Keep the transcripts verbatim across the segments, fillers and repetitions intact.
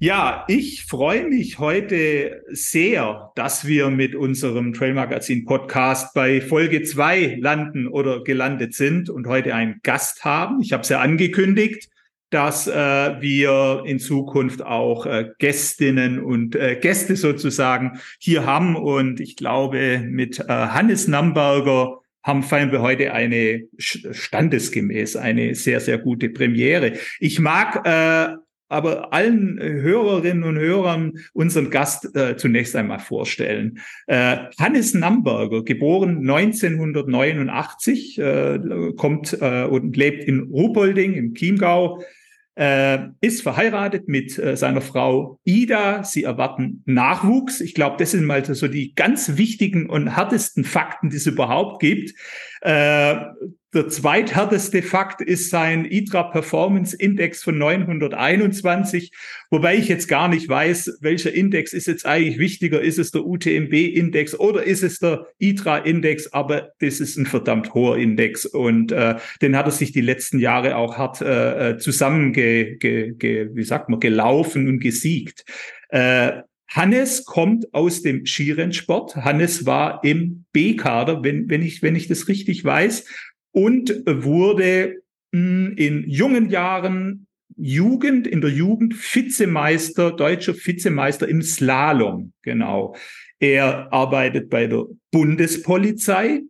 Ja, ich freue mich heute sehr, dass wir mit unserem Trail Magazin Podcast bei Folge zwei landen oder gelandet sind und heute einen Gast haben. Ich habe es ja angekündigt, dass äh, wir in Zukunft auch äh, Gästinnen und äh, Gäste sozusagen hier haben. Und ich glaube, mit äh, Hannes Namberger haben feiern wir heute eine standesgemäß eine sehr, sehr gute Premiere. Ich mag äh, aber allen Hörerinnen und Hörern unseren Gast äh, zunächst einmal vorstellen. Äh, Hannes Namberger, geboren neunzehnhundertneunundachtzig, äh, kommt äh, und lebt in Ruhpolding im Chiemgau, äh, ist verheiratet mit äh, seiner Frau Ida. Sie erwarten Nachwuchs. Ich glaube, das sind mal so die ganz wichtigen und härtesten Fakten, die es überhaupt gibt. Äh, Der zweithärteste Fakt ist sein I T R A Performance Index von neunhunderteinundzwanzig, wobei ich jetzt gar nicht weiß, welcher Index ist jetzt eigentlich wichtiger. Ist es der U T M B Index oder ist es der I T R A Index? Aber das ist ein verdammt hoher Index und äh, den hat er sich die letzten Jahre auch hart äh, zusammenge, ge, ge, wie sagt man, gelaufen und gesiegt. Äh, Hannes kommt aus dem Skirennsport. Hannes war im B-Kader, wenn, wenn ich, wenn ich das richtig weiß, und wurde mh, in jungen Jahren Jugend, in der Jugend Vizemeister, deutscher Vizemeister im Slalom. Genau. Er arbeitet bei der Bundespolizei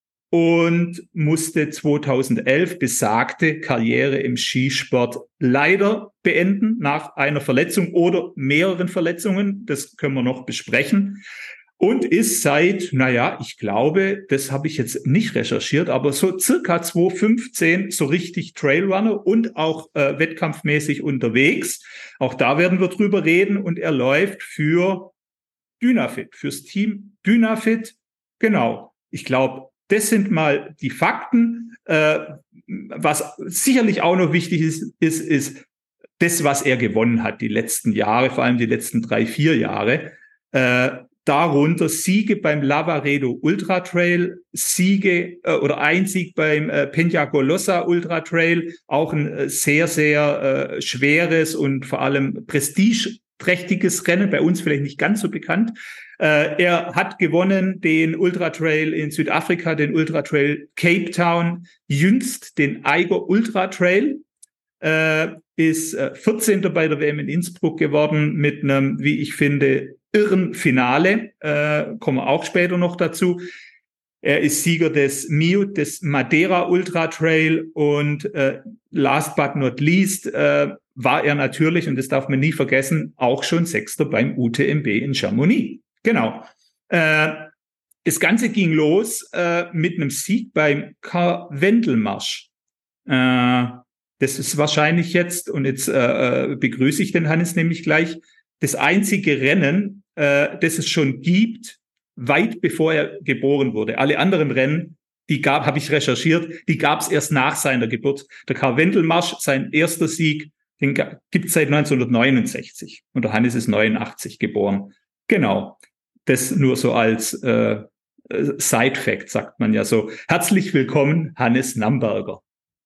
und musste zweitausendelf besagte Karriere im Skisport leider beenden nach einer Verletzung oder mehreren Verletzungen. Das können wir noch besprechen. Und ist seit, naja, ich glaube, das habe ich jetzt nicht recherchiert, aber so circa zweitausendfünfzehn so richtig Trailrunner und auch äh, wettkampfmäßig unterwegs. Auch da werden wir drüber reden. Und er läuft für Dynafit, fürs Team Dynafit. Genau. Ich glaube, das sind mal die Fakten. Äh, was sicherlich auch noch wichtig ist, ist, ist das, was er gewonnen hat die letzten Jahre, vor allem die letzten drei, vier Jahre. Äh, darunter Siege beim Lavaredo Ultra Trail, Siege äh, oder ein Sieg beim äh, Peñagolosa Ultra Trail, auch ein äh, sehr, sehr äh, schweres und vor allem prestigeträchtiges Rennen, bei uns vielleicht nicht ganz so bekannt. Äh, er hat gewonnen den Ultra Trail in Südafrika, den Ultra Trail Cape Town, jüngst den Eiger Ultra Trail. Äh, ist äh, vierzehnter bei der W M in Innsbruck geworden mit einem, wie ich finde, irren Finale. Äh, kommen wir auch später noch dazu. Er ist Sieger des M I U T, des Madeira Ultra Trail und äh, last but not least äh, war er natürlich, und das darf man nie vergessen, auch schon Sechster beim U T M B in Chamonix. Genau. Äh, das Ganze ging los äh, mit einem Sieg beim Karwendelmarsch. Äh, Das ist wahrscheinlich jetzt, und jetzt äh, begrüße ich den Hannes nämlich gleich, das einzige Rennen, äh, das es schon gibt, weit bevor er geboren wurde. Alle anderen Rennen, die gab, habe ich recherchiert, die gab es erst nach seiner Geburt. Der Karwendelmarsch, sein erster Sieg, den gibt es seit neunzehnhundertneunundsechzig. Und der Hannes ist neunundachtzig geboren. Genau. Das nur so als äh, Side-Fact, sagt man ja so. Herzlich willkommen, Hannes Namberger.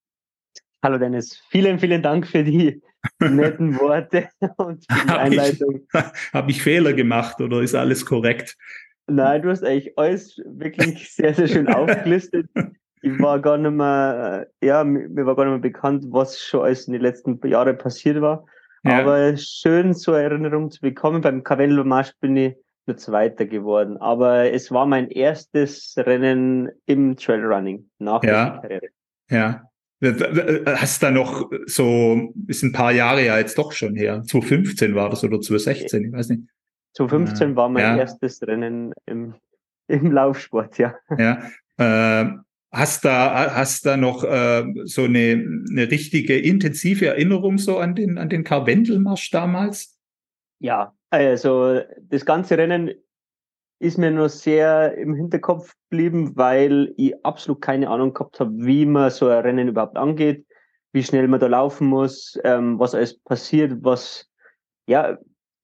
Hallo Dennis, vielen, vielen Dank für die netten Worte und für die Einleitung. Habe ich, hab ich Fehler gemacht oder ist alles korrekt? Nein, du hast eigentlich alles wirklich sehr, sehr schön aufgelistet. Ich war gar nicht mehr, ja, mir war gar nicht mehr bekannt, was schon alles in den letzten Jahren passiert war. Ja. Aber schön, so eine Erinnerung zu bekommen. Beim Karwendelmarsch bin ich nur Zweiter geworden. Aber es war mein erstes Rennen im Trailrunning nach ja. der Karriere. Ja. Hast da noch so, ist ein paar Jahre ja jetzt doch schon her. zweitausendfünfzehn war das oder zweitausendsechzehn, ich weiß nicht. zweitausendfünfzehn war mein ja. erstes Rennen im, im Laufsport, ja. Ja. Äh, hast da, hast da noch äh, so eine, eine richtige intensive Erinnerung so an den, an den Karwendelmarsch damals? Ja, also das ganze Rennen ist mir nur sehr im Hinterkopf geblieben, weil ich absolut keine Ahnung gehabt habe, wie man so ein Rennen überhaupt angeht, wie schnell man da laufen muss, ähm, was alles passiert, was, ja,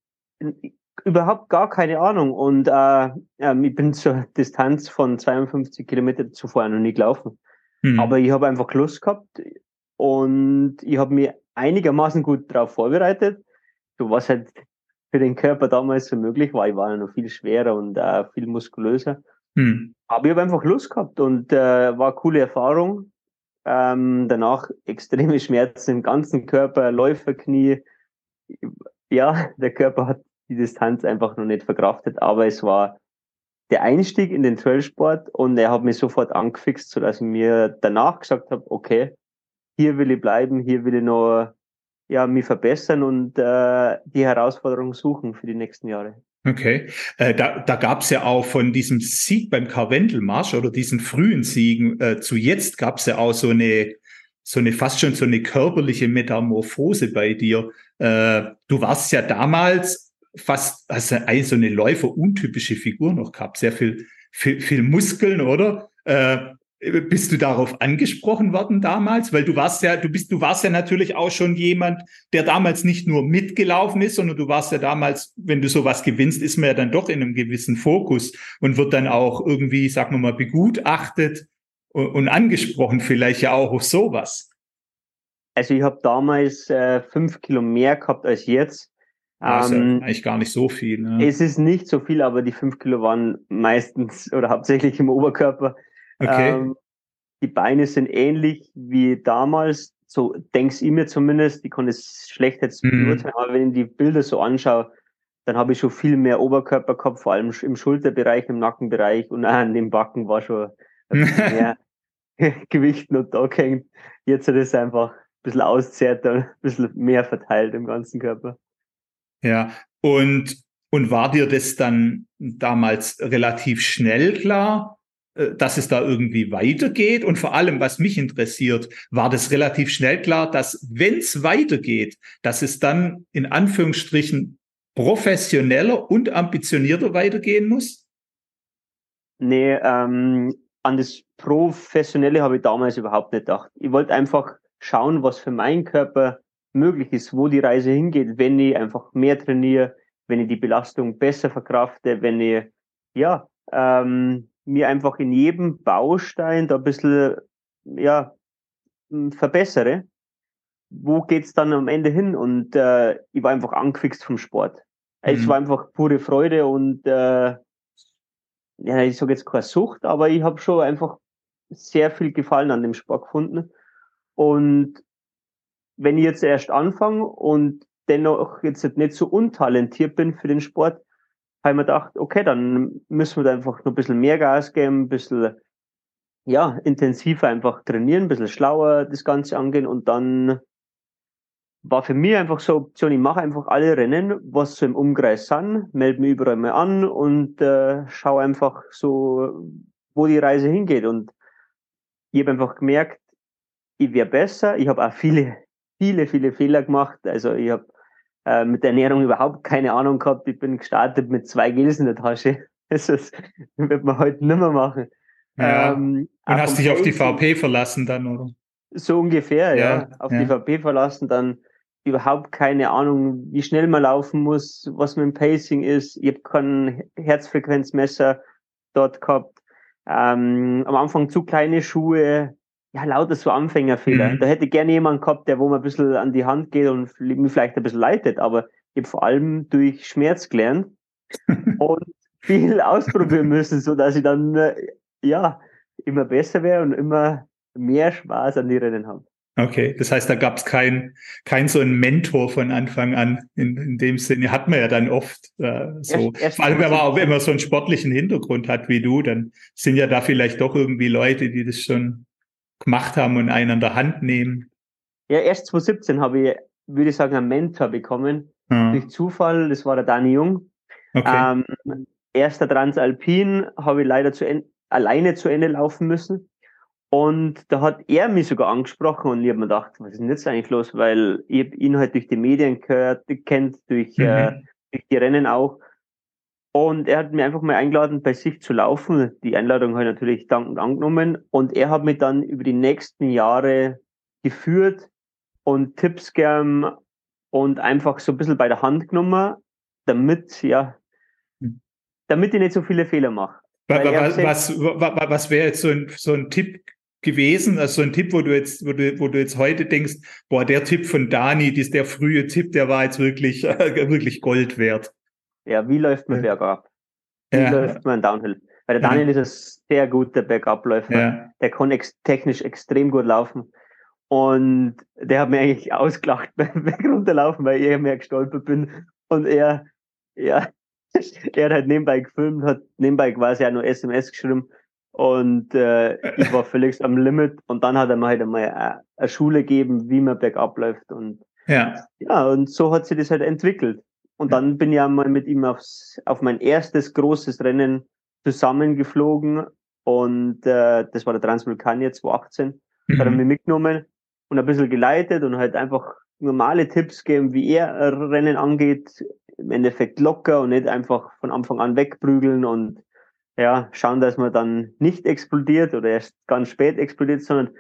überhaupt gar keine Ahnung. Und äh, ähm, ich bin zur Distanz von zweiundfünfzig Kilometer zuvor noch nie gelaufen. Mhm. Aber ich habe einfach Lust gehabt und ich habe mich einigermaßen gut darauf vorbereitet. so was halt für den Körper damals so möglich war. Ich war ja noch viel schwerer und äh, viel muskulöser. Hm. Aber ich habe einfach Lust gehabt und äh, war eine coole Erfahrung. Ähm, danach extreme Schmerzen im ganzen Körper, Läuferknie. Ja, der Körper hat die Distanz einfach noch nicht verkraftet, aber es war der Einstieg in den Trailsport und er hat mich sofort angefixt, sodass ich mir danach gesagt habe, okay, hier will ich bleiben, hier will ich noch ja, mich verbessern und äh, die Herausforderung suchen für die nächsten Jahre. Okay, äh, da, da gab es ja auch von diesem Sieg beim Karwendelmarsch oder diesen frühen Siegen äh, zu jetzt gab es ja auch so eine, so eine fast schon so eine körperliche Metamorphose bei dir. Äh, du warst ja damals fast, also eine, so eine läuferuntypische Figur noch gehabt, sehr viel, viel, viel Muskeln, oder? Äh, Bist du darauf angesprochen worden damals? Weil du warst ja, du bist, du warst ja natürlich auch schon jemand, der damals nicht nur mitgelaufen ist, sondern du warst ja damals, wenn du sowas gewinnst, ist man ja dann doch in einem gewissen Fokus und wird dann auch irgendwie, sagen wir mal, begutachtet und, und angesprochen, vielleicht ja auch auf sowas. Also ich habe damals äh, fünf Kilo mehr gehabt als jetzt. Ja, ist ja ähm, eigentlich gar nicht so viel. Ne? Es ist nicht so viel, aber die fünf Kilo waren meistens oder hauptsächlich im Oberkörper. Okay. Ähm, die Beine sind ähnlich wie damals, so denk's ich mir zumindest. Ich kann es schlecht jetzt mm. beurteilen, aber wenn ich die Bilder so anschaue, dann habe ich schon viel mehr Oberkörper gehabt, vor allem im Schulterbereich, im Nackenbereich und auch an dem Backen war schon ein bisschen mehr Gewicht noch da gehängt. Jetzt ist es einfach ein bisschen auszehrt, ein bisschen mehr verteilt im ganzen Körper. Ja, und, und war dir das dann damals relativ schnell klar, dass es da irgendwie weitergeht? Und vor allem, was mich interessiert, war das relativ schnell klar, dass wenn es weitergeht, dass es dann in Anführungsstrichen professioneller und ambitionierter weitergehen muss? Nee, ähm, an das Professionelle habe ich damals überhaupt nicht gedacht. Ich wollte einfach schauen, was für meinen Körper möglich ist, wo die Reise hingeht, wenn ich einfach mehr trainiere, wenn ich die Belastung besser verkrafte, wenn ich, ja, ähm, mir einfach in jedem Baustein da ein bisschen, ja, verbessere. Wo geht's dann am Ende hin? Und äh, ich war einfach angefixt vom Sport. Mhm. Es war einfach pure Freude und äh, ja, ich sage jetzt keine Sucht, aber ich habe schon einfach sehr viel Gefallen an dem Sport gefunden. Und wenn ich jetzt erst anfange und dennoch jetzt nicht so untalentiert bin für den Sport, habe ich mir gedacht, okay, dann müssen wir da einfach noch ein bisschen mehr Gas geben, ein bisschen, ja, intensiver einfach trainieren, ein bisschen schlauer das Ganze angehen und dann war für mich einfach so eine Option, ich mache einfach alle Rennen, was so im Umkreis sind, melde mich überall mal an und äh, schaue einfach so, wo die Reise hingeht. Und ich habe einfach gemerkt, ich wäre besser. Ich habe auch viele, viele, viele Fehler gemacht. Also ich habe äh, mit der Ernährung überhaupt keine Ahnung gehabt. Ich bin gestartet mit zwei Gels in der Tasche. Das wird man heute nicht mehr machen. Ja. Ähm, und hast dich auf die V P verlassen dann, oder? So ungefähr, ja. ja auf ja. die V P verlassen, dann überhaupt keine Ahnung, wie schnell man laufen muss, was mit dem Pacing ist. Ich habe kein Herzfrequenzmesser dort gehabt. Ähm, am Anfang zu kleine Schuhe. Ja, lauter so Anfängerfehler. Mhm. Da hätte gerne jemand gehabt, der wo man ein bisschen an die Hand geht und mich vielleicht ein bisschen leitet. Aber ich habe vor allem durch Schmerz gelernt und viel ausprobieren müssen, so dass ich dann ja immer besser wäre und immer mehr Spaß an die Rennen habe. Okay, das heißt, da gab es kein, kein so ein Mentor von Anfang an. In, in dem Sinne hat man ja dann oft äh, so. Erst, erst vor allem, wenn man auch immer so einen sportlichen Hintergrund hat wie du, dann sind ja da vielleicht doch irgendwie Leute, die das schon gemacht haben und einen an der Hand nehmen. Ja, erst zwanzig siebzehn habe ich, würde ich sagen, einen Mentor bekommen. Ja. Durch Zufall, das war der Dani Jung. Okay. Ähm, erster Transalpin habe ich leider zu en- alleine zu Ende laufen müssen. Und da hat er mich sogar angesprochen und ich habe mir gedacht, was ist denn jetzt eigentlich los? Weil ich habe ihn halt durch die Medien gehört, kennt, durch, mhm. äh, durch die Rennen auch. Und er hat mir einfach mal eingeladen, bei sich zu laufen. Die Einladung habe ich natürlich dankend angenommen. Und er hat mich dann über die nächsten Jahre geführt und Tipps gegeben und einfach so ein bisschen bei der Hand genommen, damit, ja, damit ich nicht so viele Fehler mache. Was, was, was, was wäre jetzt so ein, so ein Tipp gewesen? Also so ein Tipp, wo du jetzt, wo du, wo du jetzt heute denkst, boah, der Tipp von Dani, dies, der frühe Tipp, der war jetzt wirklich, äh, wirklich Gold wert. Ja, wie läuft man Ja. bergab? Wie Ja. läuft man Downhill? Weil der Ja. Daniel ist ein sehr guter Bergabläufer. Ja. Der kann ex- technisch extrem gut laufen. Und der hat mir eigentlich ausgelacht beim Runterlaufen, weil ich mehr gestolpert bin. Und er, ja, er hat halt nebenbei gefilmt, hat nebenbei quasi auch noch S M S geschrieben. Und äh, ich war völlig am Limit. Und dann hat er mir halt einmal eine Schule gegeben, wie man bergab läuft. Und Ja. ja, und so hat sich das halt entwickelt. Und dann bin ich einmal mit ihm aufs, auf mein erstes großes Rennen zusammengeflogen. Und äh, das war der Transvulkanier zwanzig achtzehn. Da hat er mich mitgenommen und ein bisschen geleitet und halt einfach normale Tipps geben, wie er Rennen angeht. Im Endeffekt locker und nicht einfach von Anfang an wegprügeln und ja, schauen, dass man dann nicht explodiert oder erst ganz spät explodiert, sondern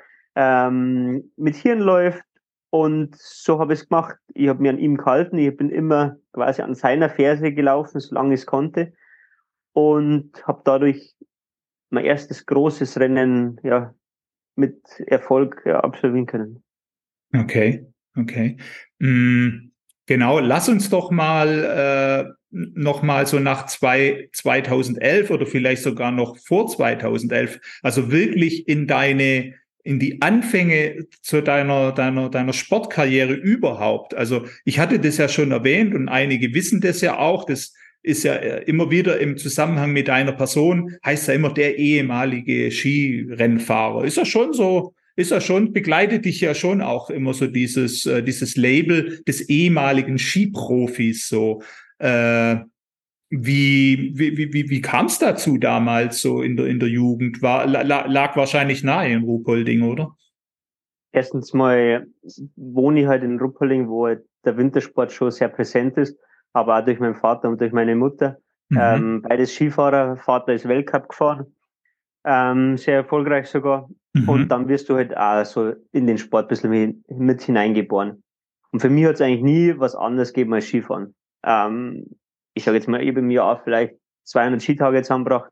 ähm, mit Hirn läuft. Und so habe ich es gemacht. Ich habe mir an ihm gehalten. Ich bin immer quasi an seiner Ferse gelaufen, solange ich es konnte. Und habe dadurch mein erstes großes Rennen ja mit Erfolg ja, absolvieren können. Okay, okay. Mm, genau, lass uns doch mal äh, noch mal so nach zwei, zweitausendelf oder vielleicht sogar noch vor zweitausendelf, also wirklich in deine in die Anfänge zu deiner deiner deiner Sportkarriere überhaupt. Also ich hatte das ja schon erwähnt und einige wissen das ja auch. Das ist ja immer wieder im Zusammenhang mit einer Person, heißt ja immer der ehemalige Skirennfahrer. Ist ja schon so. Ist ja schon, begleitet dich ja schon auch immer so dieses, äh, dieses Label des ehemaligen Skiprofis, so, äh, wie, wie, wie, wie kam es dazu damals so in der, in der Jugend? War, la, lag wahrscheinlich nahe in Ruhpolding, oder? Erstens mal wohne ich halt in Ruppolding, wo halt der Wintersport schon sehr präsent ist, aber auch durch meinen Vater und durch meine Mutter. Mhm. Ähm, beides Skifahrer, Vater ist Weltcup gefahren, ähm, sehr erfolgreich sogar. Mhm. Und dann wirst du halt auch so in den Sport ein bisschen mit hineingeboren. Und für mich hat es eigentlich nie was anderes gegeben als Skifahren. Ähm, ich sage jetzt mal, ich habe im Jahr vielleicht zweihundert Skitage zusammengebracht.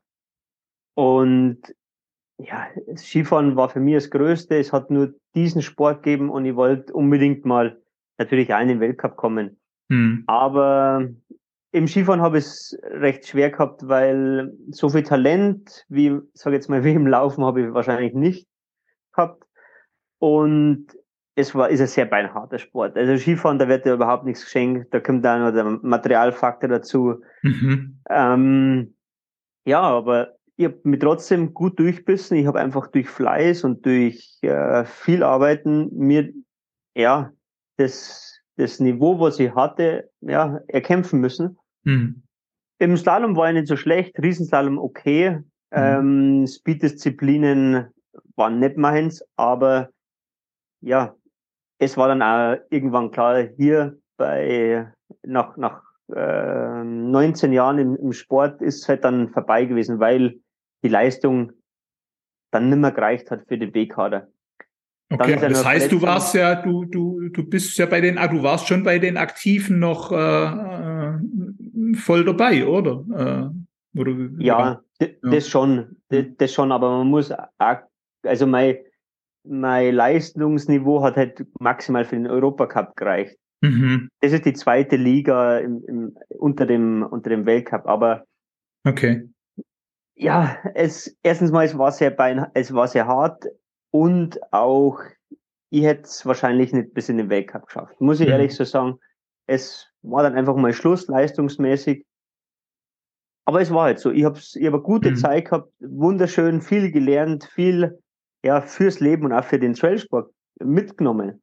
Und ja, das Skifahren war für mich das Größte. Es hat nur diesen Sport gegeben und ich wollte unbedingt mal natürlich auch in den Weltcup kommen. Mhm. Aber im Skifahren habe ich es recht schwer gehabt, weil so viel Talent, wie, sage jetzt mal, wie im Laufen, habe ich wahrscheinlich nicht gehabt. Und es war, ist ein sehr beinharter Sport. Also Skifahren, da wird ja überhaupt nichts geschenkt. Da kommt dann noch der Materialfaktor dazu. Mhm. Ähm, ja, aber ich habe mich trotzdem gut durchbissen. Ich habe einfach durch Fleiß und durch äh, viel Arbeiten mir ja das, das Niveau, was ich hatte, ja, erkämpfen müssen. Mhm. Im Slalom war ich nicht so schlecht, Riesenslalom okay. Ähm, Speed-Disziplinen waren nicht meins, aber ja, es war dann auch irgendwann klar, hier bei nach, nach äh, neunzehn Jahren im, im Sport ist es halt dann vorbei gewesen, weil die Leistung dann nimmer gereicht hat für den B-Kader. Okay, Dann ist ja das noch heißt, du Verletzung. warst ja, du, du, du bist ja bei den, ah, du warst schon bei den Aktiven noch äh, äh, voll dabei, oder? Äh, oder ja. Ja, d- Ja. das schon, d- das schon, aber man muss auch, also mein, mein Leistungsniveau hat halt maximal für den Europacup gereicht. Mhm. Das ist die zweite Liga im, im, unter dem, unter dem Weltcup, aber Okay. ja, es, erstens mal, es war sehr bein, es war sehr hart und auch, ich hätte es wahrscheinlich nicht bis in den Weltcup geschafft. Muss ich ehrlich Mhm. so sagen. Es war dann einfach mal Schluss, leistungsmäßig. Aber es war halt so. Ich habe ich hab eine gute Mhm. Zeit gehabt, wunderschön, viel gelernt, viel, ja, fürs Leben und auch für den Trailsport mitgenommen.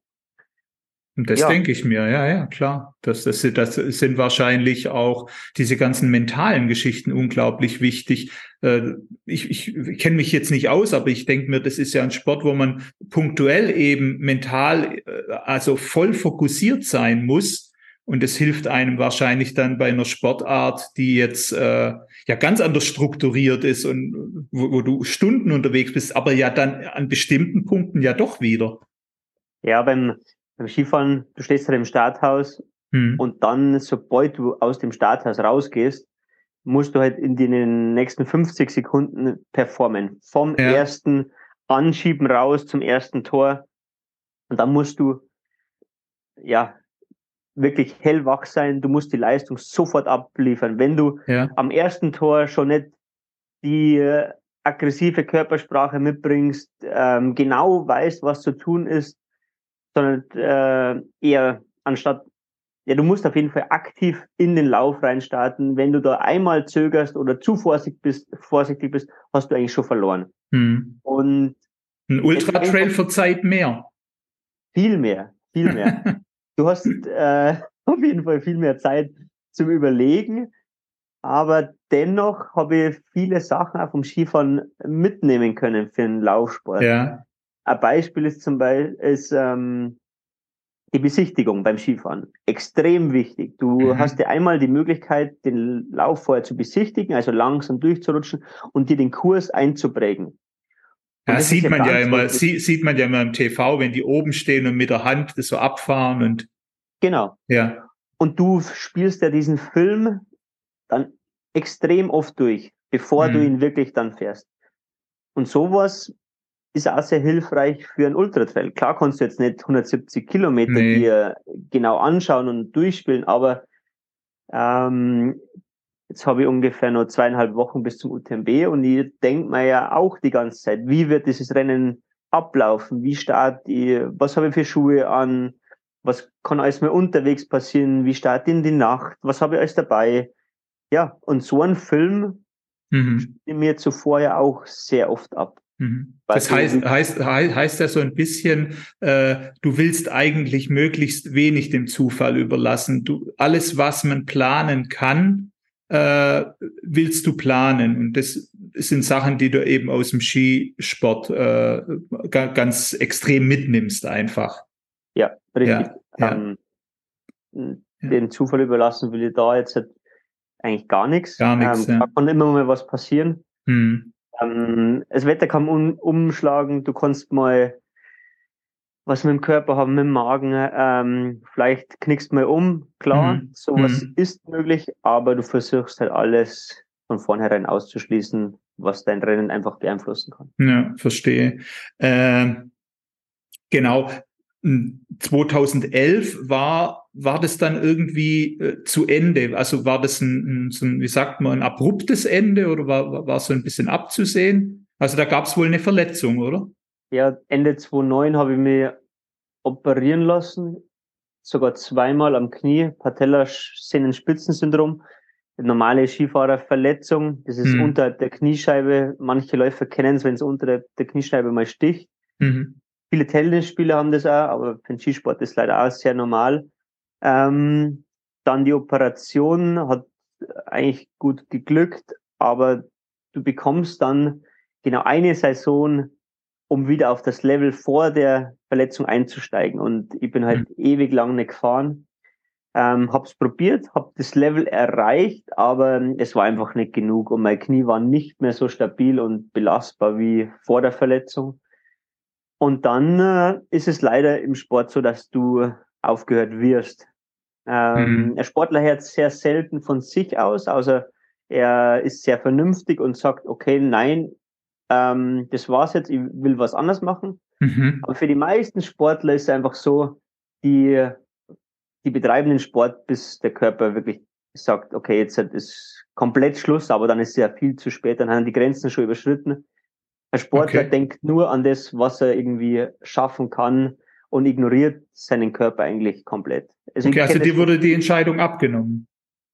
Und das Ja, denke ich mir, ja, ja, klar. Das, das, das sind wahrscheinlich auch diese ganzen mentalen Geschichten unglaublich wichtig. Äh, Ich, ich, ich kenne mich jetzt nicht aus, aber ich denke mir, das ist ja ein Sport, wo man punktuell eben mental, äh, also voll fokussiert sein muss. Und das hilft einem wahrscheinlich dann bei einer Sportart, die jetzt äh, ja ganz anders strukturiert ist und wo, wo du Stunden unterwegs bist, aber ja dann an bestimmten Punkten ja doch wieder. ja, beim, beim Skifahren, du stehst halt im Starthaus Hm. und dann, sobald du aus dem Starthaus rausgehst, musst du halt in den nächsten fünfzig Sekunden performen. Vom Ja. ersten anschieben raus zum ersten Tor. Und dann musst du, ja, wirklich hellwach sein. Du musst die Leistung sofort abliefern. Wenn du ja. am ersten Tor schon nicht die äh, aggressive Körpersprache mitbringst, ähm, genau weißt, was zu tun ist, sondern äh, eher anstatt, ja, du musst auf jeden Fall aktiv in den Lauf reinstarten. Wenn du da einmal zögerst oder zu vorsichtig bist, vorsichtig bist, hast du eigentlich schon verloren. Hm. Und ein Ultra-Trail verzeiht mehr. Viel mehr, viel mehr. Du hast äh, auf jeden Fall viel mehr Zeit zum Überlegen, aber dennoch habe ich viele Sachen auch vom Skifahren mitnehmen können für den Laufsport. Ja. Ein Beispiel ist zum Beispiel ist, ähm, die Besichtigung beim Skifahren. Extrem wichtig. Du Mhm. hast ja einmal die Möglichkeit, den Lauf vorher zu besichtigen, also langsam durchzurutschen und dir den Kurs einzuprägen. Ja, das sieht ja man ja immer, wichtig. sieht man ja immer im T V, wenn die oben stehen und mit der Hand das so abfahren und. Genau. Ja. Und du spielst ja diesen Film dann extrem oft durch, bevor mhm. du ihn wirklich dann fährst. Und sowas ist auch sehr hilfreich für einen Ultratrail. Klar kannst du jetzt nicht hundertsiebzig Kilometer nee. dir genau anschauen und durchspielen, aber ähm, jetzt habe ich ungefähr nur zweieinhalb Wochen bis zum U T M B und ich denke mir ja auch die ganze Zeit, wie wird dieses Rennen ablaufen? Wie starte ich? Was habe ich für Schuhe an? Was kann alles mal unterwegs passieren? Wie starte ich in die Nacht? Was habe ich alles dabei? Ja, und so ein Film mhm. spielt mir zuvor ja auch sehr oft ab. Mhm. Das heißt, heißt, heißt ja so ein bisschen, äh, du willst eigentlich möglichst wenig dem Zufall überlassen. Du, alles, was man planen kann, äh, willst du planen. Und das sind Sachen, die du eben aus dem Skisport äh, ganz extrem mitnimmst einfach. Ja, richtig. Ja, ähm, ja. Den Zufall überlassen will ich da jetzt halt eigentlich gar nichts. Gar nichts, ähm, ja. Da kann immer mal was passieren. Hm. Ähm, das Wetter kann um, umschlagen. Du kannst mal was mit dem Körper haben, mit dem Magen. Ähm, vielleicht knickst mal um. Klar, hm. sowas hm. ist möglich, aber du versuchst halt alles von vornherein auszuschließen, was dein Rennen einfach beeinflussen kann. Ja, verstehe. Äh, genau. zweitausendelf war, war das dann irgendwie äh, zu Ende? Also war das ein, ein, so ein, wie sagt man, ein abruptes Ende oder war, war so ein bisschen abzusehen? Also da gab es wohl eine Verletzung, oder? Ja, Ende zweitausendneun habe ich mich operieren lassen, sogar zweimal am Knie, Patellasehnenspitzensyndrom, normale Skifahrerverletzung, das ist hm. unterhalb der Kniescheibe. Manche Läufer kennen es, wenn es unterhalb der Kniescheibe mal sticht. Mhm. Viele Tennisspieler haben das auch, aber für den Skisport ist leider auch sehr normal. Ähm, dann die Operation hat eigentlich gut geglückt, aber du bekommst dann genau eine Saison, um wieder auf das Level vor der Verletzung einzusteigen. Und ich bin halt mhm. ewig lang nicht gefahren. Ähm, hab's probiert, hab das Level erreicht, aber es war einfach nicht genug und mein Knie war nicht mehr so stabil und belastbar wie vor der Verletzung. Und dann äh, ist es leider im Sport so, dass du aufgehört wirst. Ähm, mhm. Ein Sportler hört sehr selten von sich aus, außer er ist sehr vernünftig und sagt, okay, nein, ähm, das war's jetzt, ich will was anderes machen. Mhm. Aber für die meisten Sportler ist es einfach so, die, die betreiben den Sport, bis der Körper wirklich sagt, okay, jetzt ist komplett Schluss, aber dann ist es ja viel zu spät, dann haben die Grenzen schon überschritten. Ein Sportler okay. denkt nur an das, was er irgendwie schaffen kann und ignoriert seinen Körper eigentlich komplett. Also, okay, also dir wurde die Entscheidung abgenommen?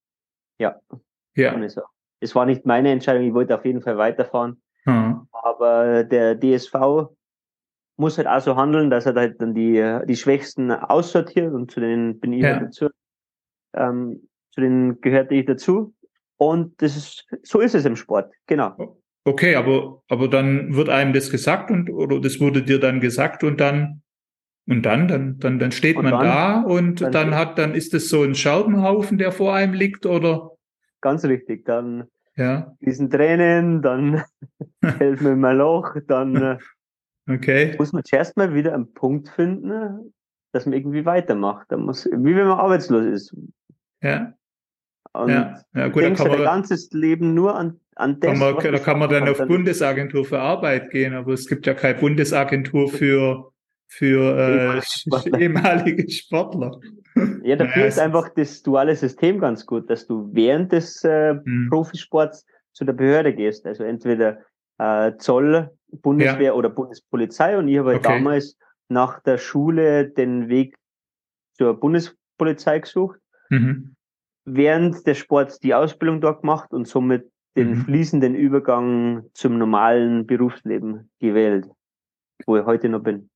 Ja. Ja. Es war nicht meine Entscheidung, ich wollte auf jeden Fall weiterfahren. Hm. Aber der D S V muss halt auch so handeln, dass er halt dann die, die Schwächsten aussortiert und zu denen bin ich ja. halt dazu. Ähm, zu denen gehörte ich dazu. Und das ist, so ist es im Sport, genau. Okay, aber, aber dann wird einem das gesagt und, oder das wurde dir dann gesagt und dann, und dann, dann, dann, dann steht und man dann, da und dann, dann hat, dann ist es so ein Scherbenhaufen, der vor einem liegt, oder? Ganz richtig, dann ja. diesen Tränen, dann fällt mir mal Loch, dann okay. muss man zuerst mal wieder einen Punkt finden, dass man irgendwie weitermacht. Da muss, wie wenn man arbeitslos ist. Ja. Und ja. Ja, gut, du denkst ja dein ganzes Leben nur an, an Kann das, man, was da ich kann man dann kann, auf dann Bundesagentur für Arbeit gehen, aber es gibt ja keine Bundesagentur für, für äh, ehemalige sch- sch- Sportler. ehemalige Sportler. Ja, dafür Naja, ist es einfach ist, das duale System ganz gut, dass du während des äh, hm. Profisports zu der Behörde gehst. Also entweder äh, Zoll, Ja, Bundeswehr oder Bundespolizei. Und ich habe halt okay. damals nach der Schule den Weg zur Bundespolizei gesucht, Mhm. während des Sports die Ausbildung dort gemacht und somit den Mhm. fließenden Übergang zum normalen Berufsleben gewählt, wo ich heute noch bin.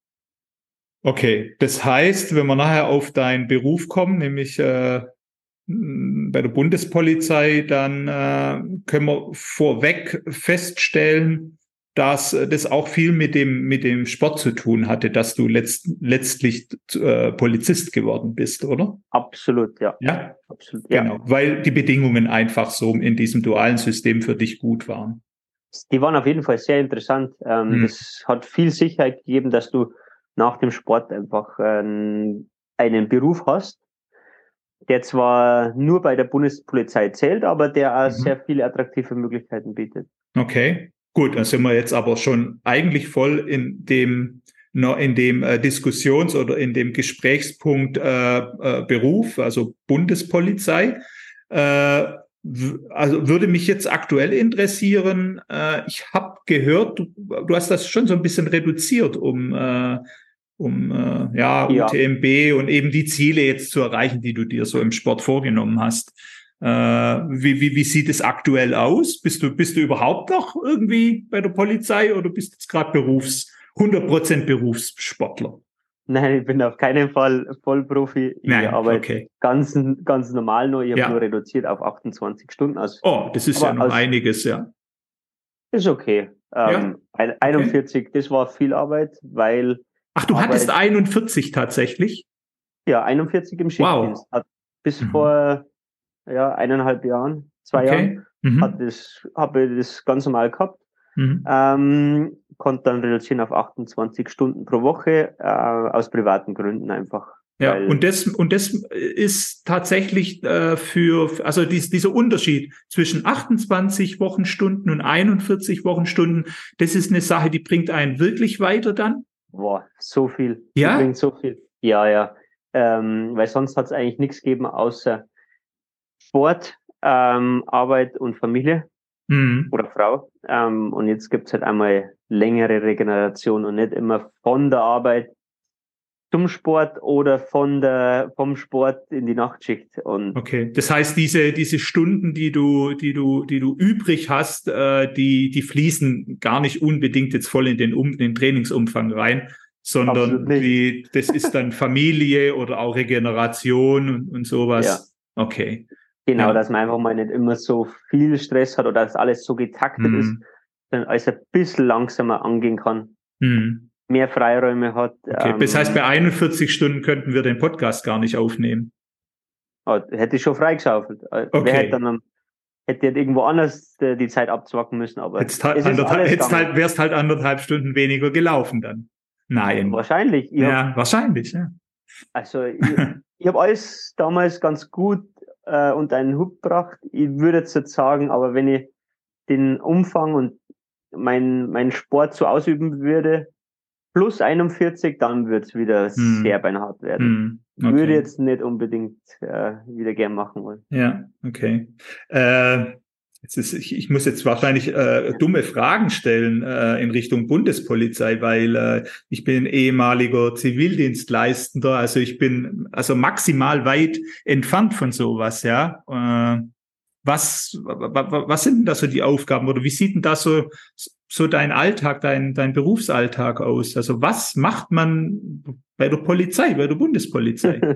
Okay, das heißt, wenn wir nachher auf deinen Beruf kommen, nämlich äh, m, bei der Bundespolizei, dann äh, können wir vorweg feststellen, dass äh, das auch viel mit dem mit dem Sport zu tun hatte, dass du letzt, letztlich äh, Polizist geworden bist, oder? Absolut, ja. Ja, Absolut, ja. genau, weil die Bedingungen einfach so in diesem dualen System für dich gut waren. Die waren auf jeden Fall sehr interessant. Ähm, Hm. das hat viel Sicherheit gegeben, dass du nach dem Sport einfach ähm, einen Beruf hast, der zwar nur bei der Bundespolizei zählt, aber der auch Mhm. sehr viele attraktive Möglichkeiten bietet. Okay, gut, dann sind wir jetzt aber schon eigentlich voll in dem noch in dem äh, Diskussions- oder in dem Gesprächspunkt äh, äh, Beruf, also Bundespolizei. Äh, w- also würde mich jetzt aktuell interessieren. Äh, ich habe gehört, du, du hast das schon so ein bisschen reduziert, um äh, um äh, ja Ja, U T M B und eben die Ziele jetzt zu erreichen, die du dir so im Sport vorgenommen hast. Äh, wie, wie, wie sieht es aktuell aus? Bist du, bist du überhaupt noch irgendwie bei der Polizei oder bist du jetzt gerade Berufs, hundert Prozent Berufssportler? nein, ich bin auf keinen Fall Vollprofi. Ich Nein, arbeite okay. ganz, ganz normal nur. Ich habe nur Ja. reduziert auf achtundzwanzig Stunden aus. Oh, das ist ja Aber noch aus einiges, ja. ist okay. Ja, Ähm, ein- okay. einundvierzig, das war viel Arbeit, weil Ach, du hattest Arbeit, einundvierzig tatsächlich? ja, einundvierzig im Wow. Schichtdienst. Hat bis Mhm. vor ja, eineinhalb Jahren, zwei Jahren, Okay. hat Mhm. das, habe ich das ganz normal gehabt. Mhm. Ähm, konnte dann reduzieren auf achtundzwanzig Stunden pro Woche, äh, aus privaten Gründen einfach. Ja, und Weil, das, und das ist tatsächlich äh, für, also dies, dieser Unterschied zwischen achtundzwanzig Wochenstunden und einundvierzig Wochenstunden, das ist eine Sache, die bringt einen wirklich weiter dann. boah, so viel. Die Ja? bringt so viel. Ja, ja. Ähm, weil sonst hat es eigentlich nichts gegeben außer Sport, ähm, Arbeit und Familie Mhm. oder Frau. Ähm, und jetzt gibt's halt einmal längere Regeneration und nicht immer von der Arbeit zum Sport oder von der, vom Sport in die Nachtschicht. Und Okay. Das heißt, diese, diese Stunden, die du, die du, die du übrig hast, äh, die, die fließen gar nicht unbedingt jetzt voll in den, um, den Trainingsumfang rein, absolut sondern nicht. die, das ist dann Familie oder auch Regeneration und, und Ja, sowas. Okay. genau, Ja. dass man einfach mal nicht immer so viel Stress hat oder dass alles so getaktet ist, Hm. sondern alles ein bisschen langsamer angehen kann, Hm. mehr Freiräume hat. Okay. Das heißt, bei Ähm, einundvierzig Stunden könnten wir den Podcast gar nicht aufnehmen. hätte ich schon freigeschaufelt. Äh, Wer hätte Okay. dann hätte halt irgendwo anders äh, die Zeit abzwacken müssen, aber Jetzt halt es ist anderthalb, alles jetzt gegangen. halt, wärst halt anderthalb Stunden weniger gelaufen dann. Nein. Wahrscheinlich. Ich hab, Ja, wahrscheinlich, ja. also ich, ich habe alles damals ganz gut äh, unter einen Hut gebracht. Ich würde jetzt nicht sagen, aber wenn ich den Umfang und mein, mein Sport so ausüben würde, plus einundvierzig, dann würde es wieder sehr Hm. beinhart werden. Hm. Würde Okay. jetzt nicht unbedingt äh, wieder gern machen wollen. Ja, okay. Äh, jetzt ist, ich, ich muss jetzt wahrscheinlich äh, dumme Fragen stellen äh, in Richtung Bundespolizei, weil äh, ich bin ehemaliger Zivildienstleistender, also ich bin also maximal weit entfernt von sowas, ja. Äh, was, wa- wa- was sind denn da so die Aufgaben oder wie sieht denn da so, so dein Alltag, dein, dein Berufsalltag aus? Also was macht man bei der Polizei, bei der Bundespolizei?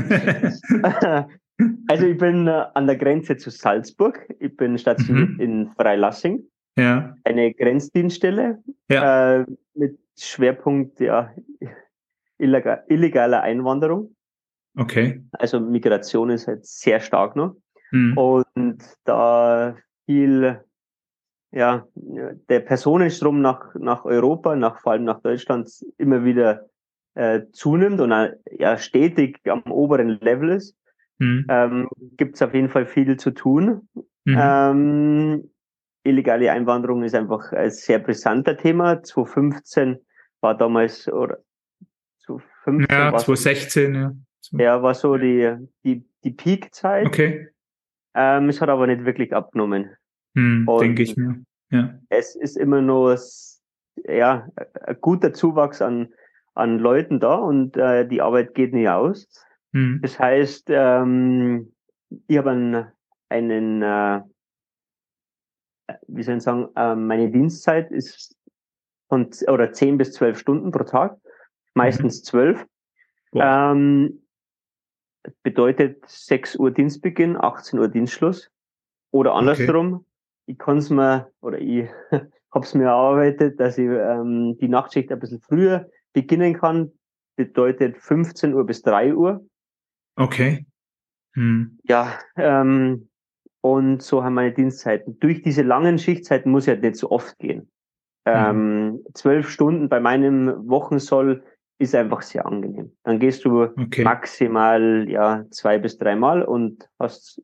Also ich bin äh, an der Grenze zu Salzburg. Ich bin stationiert Mhm. in Freilassing, Ja, eine Grenzdienststelle ja, äh, mit Schwerpunkt ja, illegal, illegaler Einwanderung. okay. Also Migration ist halt sehr stark noch. Mhm. Und da viel, ja, der Personenstrom nach, nach Europa, nach, vor allem nach Deutschland, immer wieder äh, zunimmt und auch, ja, stetig am oberen Level ist, Mhm. ähm, gibt es auf jeden Fall viel zu tun. Mhm. Ähm, illegale Einwanderung ist einfach ein sehr brisanter Thema. zwanzig fünfzehn war damals, oder zwanzig fünfzehn Ja, war so, zwanzig sechzehn, ja. ja, war so die, die, die Peak-Zeit. Okay. Ähm, es hat aber nicht wirklich abgenommen. Hm, denke ich Und mir. Ja. es ist immer nur s- ja, ein guter Zuwachs an, an Leuten da und äh, die Arbeit geht nie aus. Hm. Das heißt, ähm, ich habe einen, einen äh, wie soll ich sagen, äh, meine Dienstzeit ist von z- oder zehn bis zwölf Stunden pro Tag, Mhm. meistens zwölf. Boah. Ähm, bedeutet sechs Uhr Dienstbeginn, achtzehn Uhr Dienstschluss. Oder Okay. andersrum, ich kann es mir, oder ich habe es mir erarbeitet, dass ich ähm, die Nachtschicht ein bisschen früher beginnen kann. Bedeutet fünfzehn Uhr bis drei Uhr. Okay. Hm. Ja, ähm, und so haben meine Dienstzeiten. Durch diese langen Schichtzeiten muss ich halt nicht so oft gehen. Mhm. Ähm, zwölf Stunden bei meinem Wochensoll ist einfach sehr angenehm. Dann gehst du Okay. maximal ja zwei bis dreimal und hast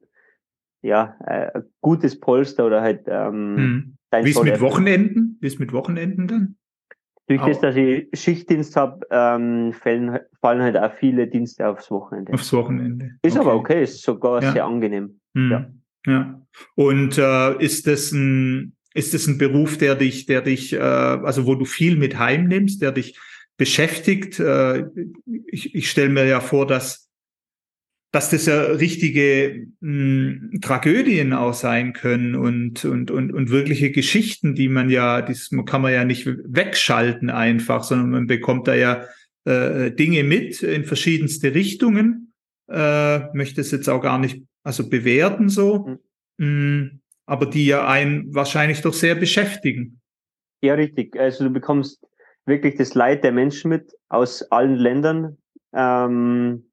ja äh, ein gutes Polster oder halt ähm, Hm. dein Wie ist Soll mit erfüllt. Wochenenden? Wie ist mit Wochenenden dann? Durch das, Au- dass ich Schichtdienst habe, ähm, fallen, fallen halt auch viele Dienste aufs Wochenende. Aufs Wochenende. Ist aber Okay. okay, ist sogar sehr Ja. angenehm. Ja. Hm. Ja. Und äh, ist das ein, ist das ein Beruf, der dich, der dich, äh, also wo du viel mit heimnimmst, der dich beschäftigt? Äh, ich ich stelle mir ja vor, dass dass das ja richtige mh, Tragödien auch sein können und, und, und, und wirkliche Geschichten, die man ja, das kann man ja nicht wegschalten einfach, sondern man bekommt da ja äh, Dinge mit in verschiedenste Richtungen. Äh, möchte es jetzt auch gar nicht also bewerten so, mh, aber die ja einen wahrscheinlich doch sehr beschäftigen. Ja, richtig. Also du bekommst wirklich das Leid der Menschen mit aus allen Ländern. Ähm,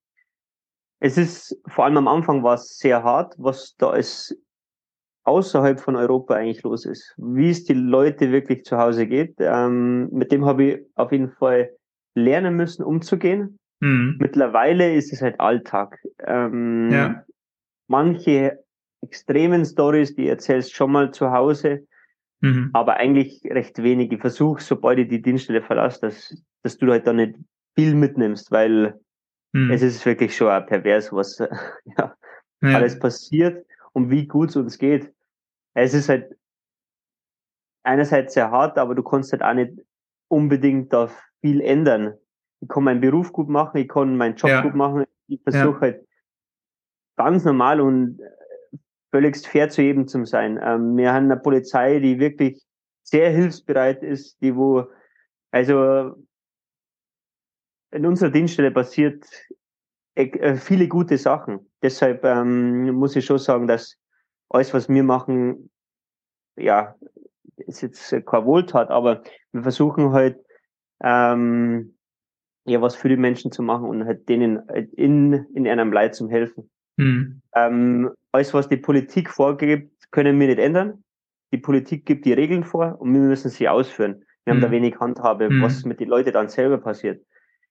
es ist, vor allem am Anfang war es sehr hart, was da ist außerhalb von Europa eigentlich los ist. Wie es die Leute wirklich zu Hause geht. Ähm, mit dem habe ich auf jeden Fall lernen müssen, umzugehen. Hm. Mittlerweile ist es halt Alltag. Ähm, Ja, manche extremen Stories, die erzählst schon mal zu Hause, mhm. aber eigentlich recht wenig. Ich versuche, sobald ich die Dienststelle verlasse, dass, dass du halt da nicht viel mitnimmst, weil es Hm. ist wirklich schon auch pervers, was ja, alles Ja, passiert und wie gut es uns geht. Es ist halt einerseits sehr hart, aber du kannst halt auch nicht unbedingt da viel ändern. Ich kann meinen Beruf gut machen, ich kann meinen Job gut ja, machen. Ich versuche ja, halt ganz normal und völligst fair zu jedem zu sein. Ähm, wir haben eine Polizei, die wirklich sehr hilfsbereit ist, die wo, also in unserer Dienststelle passiert äh, viele gute Sachen. Deshalb ähm, muss ich schon sagen, dass alles, was wir machen, ja, ist jetzt keine Wohltat, aber wir versuchen halt, ähm, ja, was für die Menschen zu machen und halt denen in, in einem Leid zum helfen. hm. Ähm, alles, was die Politik vorgibt, können wir nicht ändern. Die Politik gibt die Regeln vor und wir müssen sie ausführen. Wir haben da Hm. wenig Handhabe, was Hm. mit den Leuten dann selber passiert.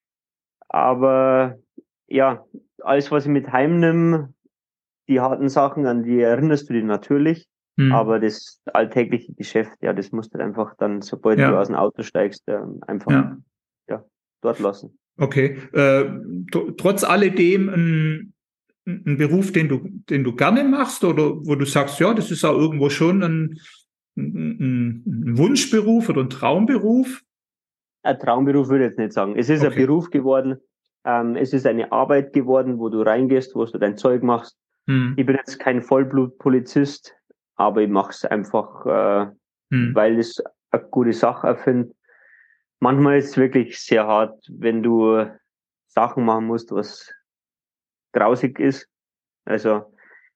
Aber ja, alles, was ich mit heimnehme, die harten Sachen, an die erinnerst du dich natürlich. Hm. Aber das alltägliche Geschäft, ja, das musst du halt einfach dann, sobald du aus Ja, dem Auto steigst, ähm, einfach ja. ja, dort lassen. Okay. Äh, tr- trotz alledem ein, ein Beruf, den du, den du gerne machst oder wo du sagst, ja, das ist auch irgendwo schon ein, ein, ein Wunschberuf oder ein Traumberuf. Ein Traumberuf würde ich jetzt nicht sagen. Es ist ein Okay. Beruf geworden. Ähm, es ist eine Arbeit geworden, wo du reingehst, wo du dein Zeug machst. Ich Hm. bin jetzt kein Vollblutpolizist, aber ich mache es einfach, äh, Hm. weil es eine gute Sache finde. Manchmal ist es wirklich sehr hart, wenn du Sachen machen musst, was grausig ist. Also,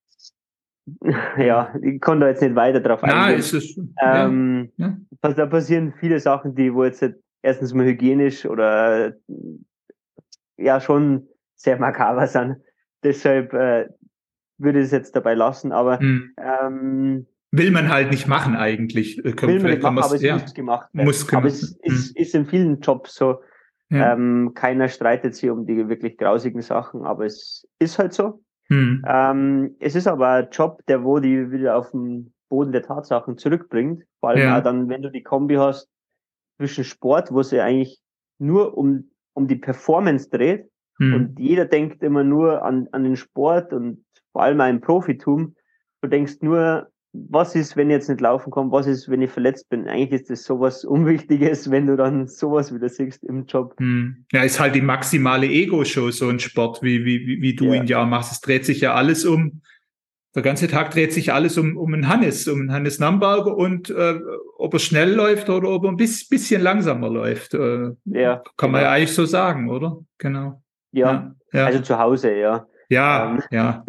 Ja. ja, ich kann da jetzt nicht weiter drauf Na, eingehen. ist es, ja, Ähm, ja. da passieren viele Sachen, die wo jetzt nicht erstens mal hygienisch oder ja schon sehr makaber sind. Deshalb äh, würde ich es jetzt dabei lassen. Aber Hm. ähm, Will man halt nicht machen eigentlich. Äh, kann- will man nicht Vielleicht kann machen, man aber es, es muss ja, gemacht werden. muss Aber gemacht es werden. ist, Hm. ist in vielen Jobs so. Ja. Ähm, keiner streitet sich um die wirklich grausigen Sachen, aber es ist halt so. Hm. Ähm, es ist aber ein Job, der wo die wieder auf dem Boden der Tatsachen zurückbringt. Vor allem Ja. auch dann, wenn du die Kombi hast zwischen Sport, wo es ja eigentlich nur um, um die Performance dreht. Hm. Und jeder denkt immer nur an, an den Sport und vor allem auch im Profitum. Du denkst nur, was ist, wenn ich jetzt nicht laufen kann? Was ist, wenn ich verletzt bin? Eigentlich ist das sowas Unwichtiges, wenn du dann sowas wieder siehst im Job. Hm. Ja, ist halt die maximale Ego-Show, so ein Sport, wie, wie, wie, wie du Ja. ihn ja machst. Es dreht sich ja alles um, der ganze Tag dreht sich alles um, um einen Hannes, um einen Hannes Namberger und äh, ob er schnell läuft oder ob er ein bis, bisschen langsamer läuft. Äh, Ja, kann man genau. ja eigentlich so sagen, oder? Genau. Ja, Ja, ja. also zu Hause, ja. Ja, Ähm, ja.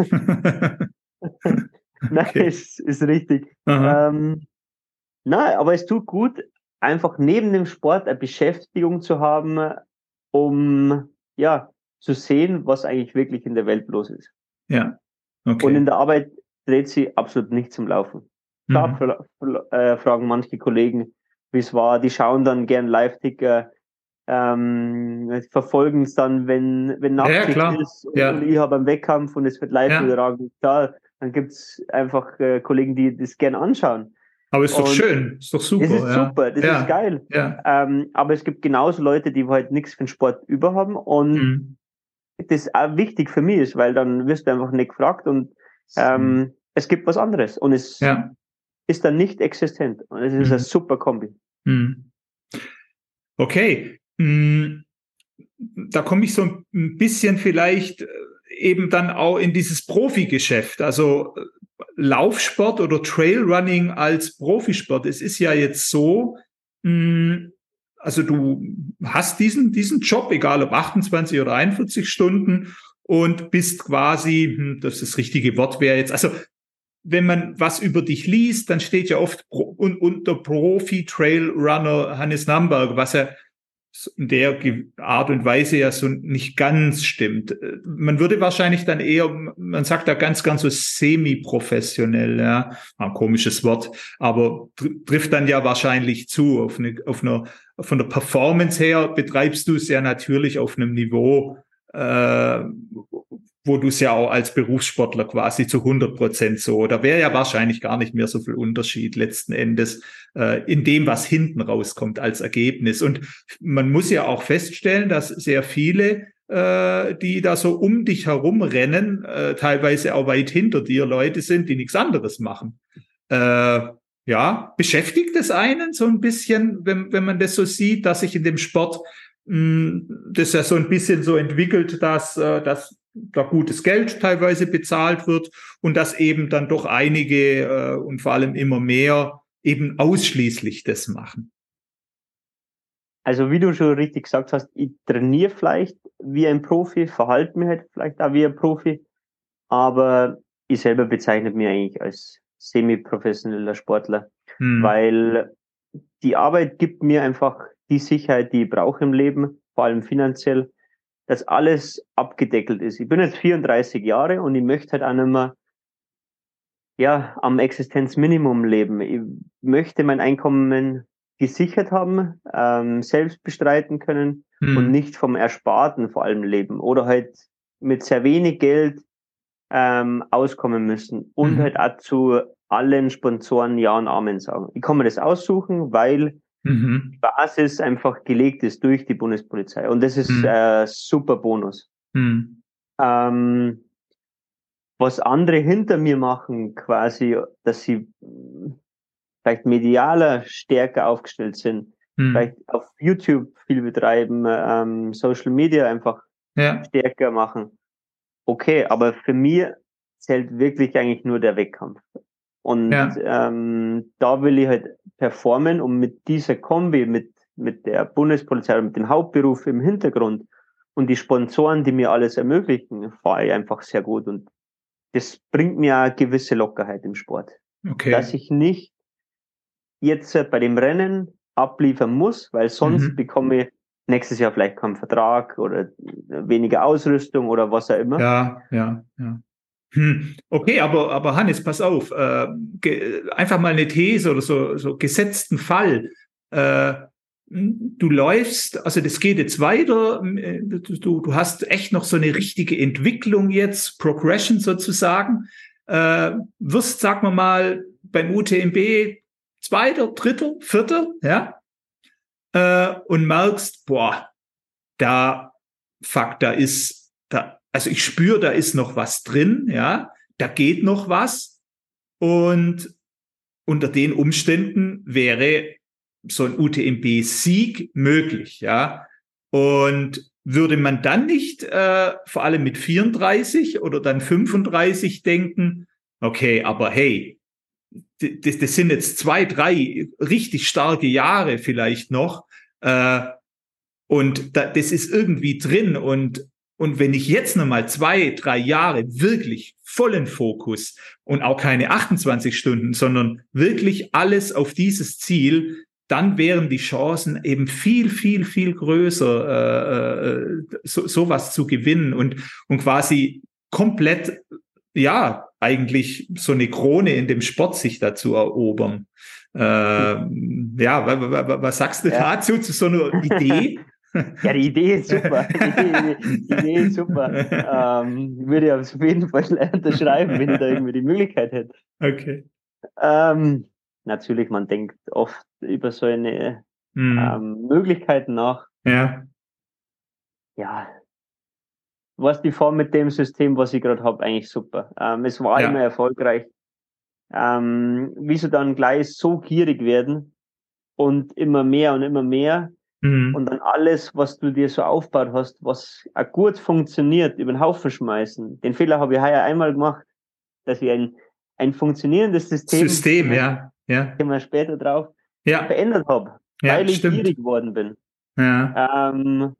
Nein, Okay. ist, ist richtig. Aha. Ähm, nein, aber es tut gut, einfach neben dem Sport eine Beschäftigung zu haben, um ja zu sehen, was eigentlich wirklich in der Welt los ist. Ja, Und in okay. der Arbeit dreht sie absolut nicht zum Laufen. Klar, Mhm. fra- fra- äh, fragen manche Kollegen, wie es war. Die schauen dann gern Live-Ticker, ähm, verfolgen es dann, wenn, wenn Ja, ja, Nachtschicht klar. ist und, und Ja, ich habe einen Wettkampf und es wird live ja. übertragen. Klar, dann gibt's einfach äh, Kollegen, die das gern anschauen. Aber ist doch Und schön, ist doch das super, ist ja. super, das ist Ja, geil. ja. Ähm, aber es gibt genauso Leute, die halt nichts für den Sport über haben und Mhm. das auch wichtig für mich ist, weil dann wirst du einfach nicht gefragt und ähm, es gibt was anderes und es Ja. ist dann nicht existent. Und es ist eine Mhm. super Kombi. Mhm. Okay. Mhm. Da komme ich so ein bisschen vielleicht äh, eben dann auch in dieses Profigeschäft. Also äh, Laufsport oder Trailrunning als Profisport. Es ist ja jetzt so, mh, also du hast diesen, diesen Job, egal ob achtundzwanzig oder einundvierzig Stunden und bist quasi, hm, das ist das richtige Wort wäre jetzt, also wenn man was über dich liest, dann steht ja oft Pro, un, unter Profi-Trailrunner Hannes Namberger, was ja in der Art und Weise ja so nicht ganz stimmt. Man würde wahrscheinlich dann eher, man sagt da ganz, ganz so semi-professionell, ja, ein komisches Wort, aber tr- trifft dann ja wahrscheinlich zu. Auf eine, auf einer, von der Performance her betreibst du es ja natürlich auf einem Niveau, äh, wo du es ja auch als Berufssportler quasi zu hundert Prozent so, da wäre ja wahrscheinlich gar nicht mehr so viel Unterschied letzten Endes äh, in dem, was hinten rauskommt als Ergebnis. Und man muss ja auch feststellen, dass sehr viele, äh, die da so um dich herum rennen, äh, teilweise auch weit hinter dir Leute sind, die nichts anderes machen. Äh, ja, beschäftigt es einen so ein bisschen, wenn, wenn man das so sieht, dass sich in dem Sport mh, das ja so ein bisschen so entwickelt, dass, äh, dass da gutes Geld teilweise bezahlt wird und dass eben dann doch einige äh, und vor allem immer mehr eben ausschließlich das machen. Also wie du schon richtig gesagt hast, ich trainiere vielleicht wie ein Profi, verhalte mich halt vielleicht auch wie ein Profi, aber ich selber bezeichne mich eigentlich als semi-professioneller Sportler, Hm. weil die Arbeit gibt mir einfach die Sicherheit, die ich brauche im Leben, vor allem finanziell, dass alles abgedeckelt ist. Ich bin jetzt vierunddreißig Jahre und ich möchte halt auch nicht mehr ja, am Existenzminimum leben. Ich möchte mein Einkommen gesichert haben, ähm, selbst bestreiten können Hm. und nicht vom Ersparten vor allem leben oder halt mit sehr wenig Geld ähm, auskommen müssen und Mhm. halt auch zu allen Sponsoren Ja und Amen sagen. Ich kann mir das aussuchen, weil Mhm. die Basis einfach gelegt ist durch die Bundespolizei und das ist Hm. äh, super Bonus. Hm. Ähm, was andere hinter mir machen, quasi, dass sie mh, vielleicht medialer stärker aufgestellt sind, Hm. vielleicht auf YouTube viel betreiben, ähm, Social Media einfach Ja. stärker machen. Okay, aber für mich zählt wirklich eigentlich nur der Wettkampf. Und Ja. ähm, da will ich halt performen und mit dieser Kombi, mit, mit der Bundespolizei, mit dem Hauptberuf im Hintergrund und die Sponsoren, die mir alles ermöglichen, fahre ich einfach sehr gut. Und das bringt mir eine gewisse Lockerheit im Sport. Okay. Dass ich nicht jetzt bei dem Rennen abliefern muss, weil sonst Mhm. bekomme ich nächstes Jahr vielleicht keinen Vertrag oder weniger Ausrüstung oder was auch immer. Ja, ja, ja. Hm. Okay, aber, aber Hannes, pass auf, äh, ge, einfach mal eine These oder so, so gesetzten Fall. Äh, du läufst, also das geht jetzt weiter, du, du hast echt noch so eine richtige Entwicklung jetzt, Progression sozusagen, äh, wirst, sagen wir mal, beim U T M B Zweiter, Dritter, Vierter, ja, äh, und merkst, boah, da, fuck, da ist, da, also ich spüre, da ist noch was drin, ja, da geht noch was, und unter den Umständen wäre so ein U T M B-Sieg möglich, ja, und würde man dann nicht äh, vor allem mit vierunddreißig oder dann fünfunddreißig denken, okay, aber hey, das, das sind jetzt zwei, drei richtig starke Jahre vielleicht noch, äh, und da, das ist irgendwie drin, und und wenn ich jetzt nochmal zwei, drei Jahre wirklich vollen Fokus und auch keine achtundzwanzig Stunden, sondern wirklich alles auf dieses Ziel, dann wären die Chancen eben viel, viel, viel größer, äh, so sowas zu gewinnen und und quasi komplett, ja, eigentlich so eine Krone in dem Sport sich dazu erobern. Äh, ja, was sagst du Ja. dazu, zu so einer Idee? Ja, die Idee ist super. Die Idee, die Idee ist super. Ähm, würde ich auf jeden Fall unterschreiben, wenn ich da irgendwie die Möglichkeit hätte. Okay. Ähm, natürlich, man denkt oft über so eine Mhm. ähm, Möglichkeiten nach. Ja. Ja, was die Form mit dem System, was ich gerade habe, eigentlich super. Ähm, es war Ja. immer erfolgreich. Ähm, wieso dann gleich so gierig werden und immer mehr und immer mehr Mhm. und dann alles, was du dir so aufgebaut hast, was auch gut funktioniert, über den Haufen schmeißen. Den Fehler habe ich heuer einmal gemacht, dass ich ein, ein funktionierendes System, System, ja. Ja. kommen wir später drauf, Ja. verändert habe, Ja, weil ich stimmt. gierig geworden bin. Ja. Ähm,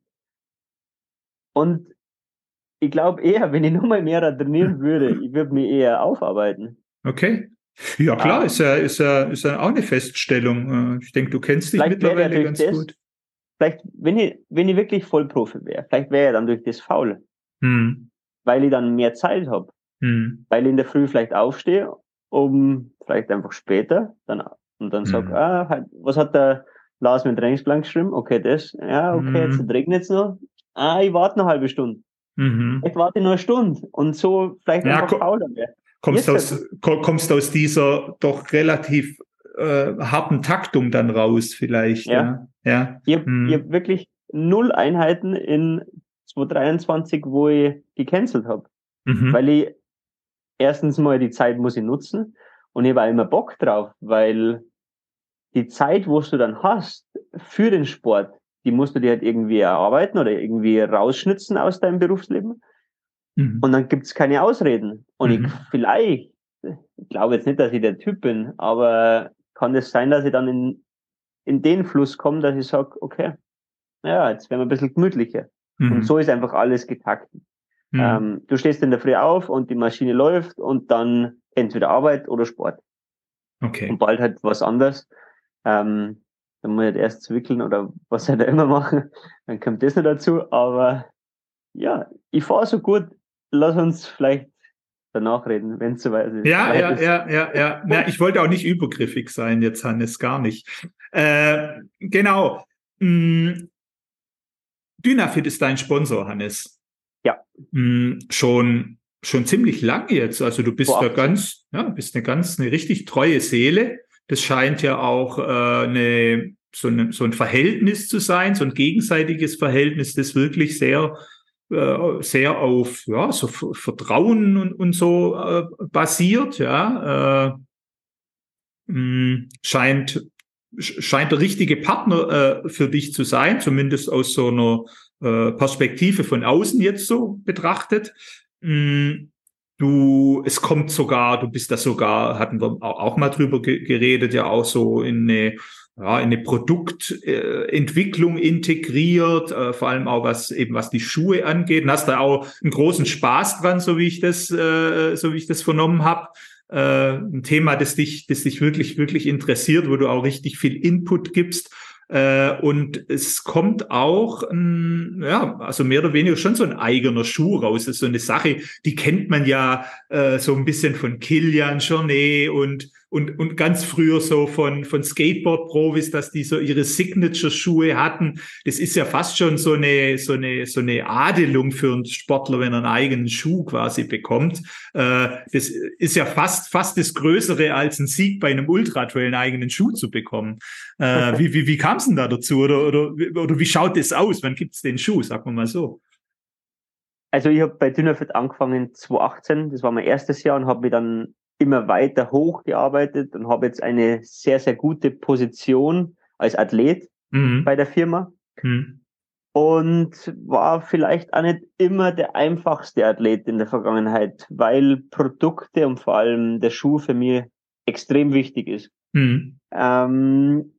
und ich glaube eher, wenn ich nochmal mehr da trainieren würde, ich würde mich eher aufarbeiten. Okay. Ja, klar, Ähm, ist ja, ist ja, ist ja auch eine Feststellung. Ich denke, du kennst dich vielleicht wäre ja mittlerweile durch ganz das, gut. vielleicht, wenn ich, wenn ich wirklich Vollprofi wäre, vielleicht wäre ja dann durch das faul, Hm. weil ich dann mehr Zeit habe, Hm. weil ich in der Früh vielleicht aufstehe, um vielleicht einfach später dann und dann sag, Hm. ah, halt, was hat der Lars mit dem Trainingsplan geschrieben? Okay, das, ja, okay, jetzt Hm. regnet es noch. Ah, ich warte eine halbe Stunde. Mhm. Ich warte nur eine Stunde und so vielleicht Ja, einfach ko fauler wäre. kommst Jetzt aus, ko kommst aus dieser doch relativ äh, harten Taktung dann raus, vielleicht, ja. ja. Ja. Ich habe Hm. hab wirklich null Einheiten in zwanzig dreiundzwanzig, wo ich gecancelt habe. Mhm. Weil ich erstens mal die Zeit muss ich nutzen und ich habe auch immer Bock drauf, weil die Zeit, wo du dann hast für den Sport, die musst du dir halt irgendwie erarbeiten oder irgendwie rausschnitzen aus deinem Berufsleben. Mhm. Und dann gibt's keine Ausreden. Und Mhm. ich vielleicht, ich glaube jetzt nicht, dass ich der Typ bin, aber kann es sein, dass ich dann in, in den Fluss komme, dass ich sage, okay, ja, jetzt werden wir ein bisschen gemütlicher. Mhm. Und so ist einfach alles getaktet. Mhm. Ähm, du stehst in der Früh auf und die Maschine läuft und dann entweder Arbeit oder Sport. Okay. Und bald halt was anderes. Ähm, dann muss ich halt erst zwickeln oder was halt immer machen. Dann kommt das noch dazu. Aber ja, ich fahre so gut. Lass uns vielleicht danach reden, wenn es soweit ist. Ja, ja, ist. ja, ja, ja. Ja, ich wollte auch nicht übergriffig sein jetzt, Hannes, gar nicht. Äh, genau. Hm. Dynafit ist dein Sponsor, Hannes. Ja. Hm, schon, schon ziemlich lang jetzt. Also du bist Vor da achtzehn. ganz, ja, bist eine ganz, eine richtig treue Seele. Das scheint ja auch äh, eine, so, eine, so ein Verhältnis zu sein, so ein gegenseitiges Verhältnis, das wirklich sehr, äh, sehr auf ja, so Vertrauen und, und so äh, basiert. Ja, äh, mh, scheint scheint der richtige Partner äh, für dich zu sein, zumindest aus so einer äh, Perspektive von außen jetzt so betrachtet. Mm, du, es kommt sogar, du bist da sogar, hatten wir auch mal drüber ge geredet, ja auch so in eine, ja, in eine Produktentwicklung äh, integriert, äh, vor allem auch was eben was die Schuhe angeht. Und hast da auch einen großen Spaß dran, so wie ich das, äh, so wie ich das vernommen habe. Äh, ein Thema, das dich, das dich wirklich, wirklich interessiert, wo du auch richtig viel Input gibst. Äh, und es kommt auch, ein, ja, also mehr oder weniger schon so ein eigener Schuh raus. Das ist so eine Sache, die kennt man ja äh, so ein bisschen von Kilian Jornet und und, und ganz früher so von, von Skateboard-Profis, dass die so ihre Signature-Schuhe hatten. Das ist ja fast schon so eine, so eine, so eine Adelung für einen Sportler, wenn er einen eigenen Schuh quasi bekommt. Äh, das ist ja fast, fast das Größere als ein Sieg bei einem Ultratrail, einen eigenen Schuh zu bekommen. Äh, wie, wie, wie kam es denn da dazu? Oder, oder, oder wie schaut das aus? Wann gibt's den Schuh? Sagen wir mal so. Also ich habe bei Dynafit angefangen zwanzig achtzehn, das war mein erstes Jahr und habe mich dann immer weiter hochgearbeitet und habe jetzt eine sehr, sehr gute Position als Athlet mhm. bei der Firma mhm. und war vielleicht auch nicht immer der einfachste Athlet in der Vergangenheit, weil Produkte und vor allem der Schuh für mich extrem wichtig ist. Mhm. Ähm,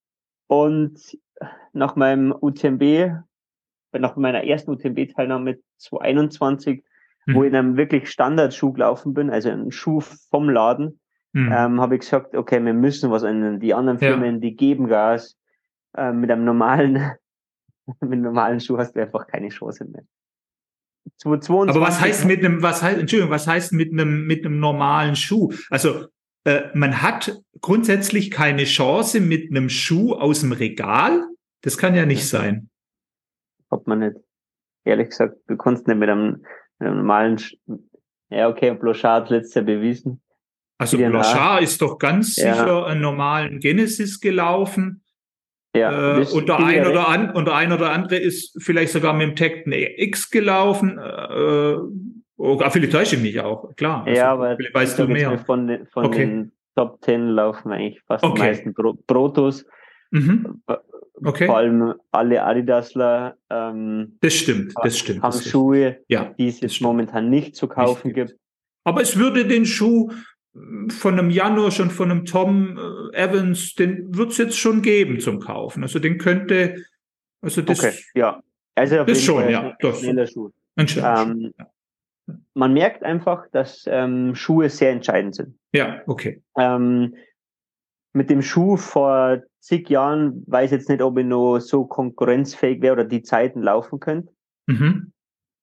und nach meinem U T M B nach meiner ersten U T M B-Teilnahme zwanzig einundzwanzig, mhm. wo ich in einem wirklich Standardschuh gelaufen bin, also ein Schuh vom Laden, mhm. ähm, habe ich gesagt, okay, wir müssen was ändern. Die anderen Firmen, ja. die geben Gas. Äh, mit einem normalen, mit einem normalen Schuh hast du einfach keine Chance mehr. zweitausendzweiundzwanzig, aber was heißt mit einem, was heißt, Entschuldigung, was heißt mit einem, mit einem normalen Schuh? Also, äh, man hat grundsätzlich keine Chance mit einem Schuh aus dem Regal? Das kann ja nicht sein. Hat man nicht. Ehrlich gesagt, du kannst nicht mit einem, mit einem normalen, Sch- ja okay, Blochard hat letztes Jahr bewiesen. Also Blochard ist doch ganz ja. sicher einen normalen Genesis gelaufen. Ja, äh, und, der ein oder an, und der ein oder andere ist vielleicht sogar mit dem Tecton X gelaufen. Äh, oh, vielleicht täusche ich mich auch, klar. Also, ja, aber weißt du mehr. Von, den, von okay. den Top Ten laufen eigentlich fast okay. die meisten Pro- Protos. Mhm. Okay. Vor allem alle Adidasler ähm, das stimmt, das stimmt, haben das Schuhe, ja, die es jetzt stimmt. momentan nicht zu kaufen nicht gibt. gibt. Aber es würde den Schuh von einem Janusz und von einem Tom Evans, den wird es jetzt schon geben zum Kaufen. Also den könnte, also das, okay, ja. Also auf das jeden schon, Fall ja, ein das schneller Schuh. Ein schneller ähm, Schuh. Ja. Man merkt einfach, dass ähm, Schuhe sehr entscheidend sind. Ja, okay. Ähm, mit dem Schuh vor zig Jahren weiß ich jetzt nicht, ob ich noch so konkurrenzfähig wäre oder die Zeiten laufen könnte. Mhm.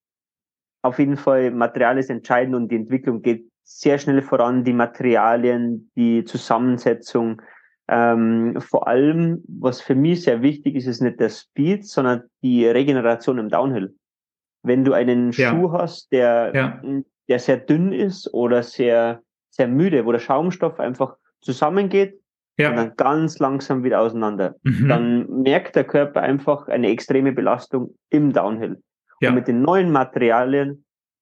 Auf jeden Fall, Material ist entscheidend und die Entwicklung geht sehr schnell voran. Die Materialien, die Zusammensetzung. Ähm, vor allem, was für mich sehr wichtig ist, ist nicht der Speed, sondern die Regeneration im Downhill. Wenn du einen ja. Schuh hast, der, ja. der sehr dünn ist oder sehr, sehr müde, wo der Schaumstoff einfach zusammengeht, ja. und dann ganz langsam wieder auseinander. Mhm. Dann merkt der Körper einfach eine extreme Belastung im Downhill. Ja. Und mit den neuen Materialien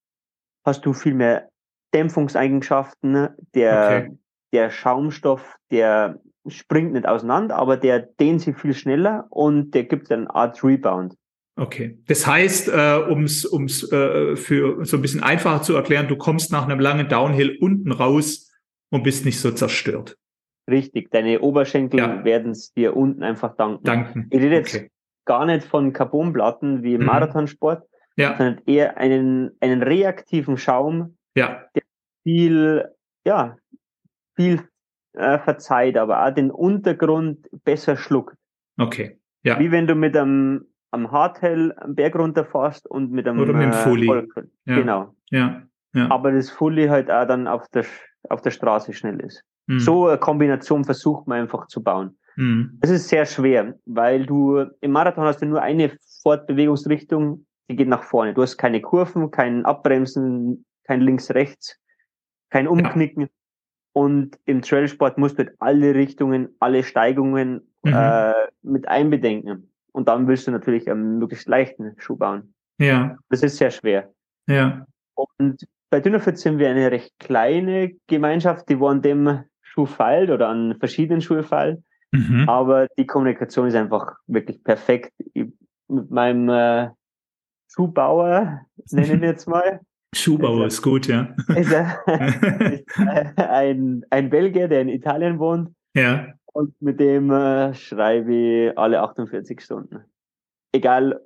hast du viel mehr Dämpfungseigenschaften. Der, okay. der Schaumstoff, der springt nicht auseinander, aber der dehnt sich viel schneller und der gibt eine Art Rebound. Okay. Das heißt, äh, um's, um's äh, für so ein bisschen einfacher zu erklären, du kommst nach einem langen Downhill unten raus und bist nicht so zerstört. Richtig, deine Oberschenkel ja. werden es dir unten einfach danken. Danken. Ich rede jetzt okay. gar nicht von Carbonplatten wie im mhm. Marathonsport, ja. sondern eher einen, einen reaktiven Schaum, ja. der viel, ja, viel äh, verzeiht, aber auch den Untergrund besser schluckt. Okay. Ja. Wie wenn du mit einem am Hardtail am Berg runterfährst und mit einem Oder mit dem Fully. Äh, ja. Genau. Ja. Ja. Aber das Fully halt auch dann auf der, auf der Straße schnell ist. Mhm. So eine Kombination versucht man einfach zu bauen. Mhm. Das ist sehr schwer, weil du im Marathon hast du nur eine Fortbewegungsrichtung, die geht nach vorne. Du hast keine Kurven, kein Abbremsen, kein Links-Rechts, kein Umknicken. Ja. Und im Trailsport musst du halt alle Richtungen, alle Steigungen mhm. äh, mit einbedenken. Und dann willst du natürlich einen möglichst leichten Schuh bauen. Ja. Das ist sehr schwer. Ja. Und bei Dynafit sind wir eine recht kleine Gemeinschaft, die wo an dem Schuh feilt oder an verschiedenen Schuhen feilt. Mhm. Aber die Kommunikation ist einfach wirklich perfekt. Ich, mit meinem äh, Schuhbauer, nennen wir jetzt mal. Schuhbauer ist, ist gut, ja. Ist, er, ist ein, ein Belgier, der in Italien wohnt. Ja. Und mit dem äh, schreibe ich alle achtundvierzig Stunden. Egal,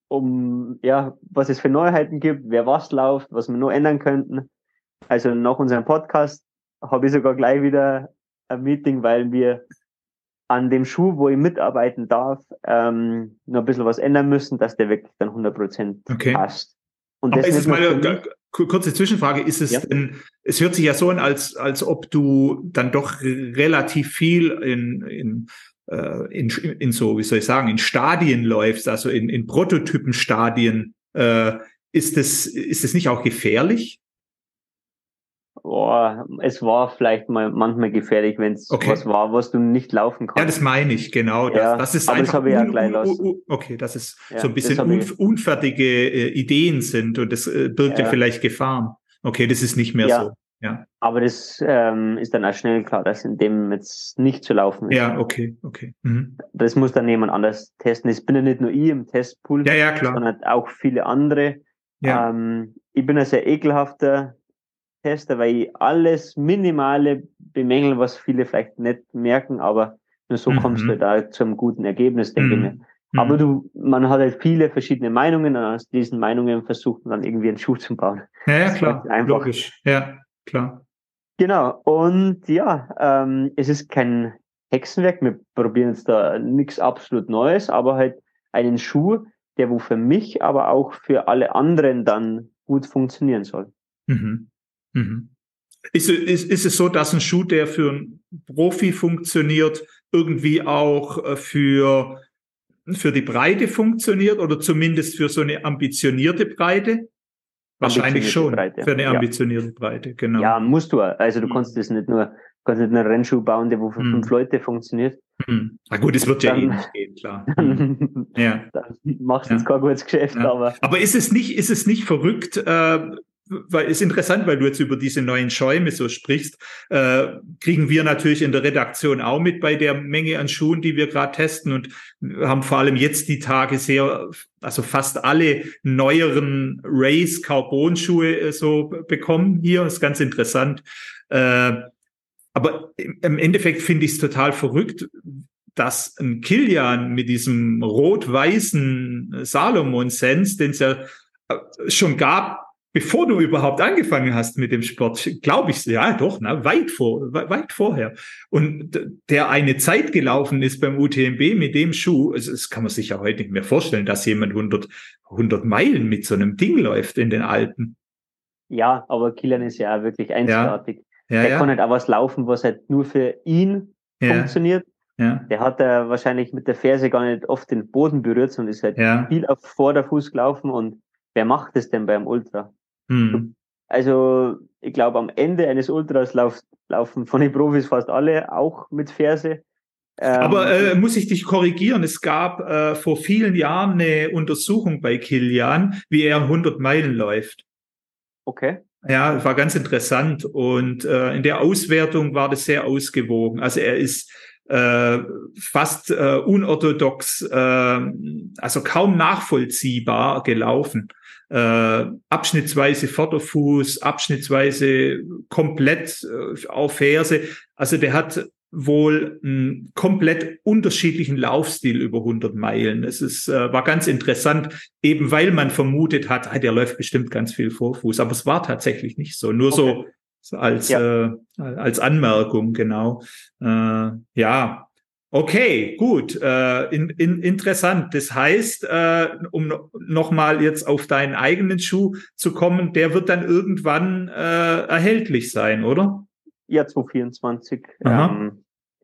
um ja, was es für Neuheiten gibt, wer was läuft, was wir noch ändern könnten. Also nach unserem Podcast habe ich sogar gleich wieder ein Meeting, weil wir an dem Schuh, wo ich mitarbeiten darf, ähm, noch ein bisschen was ändern müssen, dass der wirklich dann hundert Prozent okay. passt. Und aber das ist es mal kurze Zwischenfrage, ist es Ja. denn, es hört sich ja so an, als, als ob du dann doch relativ viel in, in, äh, in, in so, wie soll ich sagen, in Stadien läufst, also in, in Prototypenstadien. Äh, ist es, ist es nicht auch gefährlich? Boah, es war vielleicht mal manchmal gefährlich, wenn es Okay. was war, was du nicht laufen kannst. Ja, das meine ich, genau. Ja, das, das ist aber das einfach habe ich ja un, gleich un, lassen. un, okay, dass es Ja, so ein bisschen das habe un, ich- unfertige äh, Ideen sind und das äh, birgt ja. Ja. vielleicht Gefahren. Okay, das ist nicht mehr Ja. so. Ja, Aber das ähm, ist dann auch schnell klar, dass in dem jetzt nicht zu laufen ist. ja, okay, okay. Mhm. Das muss dann jemand anders testen. Es bin ja nicht nur ich im Testpool, Ja, ja, klar. sondern auch viele andere. Ja. Ähm, ich bin ein sehr ekelhafter Tester, weil ich alles Minimale bemängel, was viele vielleicht nicht merken, aber nur so Mhm. kommst du da zu einem guten Ergebnis, denke ich mir. Mhm. Aber du, man hat halt viele verschiedene Meinungen und aus diesen Meinungen versucht man dann irgendwie einen Schuh zu bauen. Ja, ja, Das ist klar, halt einfach. logisch. Ja, klar. Genau, und ja, ähm, es ist kein Hexenwerk, wir probieren jetzt da nichts absolut Neues, aber halt einen Schuh, der wo für mich, aber auch für alle anderen dann gut funktionieren soll. Mhm. Mhm. Ist, ist, ist es so, dass ein Schuh, der für einen Profi funktioniert, irgendwie auch für, für die Breite funktioniert oder zumindest für so eine ambitionierte Breite? Wahrscheinlich schon, Breite. für eine Ja. ambitionierte Breite, genau. Ja, musst du. Also du Mhm. kannst das nicht nur, kannst nicht einen Rennschuh bauen, der wo für Mhm. fünf Leute funktioniert. Mhm. Na gut, es wird ja eh Dann- nicht gehen, klar. Mhm. Ja. Dann machst du Ja. jetzt kein gutes Geschäft, Ja. aber Aber ist es nicht, ist es nicht verrückt, äh, weil ist interessant, weil du jetzt über diese neuen Schäume so sprichst, äh, kriegen wir natürlich in der Redaktion auch mit bei der Menge an Schuhen, die wir gerade testen und haben vor allem jetzt die Tage sehr, also fast alle neueren Race Carbon Schuhe äh, so bekommen hier, ist ganz interessant. Äh, aber im Endeffekt finde ich es total verrückt, dass ein Kilian mit diesem rot-weißen Salomon-Sense, den es ja schon gab, bevor du überhaupt angefangen hast mit dem Sport, glaube ich, ja doch, na, weit vor, weit vorher. Und der eine Zeit gelaufen ist beim U T M B mit dem Schuh, also das kann man sich ja heute nicht mehr vorstellen, dass jemand hundert, hundert Meilen mit so einem Ding läuft in den Alpen. ja, aber Kilian ist ja auch wirklich einzigartig. Ja, Der ja, kann halt auch was laufen, was halt nur für ihn ja, funktioniert. ja, Der hat ja wahrscheinlich mit der Ferse gar nicht oft den Boden berührt, sondern ist halt ja. viel auf Vorderfuß gelaufen. Und wer macht das denn beim Ultra? Hm. Also ich glaube, am Ende eines Ultras lauf, laufen von den Profis fast alle auch mit Ferse. Ähm, Aber äh, muss ich dich korrigieren, es gab äh, vor vielen Jahren eine Untersuchung bei Kilian, wie er hundert Meilen läuft. okay. Ja, war ganz interessant und äh, in der Auswertung war das sehr ausgewogen. Also er ist äh, fast äh, unorthodox, äh, also kaum nachvollziehbar gelaufen. Äh, abschnittsweise Vorderfuß, abschnittsweise komplett äh, auf Ferse. Also der hat wohl einen komplett unterschiedlichen Laufstil über hundert Meilen. Es ist, äh, war ganz interessant, eben weil man vermutet hat, ah, der läuft bestimmt ganz viel Vorfuß. Aber es war tatsächlich nicht so. Nur Okay. so, so als, Ja. äh, als Anmerkung, genau. Äh, ja. Okay, gut, äh, in, in, interessant. Das heißt, äh, um nochmal jetzt auf deinen eigenen Schuh zu kommen, der wird dann irgendwann äh, erhältlich sein, oder? Ja, zwanzig vierundzwanzig. Aha. Ähm,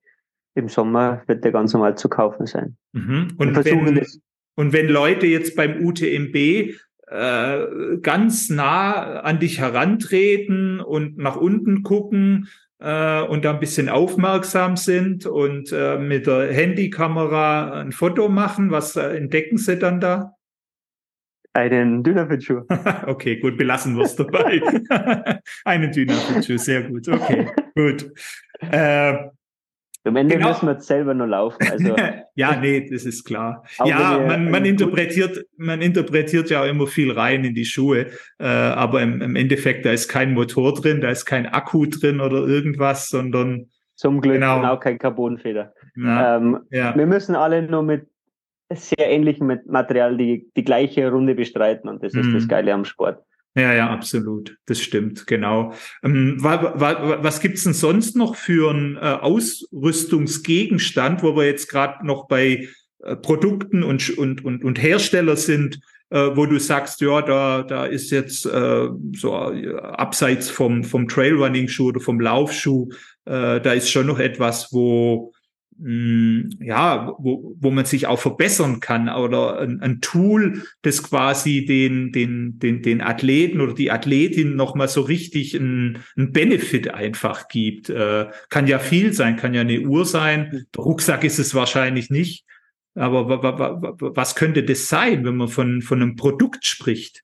im Sommer wird der ganz normal zu kaufen sein. Mhm. Wir Und, versuchen wenn, das. und wenn Leute jetzt beim U T M B äh, ganz nah an dich herantreten und nach unten gucken äh, und da ein bisschen aufmerksam sind und äh, mit der Handykamera ein Foto machen, was äh, entdecken sie dann da? Einen Dynafit-Schuh. Okay, gut, belassen wir es dabei. Einen Dynafit-Schuh, sehr gut. Okay, gut. Äh, Am Ende Genau. müssen wir jetzt selber nur laufen. Also ja, nee, das ist klar. Auch Ja, wenn ihr man, man einen interpretiert, man interpretiert ja auch immer viel rein in die Schuhe, äh, aber im, im Endeffekt, da ist kein Motor drin, da ist kein Akku drin oder irgendwas, sondern zum Glück Genau. und auch kein Carbonfeder. na, Ähm, ja, Wir müssen alle nur mit sehr ähnlichem Material die, die gleiche Runde bestreiten und das ist Mhm. das Geile am Sport. ja, ja, absolut. Das stimmt, genau. Ähm, wa, wa, was gibt's denn sonst noch für einen äh, Ausrüstungsgegenstand, wo wir jetzt gerade noch bei äh, Produkten und, und, und, und Hersteller sind, äh, wo du sagst, ja, da, da ist jetzt äh, so äh, abseits vom, vom Trailrunning-Schuh oder vom Laufschuh, äh, da ist schon noch etwas, wo ja, wo, wo man sich auch verbessern kann oder ein, ein Tool, das quasi den, den, den, den Athleten oder die Athletin nochmal so richtig ein, ein Benefit einfach gibt. Äh, kann ja viel sein, kann ja eine Uhr sein. Der Rucksack ist es wahrscheinlich nicht. Aber wa, wa, wa, was könnte das sein, wenn man von, von einem Produkt spricht?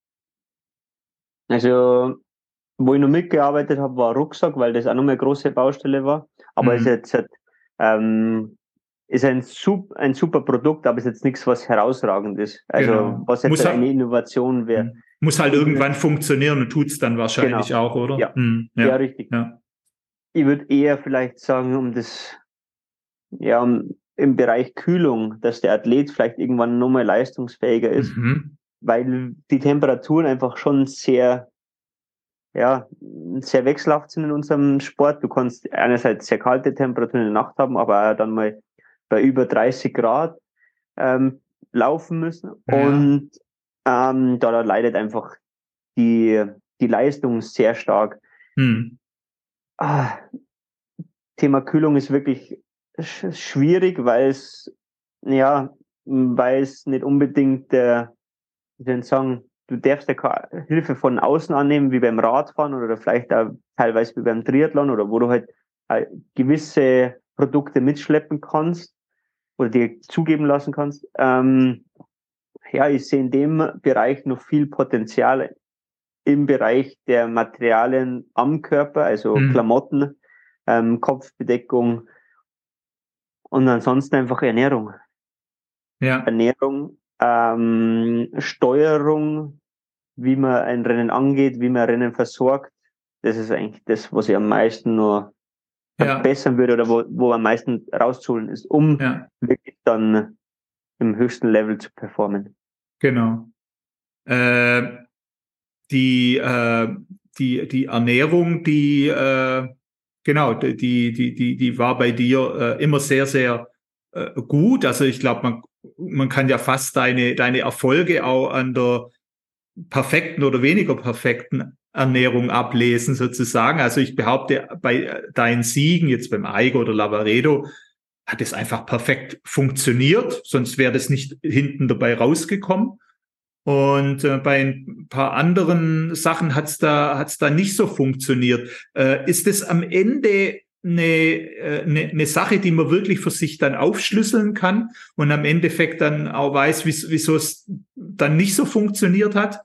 Also, wo ich noch mitgearbeitet habe, war Rucksack, weil das auch noch mal eine große Baustelle war. Aber es mhm. ist jetzt ähm, ist ein super, ein super Produkt, aber ist jetzt nichts, was herausragend ist. Also genau. was jetzt muss eine halt, Innovation wäre. Muss halt irgendwann ich, funktionieren und tut's dann wahrscheinlich genau. auch, oder? Ja, hm, ja. ja richtig. Ja. Ich würde eher vielleicht sagen, um das, ja, um, im Bereich Kühlung, dass der Athlet vielleicht irgendwann nochmal leistungsfähiger ist, mhm. weil die Temperaturen einfach schon sehr ja, sehr wechselhaft sind in unserem Sport. Du kannst einerseits sehr kalte Temperaturen in der Nacht haben, aber auch dann mal bei über dreißig Grad ähm, laufen müssen. Ja. Und ähm, da, da leidet einfach die, die Leistung sehr stark. Hm. Ah, Thema Kühlung ist wirklich sch- schwierig, weil es, ja, weil es nicht unbedingt der, wie soll ich sagen, du darfst ja keine Hilfe von außen annehmen, wie beim Radfahren oder vielleicht auch teilweise wie beim Triathlon oder wo du halt äh, gewisse Produkte mitschleppen kannst oder dir zugeben lassen kannst. Ähm, ja, ich sehe in dem Bereich noch viel Potenzial im Bereich der Materialien am Körper, also mhm. Klamotten, ähm, Kopfbedeckung und ansonsten einfach Ernährung. Ja. Ernährung, ähm, Steuerung, wie man ein Rennen angeht, wie man ein Rennen versorgt. Das ist eigentlich das, was ich am meisten nur ja. verbessern würde oder wo, wo am meisten rauszuholen ist, um ja. wirklich dann im höchsten Level zu performen. Genau. Äh, die, äh, die, die Ernährung, die, äh, genau, die, die, die, die war bei dir äh, immer sehr, sehr äh, gut. Also ich glaube, man, man kann ja fast deine, deine Erfolge auch an der perfekten oder weniger perfekten Ernährung ablesen sozusagen. Also ich behaupte, bei deinen Siegen, jetzt beim Eiger oder Lavaredo, hat es einfach perfekt funktioniert, sonst wäre das nicht hinten dabei rausgekommen. Und äh, bei ein paar anderen Sachen hat's da, hat's da nicht so funktioniert. Äh, ist es am Ende eine, äh, eine, eine Sache, die man wirklich für sich dann aufschlüsseln kann und am Endeffekt dann auch weiß, wieso es dann nicht so funktioniert hat?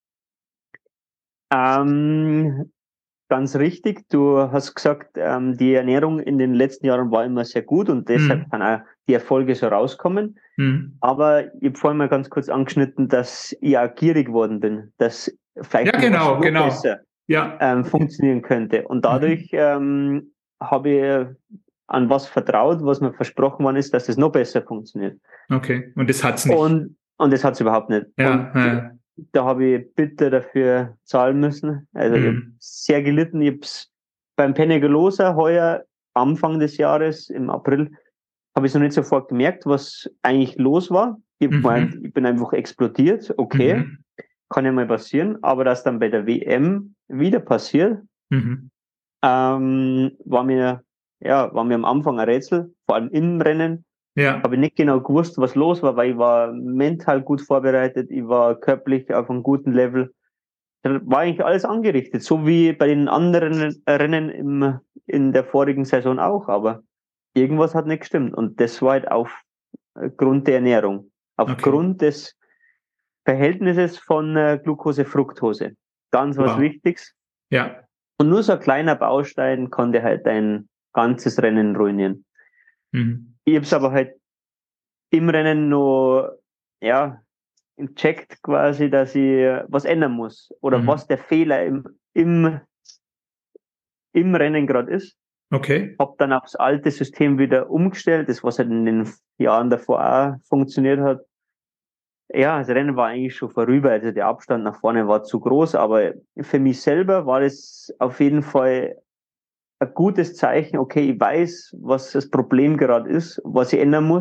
Ähm, ganz richtig. Du hast gesagt, ähm, die Ernährung in den letzten Jahren war immer sehr gut und deshalb hm. kann auch die Erfolge so rauskommen. Hm. Aber ich habe vorhin mal ganz kurz angeschnitten, dass ich auch gierig geworden bin, dass vielleicht ja, genau, genau. besser ja. ähm, funktionieren könnte. Und dadurch mhm. ähm, habe ich an was vertraut, was mir versprochen worden ist, dass es noch besser funktioniert. Okay, und das hat's nicht. Und, und das hat's überhaupt nicht. Ja, und ja. da habe ich bitter dafür zahlen müssen. Also mhm. ich habe sehr gelitten. Ich habe es beim Pennegelosa heuer Anfang des Jahres, im April, habe ich es noch nicht sofort gemerkt, was eigentlich los war. Ich, mhm. gemeint, ich bin einfach explodiert. Okay, mhm. kann ja mal passieren. Aber dass dann bei der W M wieder passiert, mhm. ähm, war mir ja war mir am Anfang ein Rätsel, vor allem im Rennen. Ja. Habe ich nicht genau gewusst, was los war, weil ich war mental gut vorbereitet, ich war körperlich auf einem guten Level. Da war eigentlich alles angerichtet, so wie bei den anderen Rennen im, in der vorigen Saison auch. Aber irgendwas hat nicht gestimmt. Und das war halt aufgrund der Ernährung. Aufgrund okay. des Verhältnisses von äh, Glucose-Fructose. Ganz was wow. Wichtiges. Ja. Und nur so ein kleiner Baustein konnte halt dein ganzes Rennen ruinieren. Mhm. Ich habe es aber halt im Rennen nur, ja, checkt quasi, dass ich was ändern muss. Oder mhm. was der Fehler im, im, im Rennen gerade ist. Okay. Hab dann aufs alte System wieder umgestellt, das was halt in den Jahren davor auch funktioniert hat. Ja, das Rennen war eigentlich schon vorüber, also der Abstand nach vorne war zu groß, aber für mich selber war das auf jeden Fall ein gutes Zeichen. Okay, ich weiß, was das Problem gerade ist, was ich ändern muss.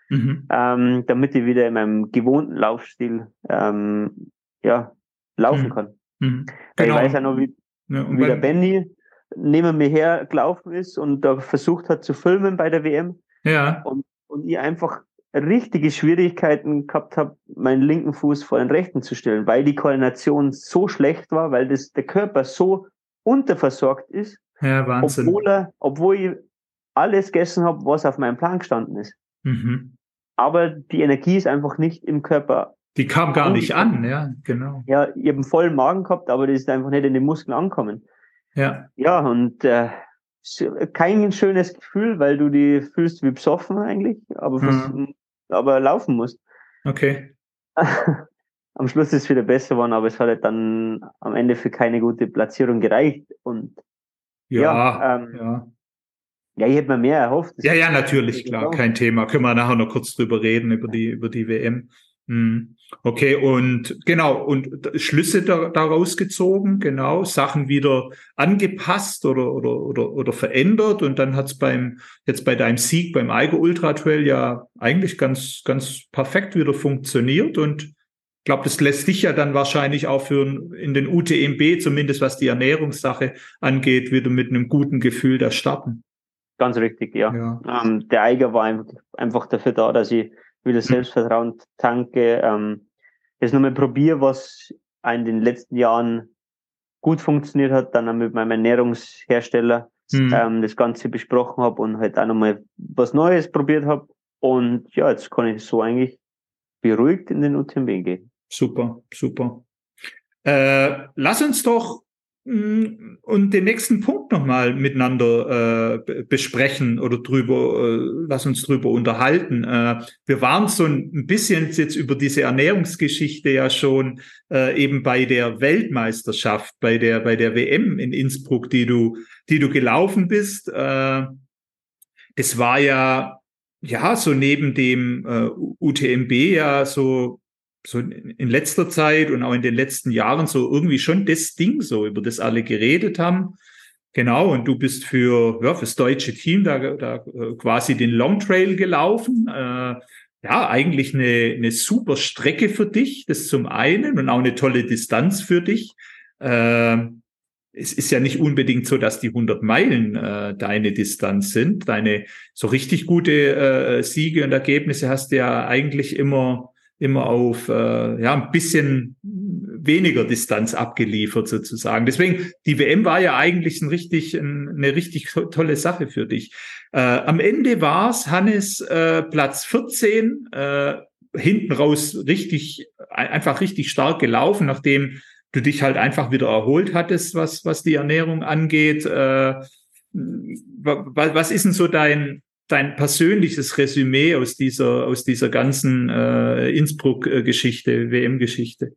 mhm. ähm, damit ich wieder in meinem gewohnten Laufstil ähm, ja, laufen mhm. kann. Mhm. Weil Genau. ich weiß ja noch, wie, Ja, wie der beim, Benny neben mir her gelaufen ist und da versucht hat zu filmen bei der W M ja, und, und ich einfach richtige Schwierigkeiten gehabt habe, meinen linken Fuß vor den rechten zu stellen, weil die Koordination so schlecht war, weil das, der Körper so unterversorgt ist, ja, Wahnsinn. obwohl er, obwohl ich alles gegessen habe, was auf meinem Plan gestanden ist. Mhm. Aber die Energie ist einfach nicht im Körper Die kam gar nicht angekommen. an, ja, genau. Ja, ich habe einen vollen Magen gehabt, aber das ist einfach nicht in den Muskeln angekommen. Ja. Ja, und äh, kein schönes Gefühl, weil du die fühlst wie besoffen eigentlich, aber, vers- Mhm. aber laufen musst. Okay. Am Schluss ist es wieder besser geworden, aber es hat halt dann am Ende für keine gute Platzierung gereicht. Und ja, Ja, ähm, ja. ja, ich hätte mir mehr erhofft. Das Ja, ja, ist natürlich, ja klar, klar. kein Thema. Können wir nachher noch kurz drüber reden, über die, über die W M. Hm. Okay, und genau, und Schlüsse da, daraus gezogen, genau, Sachen wieder angepasst oder, oder, oder, oder verändert. Und dann hat's beim, jetzt bei deinem Sieg beim Eiger Ultra Trail ja eigentlich ganz, ganz perfekt wieder funktioniert. Und ich glaube, das lässt dich ja dann wahrscheinlich auch für in den U T M B, zumindest was die Ernährungssache angeht, wieder mit einem guten Gefühl da starten. Ganz richtig, ja. Ja. Ähm, der Eiger war einfach, einfach dafür da, dass ich wieder Selbstvertrauen tanke, ähm, das nochmal probiere, was in den letzten Jahren gut funktioniert hat, dann mit meinem Ernährungshersteller Hm. ähm, das Ganze besprochen habe und halt auch nochmal was Neues probiert habe. Und ja, jetzt kann ich so eigentlich beruhigt in den U T M B gehen. Super, super. Äh, lass uns doch mh, und den nächsten Punkt nochmal miteinander äh, besprechen oder drüber, äh, lass uns drüber unterhalten. Äh, wir waren so ein bisschen jetzt über diese Ernährungsgeschichte ja schon äh, eben bei der Weltmeisterschaft, bei der bei der W M in Innsbruck, die du die du gelaufen bist. Äh, das war ja ja so neben dem äh, U T M B ja so so in letzter Zeit und auch in den letzten Jahren so irgendwie schon das Ding, so über das alle geredet haben. Genau, und du bist für ja, fürs deutsche Team da, da äh, quasi den Long Trail gelaufen. Äh, ja, eigentlich eine, eine super Strecke für dich, das zum einen und auch eine tolle Distanz für dich. Äh, es ist ja nicht unbedingt so, dass die hundert Meilen äh, deine Distanz sind. Deine so richtig gute äh, Siege und Ergebnisse hast du ja eigentlich immer immer auf äh, ja ein bisschen weniger Distanz abgeliefert sozusagen. Deswegen die W M war ja eigentlich ein richtig ein, eine richtig to tolle Sache für dich. Äh, am Ende war es Hannes äh, Platz vierzehn, äh, hinten raus richtig einfach richtig stark gelaufen, nachdem du dich halt einfach wieder erholt hattest, was, was die Ernährung angeht. Äh, was ist denn so dein, dein persönliches Resümee aus dieser, aus dieser ganzen äh, Innsbruck-Geschichte, W M-Geschichte?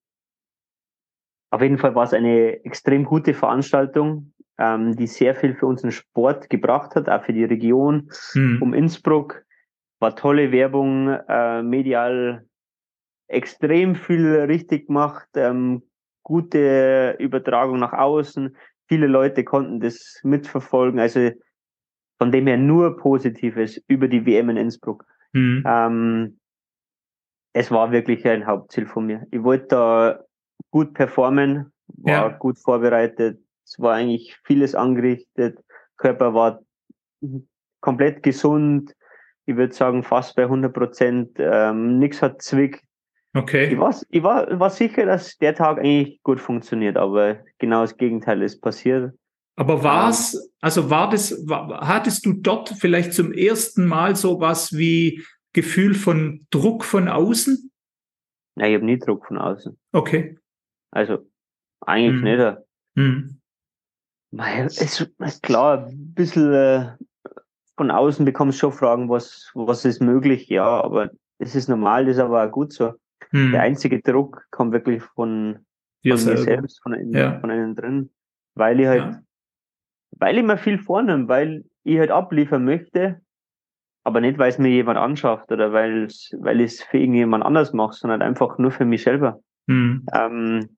Auf jeden Fall war es eine extrem gute Veranstaltung, ähm, die sehr viel für unseren Sport gebracht hat, auch für die Region Hm. um Innsbruck. War tolle Werbung, äh, medial extrem viel richtig gemacht, ähm, gute Übertragung nach außen. Viele Leute konnten das mitverfolgen. Also von dem her nur Positives über die W M in Innsbruck. Hm. Ähm, es war wirklich ein Hauptziel von mir. Ich wollte da gut performen, war Ja, gut vorbereitet. Es war eigentlich vieles angerichtet. Körper war komplett gesund. Ich würde sagen fast bei hundert Prozent. Ähm, nichts hat zwickt. Ich okay. war, ich war, war sicher, dass der Tag eigentlich gut funktioniert, aber genau das Gegenteil ist passiert. Aber Ähm, war's, also war das, war, hattest du dort vielleicht zum ersten Mal so was wie Gefühl von Druck von außen? ja, ich habe nie Druck von außen. Okay. Also eigentlich Hm. nicht. Hm. Mei, Es ist klar, ein bisschen äh, von außen bekommst du schon Fragen, was, was ist möglich, ja, aber es ist normal, das ist aber auch gut so. Der Hm. einzige Druck kommt wirklich von, Dir von mir selber. selbst, von innen, Ja. von innen drin, weil ich halt, Ja. weil ich mir viel vornehme, weil ich halt abliefern möchte, aber nicht, weil es mir jemand anschafft oder weil es, weil ich es für irgendjemand anders mache, sondern einfach nur für mich selber. Hm. Ähm,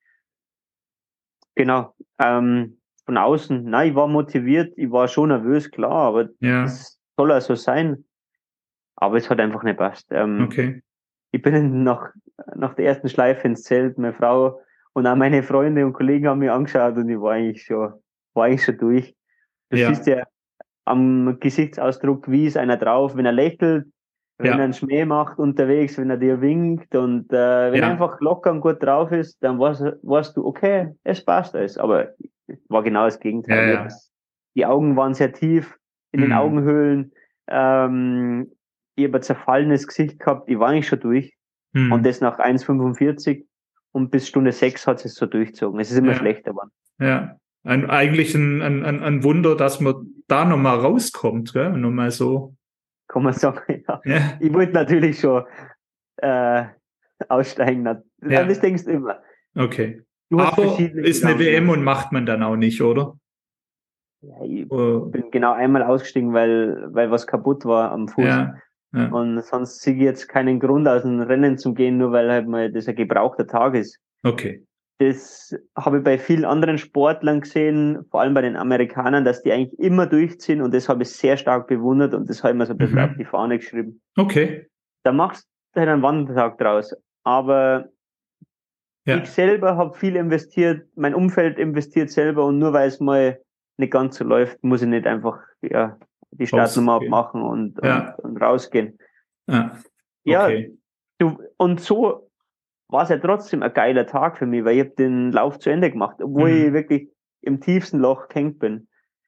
genau. Ähm, von außen, nein, ich war motiviert, ich war schon nervös, klar, aber Ja. das soll ja so sein. Aber es hat einfach nicht passt. Ähm, Okay. Ich bin nach, nach der ersten Schleife ins Zelt, meine Frau und auch meine Freunde und Kollegen haben mich angeschaut und ich war eigentlich schon, war eigentlich schon durch. Du Ja. siehst ja am Gesichtsausdruck, wie ist einer drauf, wenn er lächelt, wenn er Ja. einen Schmäh macht unterwegs, wenn er dir winkt und äh, wenn er Ja. einfach locker und gut drauf ist, dann weißt, weißt du, okay, es passt alles. Aber es war genau das Gegenteil. Ja, Ja, ja. das, die Augen waren sehr tief in den Hm. Augenhöhlen. Ähm, ich habe ein zerfallenes Gesicht gehabt, ich war eigentlich schon durch. Hm. Und das nach eins fünfundvierzig und bis Stunde sechs hat es so durchgezogen. Es ist immer Ja. schlechter geworden. Ja. Ein, eigentlich ein, ein, ein Wunder, dass man da nochmal rauskommt, gell? Nochmal so. Kann man sagen, ja. Ja. Ich wollte natürlich schon äh, aussteigen. An Ja. das denkst du immer. Okay. Du hast Aber verschiedene ist eine Gedanken. W M und macht man dann auch nicht, oder? Ja, ich Oh. bin genau einmal ausgestiegen, weil, weil was kaputt war am Fuß. Ja. Ja. Und sonst sehe ich jetzt keinen Grund, aus dem Rennen zu gehen, nur weil halt mal das ein gebrauchter Tag ist. Okay. Das habe ich bei vielen anderen Sportlern gesehen, vor allem bei den Amerikanern, dass die eigentlich immer durchziehen und das habe ich sehr stark bewundert und das habe ich mir so ein bisschen Mhm. auf die Fahne geschrieben. Okay. Da machst du halt einen Wandertag draus. Aber Ja. ich selber habe viel investiert, mein Umfeld investiert selber und nur weil es mal nicht ganz so läuft, muss ich nicht einfach ja, die Startnummer Rausgehen. abmachen und, Ja. und, und rausgehen. Ja. Ja, Okay. du, und so war es ja trotzdem ein geiler Tag für mich, weil ich habe den Lauf zu Ende gemacht, obwohl Mhm. ich wirklich im tiefsten Loch gehängt bin.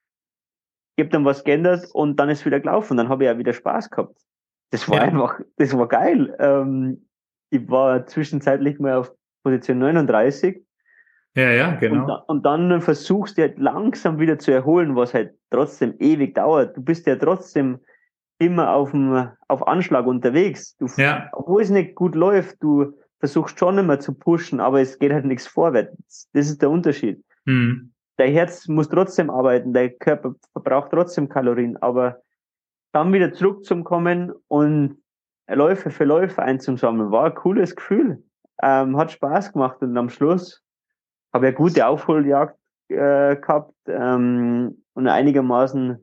Ich habe dann was geändert und dann ist wieder gelaufen. Dann habe ich ja wieder Spaß gehabt. Das war Ja. einfach, das war geil. Ähm, ich war zwischenzeitlich mal auf Position neununddreißig Ja, ja, und, genau. da, und dann versuchst du halt langsam wieder zu erholen, was halt trotzdem ewig dauert. Du bist ja trotzdem immer auf, dem, auf Anschlag unterwegs. Du, Ja. obwohl es nicht gut läuft, du versuchst schon immer zu pushen, aber es geht halt nichts vorwärts. Das ist der Unterschied. Mhm. Dein Herz muss trotzdem arbeiten, dein Körper verbraucht trotzdem Kalorien, aber dann wieder zurückzukommen und Läufe für Läufe einzusammeln, war ein cooles Gefühl. Ähm, hat Spaß gemacht und am Schluss habe ich eine gute Aufholjagd äh, gehabt ähm, und einigermaßen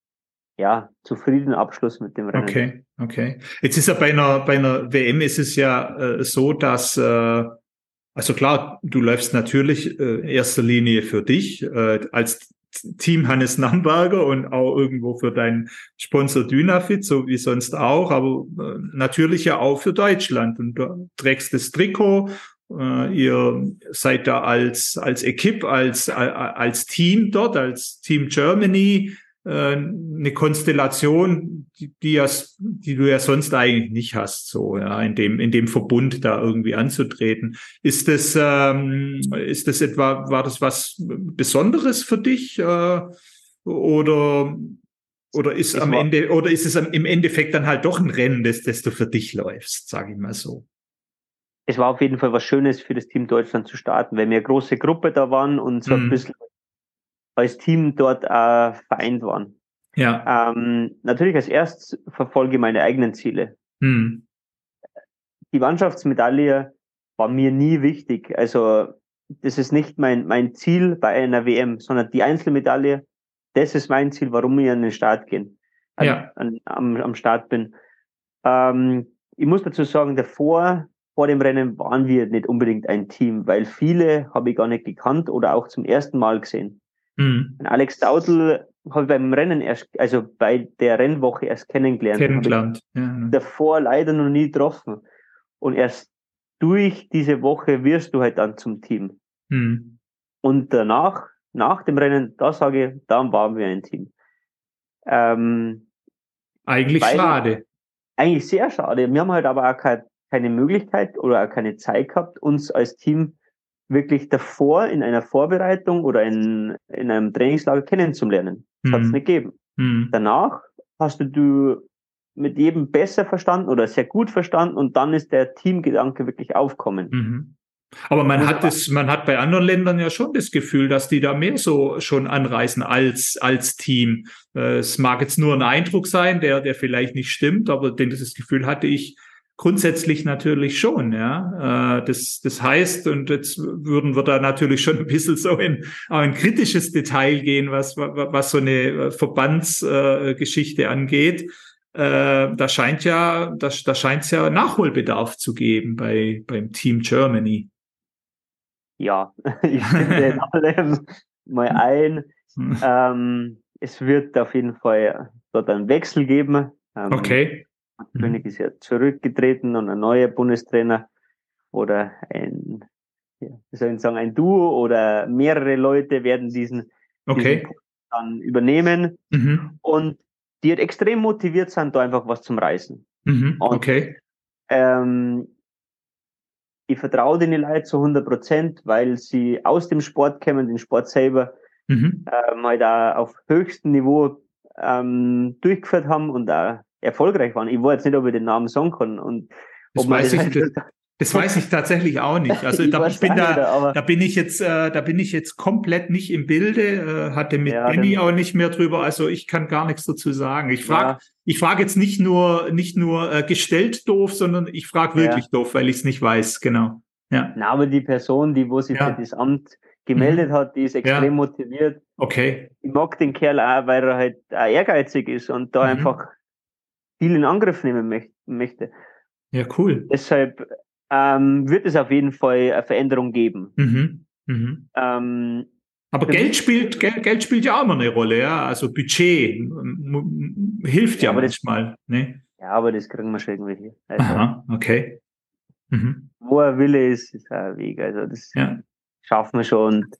ja, zufriedenen Abschluss mit dem Rennen. Okay, okay. Jetzt ist ja bei einer, bei einer W M ist es ja äh, so, dass, äh, also klar, du läufst natürlich äh, in erster Linie für dich äh, als Team Hannes Namberger und auch irgendwo für deinen Sponsor Dynafit, so wie sonst auch, aber äh, natürlich ja auch für Deutschland. Und du trägst das Trikot, äh, ihr seid da als, als Equipe, als, als Team dort, als Team Germany, eine Konstellation, die, die, ja, die du ja sonst eigentlich nicht hast, so ja, in dem in dem Verbund da irgendwie anzutreten. Ist das ähm, ist das etwa war das was Besonderes für dich äh, oder oder ist Es am war, Ende oder ist es im Endeffekt dann halt doch ein Rennen, das, das du für dich läufst, sage ich mal so. es war auf jeden Fall was Schönes für das Team Deutschland zu starten, weil wir eine große Gruppe da waren und so ein Mhm. bisschen als Team dort äh, vereint waren. Ja. Ähm, natürlich als erstes verfolge ich meine eigenen Ziele. Mhm. Die Mannschaftsmedaille war mir nie wichtig. Also das ist nicht mein, mein Ziel bei einer W M, sondern die Einzelmedaille, das ist mein Ziel, warum ich an den Start gehen, an, Ja. an, am, am Start bin. Ähm, ich muss dazu sagen, davor, vor dem Rennen waren wir nicht unbedingt ein Team, weil viele habe ich gar nicht gekannt oder auch zum ersten Mal gesehen. Mhm. Alex Daudl habe ich beim Rennen erst, also bei der Rennwoche erst kennengelernt. Kennengelernt. Habe ich Ja. davor leider noch nie getroffen. Und erst durch diese Woche wirst du halt dann zum Team. Mhm. Und danach, nach dem Rennen, da sage ich, dann waren wir ein Team. Ähm, Eigentlich weil, schade. Eigentlich sehr schade. Wir haben halt aber auch keine, keine Möglichkeit oder auch keine Zeit gehabt, uns als Team wirklich davor in einer Vorbereitung oder in, in einem Trainingslager kennenzulernen. Das hat es Mhm. nicht gegeben. Mhm. Danach hast du, du mit jedem besser verstanden oder sehr gut verstanden und dann ist der Teamgedanke wirklich aufkommen. Mhm. Aber man Muss hat aber- es, man hat bei anderen Ländern ja schon das Gefühl, dass die da mehr so schon anreisen als, als Team. Äh, Es mag jetzt nur ein Eindruck sein, der, der vielleicht nicht stimmt, aber denn das Gefühl hatte ich grundsätzlich natürlich schon, ja. Äh, Das, das heißt, und jetzt würden wir da natürlich schon ein bisschen so in auch ein kritisches Detail gehen, was, was so eine Verbandsgeschichte angeht. äh, da scheint ja, da, da scheint es ja Nachholbedarf zu geben bei beim Team Germany. Ja, ich stimme in allem mal ein. Ähm, es wird auf jeden Fall dort einen Wechsel geben. Ähm, Okay. König ist ja zurückgetreten und ein neuer Bundestrainer oder ein, ja, wie soll ich sagen, ein Duo oder mehrere Leute werden diesen, Okay. diesen Posten dann übernehmen Mhm. und die halt extrem motiviert sind, da einfach was zum Reißen. Mhm. Und Okay. ähm, ich vertraue den Leuten zu hundert Prozent, weil sie aus dem Sport kommen, den Sport selber Mhm. ähm, halt auch auf höchstem Niveau ähm, durchgeführt haben und auch erfolgreich waren. Ich weiß jetzt nicht, ob ich den Namen sagen kann und Das ob man weiß das ich, halt das, das weiß ich tatsächlich auch nicht. Also ich da, ich weiß bin auch nicht, da, aber da bin ich jetzt, äh, da bin ich jetzt komplett nicht im Bilde, äh, hatte mit ja, Benny dann, auch nicht mehr drüber. Also ich kann gar nichts dazu sagen. Ich frage, ja, ich frage jetzt nicht nur, nicht nur äh, gestellt doof, sondern ich frage ja. wirklich doof, weil ich es nicht weiß. Genau. Ja. Na, aber die Person, die wo sich für Ja. das Amt gemeldet Mhm. hat, die ist extrem Ja. motiviert. Okay. Ich mag den Kerl auch, weil er halt auch ehrgeizig ist und da Mhm. einfach viel in Angriff nehmen möcht möchte. Ja, cool. Deshalb ähm, wird es auf jeden Fall eine Veränderung geben. Mhm. Mhm. Ähm, Aber der Geld wichtigste, spielt, Geld, Geld spielt ja auch immer eine Rolle, ja. Also Budget m- m- hilft ja, ja aber das, manchmal, ne? ja, aber das kriegen wir schon irgendwie hin. Also, Aha, okay. Mhm. wo ein Wille ist, ist auch ein Weg. Also, das Ja. schaffen wir schon. Und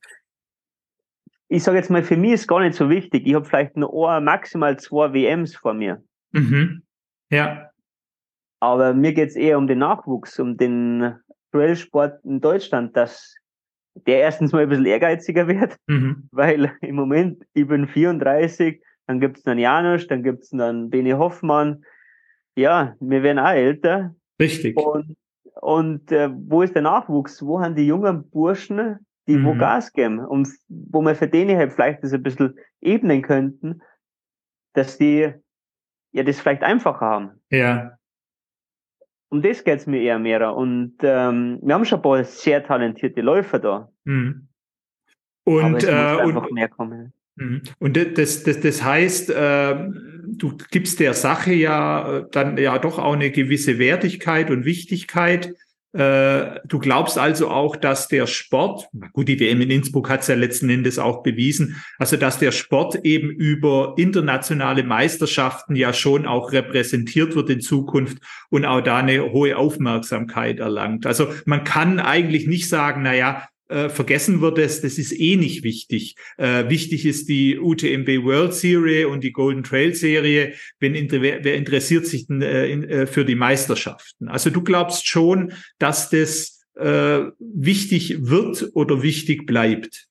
ich sage jetzt mal, für mich ist gar nicht so wichtig. Ich habe vielleicht nur ein, maximal zwei W Ms vor mir. Mhm. Ja. Aber mir geht es eher um den Nachwuchs, um den Trailsport in Deutschland, dass der erstens mal ein bisschen ehrgeiziger wird, Mhm. weil im Moment, ich bin vierunddreißig, dann gibt's dann Janusz, dann gibt's dann Beni Hoffmann. Ja, wir werden auch älter. Richtig. Und, und äh, wo ist der Nachwuchs? Wo haben die jungen Burschen, die wo Mhm. Gas geben? Und wo wir für denen halt vielleicht das ein bisschen ebnen könnten, dass die ja das vielleicht einfacher haben. Ja. Um das geht's mir eher mehr. Und ähm, wir haben schon ein paar sehr talentierte Läufer da. Mhm. Aber Und, es muss äh, einfach und, mehr kommen. mhm. Und das, das, das heißt, äh, du gibst der Sache ja äh, dann ja doch auch eine gewisse Wertigkeit und Wichtigkeit. Äh, du glaubst also auch, dass der Sport, na gut, die W M in Innsbruck hat es ja letzten Endes auch bewiesen, also dass der Sport eben über internationale Meisterschaften ja schon auch repräsentiert wird in Zukunft und auch da eine hohe Aufmerksamkeit erlangt. Also man kann eigentlich nicht sagen, na ja, äh, vergessen wird es, das ist eh nicht wichtig. Äh, wichtig ist die U T M B World Series und die Golden Trail Serie. Wenn, wer, wer interessiert sich denn äh, in, äh, für die Meisterschaften? Also du glaubst schon, dass das äh, wichtig wird oder wichtig bleibt?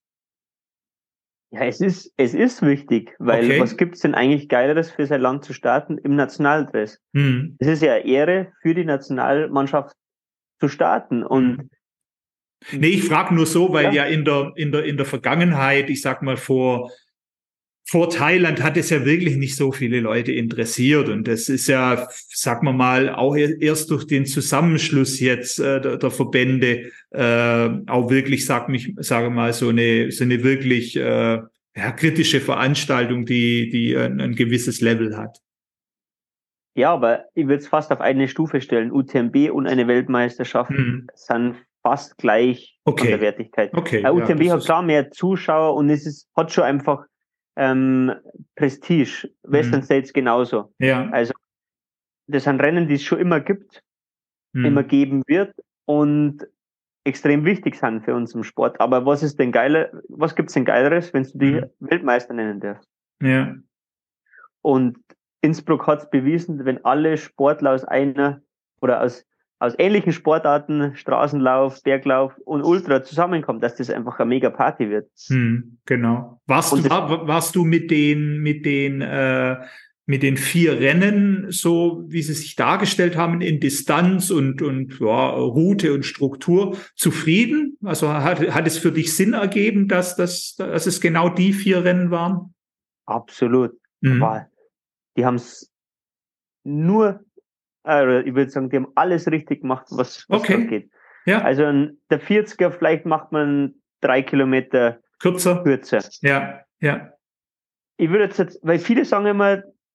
Ja, es ist, es ist wichtig, weil was Okay. gibt's denn eigentlich Geileres für sein Land zu starten im Nationaldress? Hm. Es ist ja eine Ehre für die Nationalmannschaft zu starten. Und Hm. Nee, ich frage nur so, weil ja, ja in der, in der, in der Vergangenheit, ich sag mal vor Vor Thailand hat es ja wirklich nicht so viele Leute interessiert und das ist ja, sagen wir mal, auch erst durch den Zusammenschluss jetzt äh, der, der Verbände äh, auch wirklich, sag mich, sage mal, so eine so eine wirklich äh, ja, kritische Veranstaltung, die die ein, ein gewisses Level hat. ja, aber ich würde es fast auf eine Stufe stellen. U T M B und eine Weltmeisterschaft Hm. sind fast gleich von der Okay, Wertigkeit. okay, Äh, ja, U T M B das hat ist klar mehr Zuschauer und es ist, hat schon einfach ähm, Prestige. Western hm. States genauso. Ja, Also das sind Rennen, die es schon immer gibt, immer hm. geben wird und extrem wichtig sind für uns im Sport. Aber was ist denn geiler, was gibt's denn Geileres, wenn du die Hm. Weltmeister nennen darfst? Ja, Und Innsbruck hat's bewiesen, wenn alle Sportler aus einer oder aus, aus ähnlichen Sportarten, Straßenlauf, Berglauf und Ultra zusammenkommen, dass das einfach eine mega Party wird. hm. Genau. Warst Und du das, war, warst du mit den mit den äh, mit den vier Rennen, so wie sie sich dargestellt haben, in Distanz und, und ja, Route und Struktur zufrieden? Also hat, hat es für dich Sinn ergeben, dass, dass, dass es genau die vier Rennen waren? absolut. Mhm. War, die haben's nur, äh, ich würde sagen, die haben alles richtig gemacht, was, was dort Okay, geht. ja, Also ein, der vierziger, vielleicht macht man drei Kilometer kürzer. kürzer. Ja, ja. Ich würde jetzt, jetzt, weil viele sagen immer,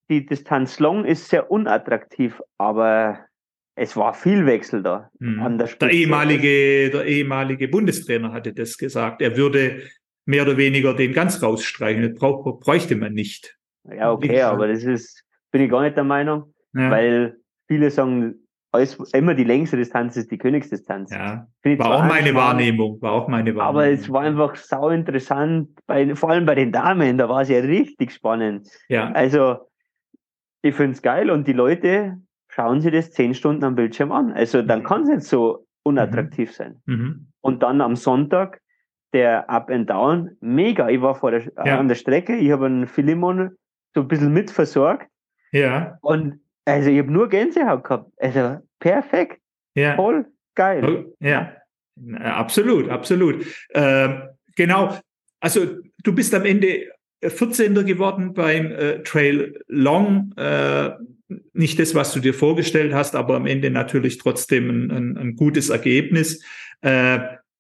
die Distanz Long ist sehr unattraktiv, aber es war viel Wechsel da Mhm. an der Spitze. Der ehemalige, der ehemalige Bundestrainer hatte das gesagt. Er würde mehr oder weniger den ganz rausstreichen. Das brauch, bräuchte man nicht. Ja, okay, aber das ist, bin ich gar nicht der Meinung, Ja. weil viele sagen, alles, immer die längste Distanz ist die Königsdistanz. Ja, Finde ich war zwar auch meine schmal, Wahrnehmung, war auch meine Wahrnehmung. aber es war einfach sau interessant, bei, vor allem bei den Damen, da war es ja richtig spannend. Ja. Also, ich finde es geil und die Leute schauen sich das zehn Stunden am Bildschirm an. Also, dann Mhm. kann es nicht so unattraktiv Mhm. sein. Mhm. Und dann am Sonntag, der Up and Down, mega. Ich war vor der, äh, Ja. an der Strecke, ich habe einen Philemon so ein bisschen mitversorgt. Ja. Und also ich habe nur Gänsehaut gehabt. Also perfekt, Ja. voll geil. Oh, ja, absolut, absolut. Ähm, genau. Also du bist am Ende vierzehnter geworden beim äh, Trail Long. Äh, nicht das, was du dir vorgestellt hast, aber am Ende natürlich trotzdem ein, ein, ein gutes Ergebnis. Äh,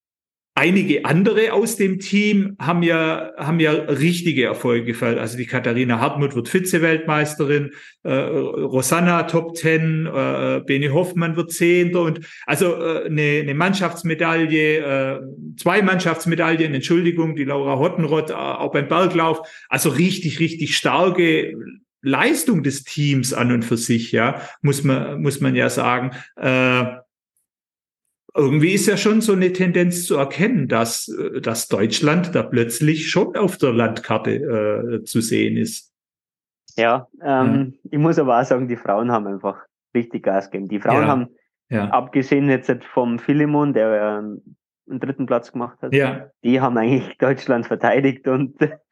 Einige andere aus dem Team haben ja, haben ja richtige Erfolge gefeiert. Also die Katharina Hartmut wird Vize-Weltmeisterin, äh, Rosanna Top Ten, äh, Beni Hoffmann wird Zehnter und also äh, eine, eine Mannschaftsmedaille, äh, zwei Mannschaftsmedaillen, Entschuldigung, die Laura Hottenrott äh, auch beim Berglauf. Also richtig, richtig starke Leistung des Teams an und für sich, ja, muss man, muss man ja sagen. Äh, Irgendwie ist ja schon so eine Tendenz zu erkennen, dass, dass Deutschland da plötzlich schon auf der Landkarte äh, zu sehen ist. Ja, ähm, Ja. ich muss aber auch sagen, die Frauen haben einfach richtig Gas gegeben. Die Frauen Ja. haben, Ja. abgesehen jetzt vom Philemon, der ähm, einen dritten Platz gemacht hat, Ja. die haben eigentlich Deutschland verteidigt und äh,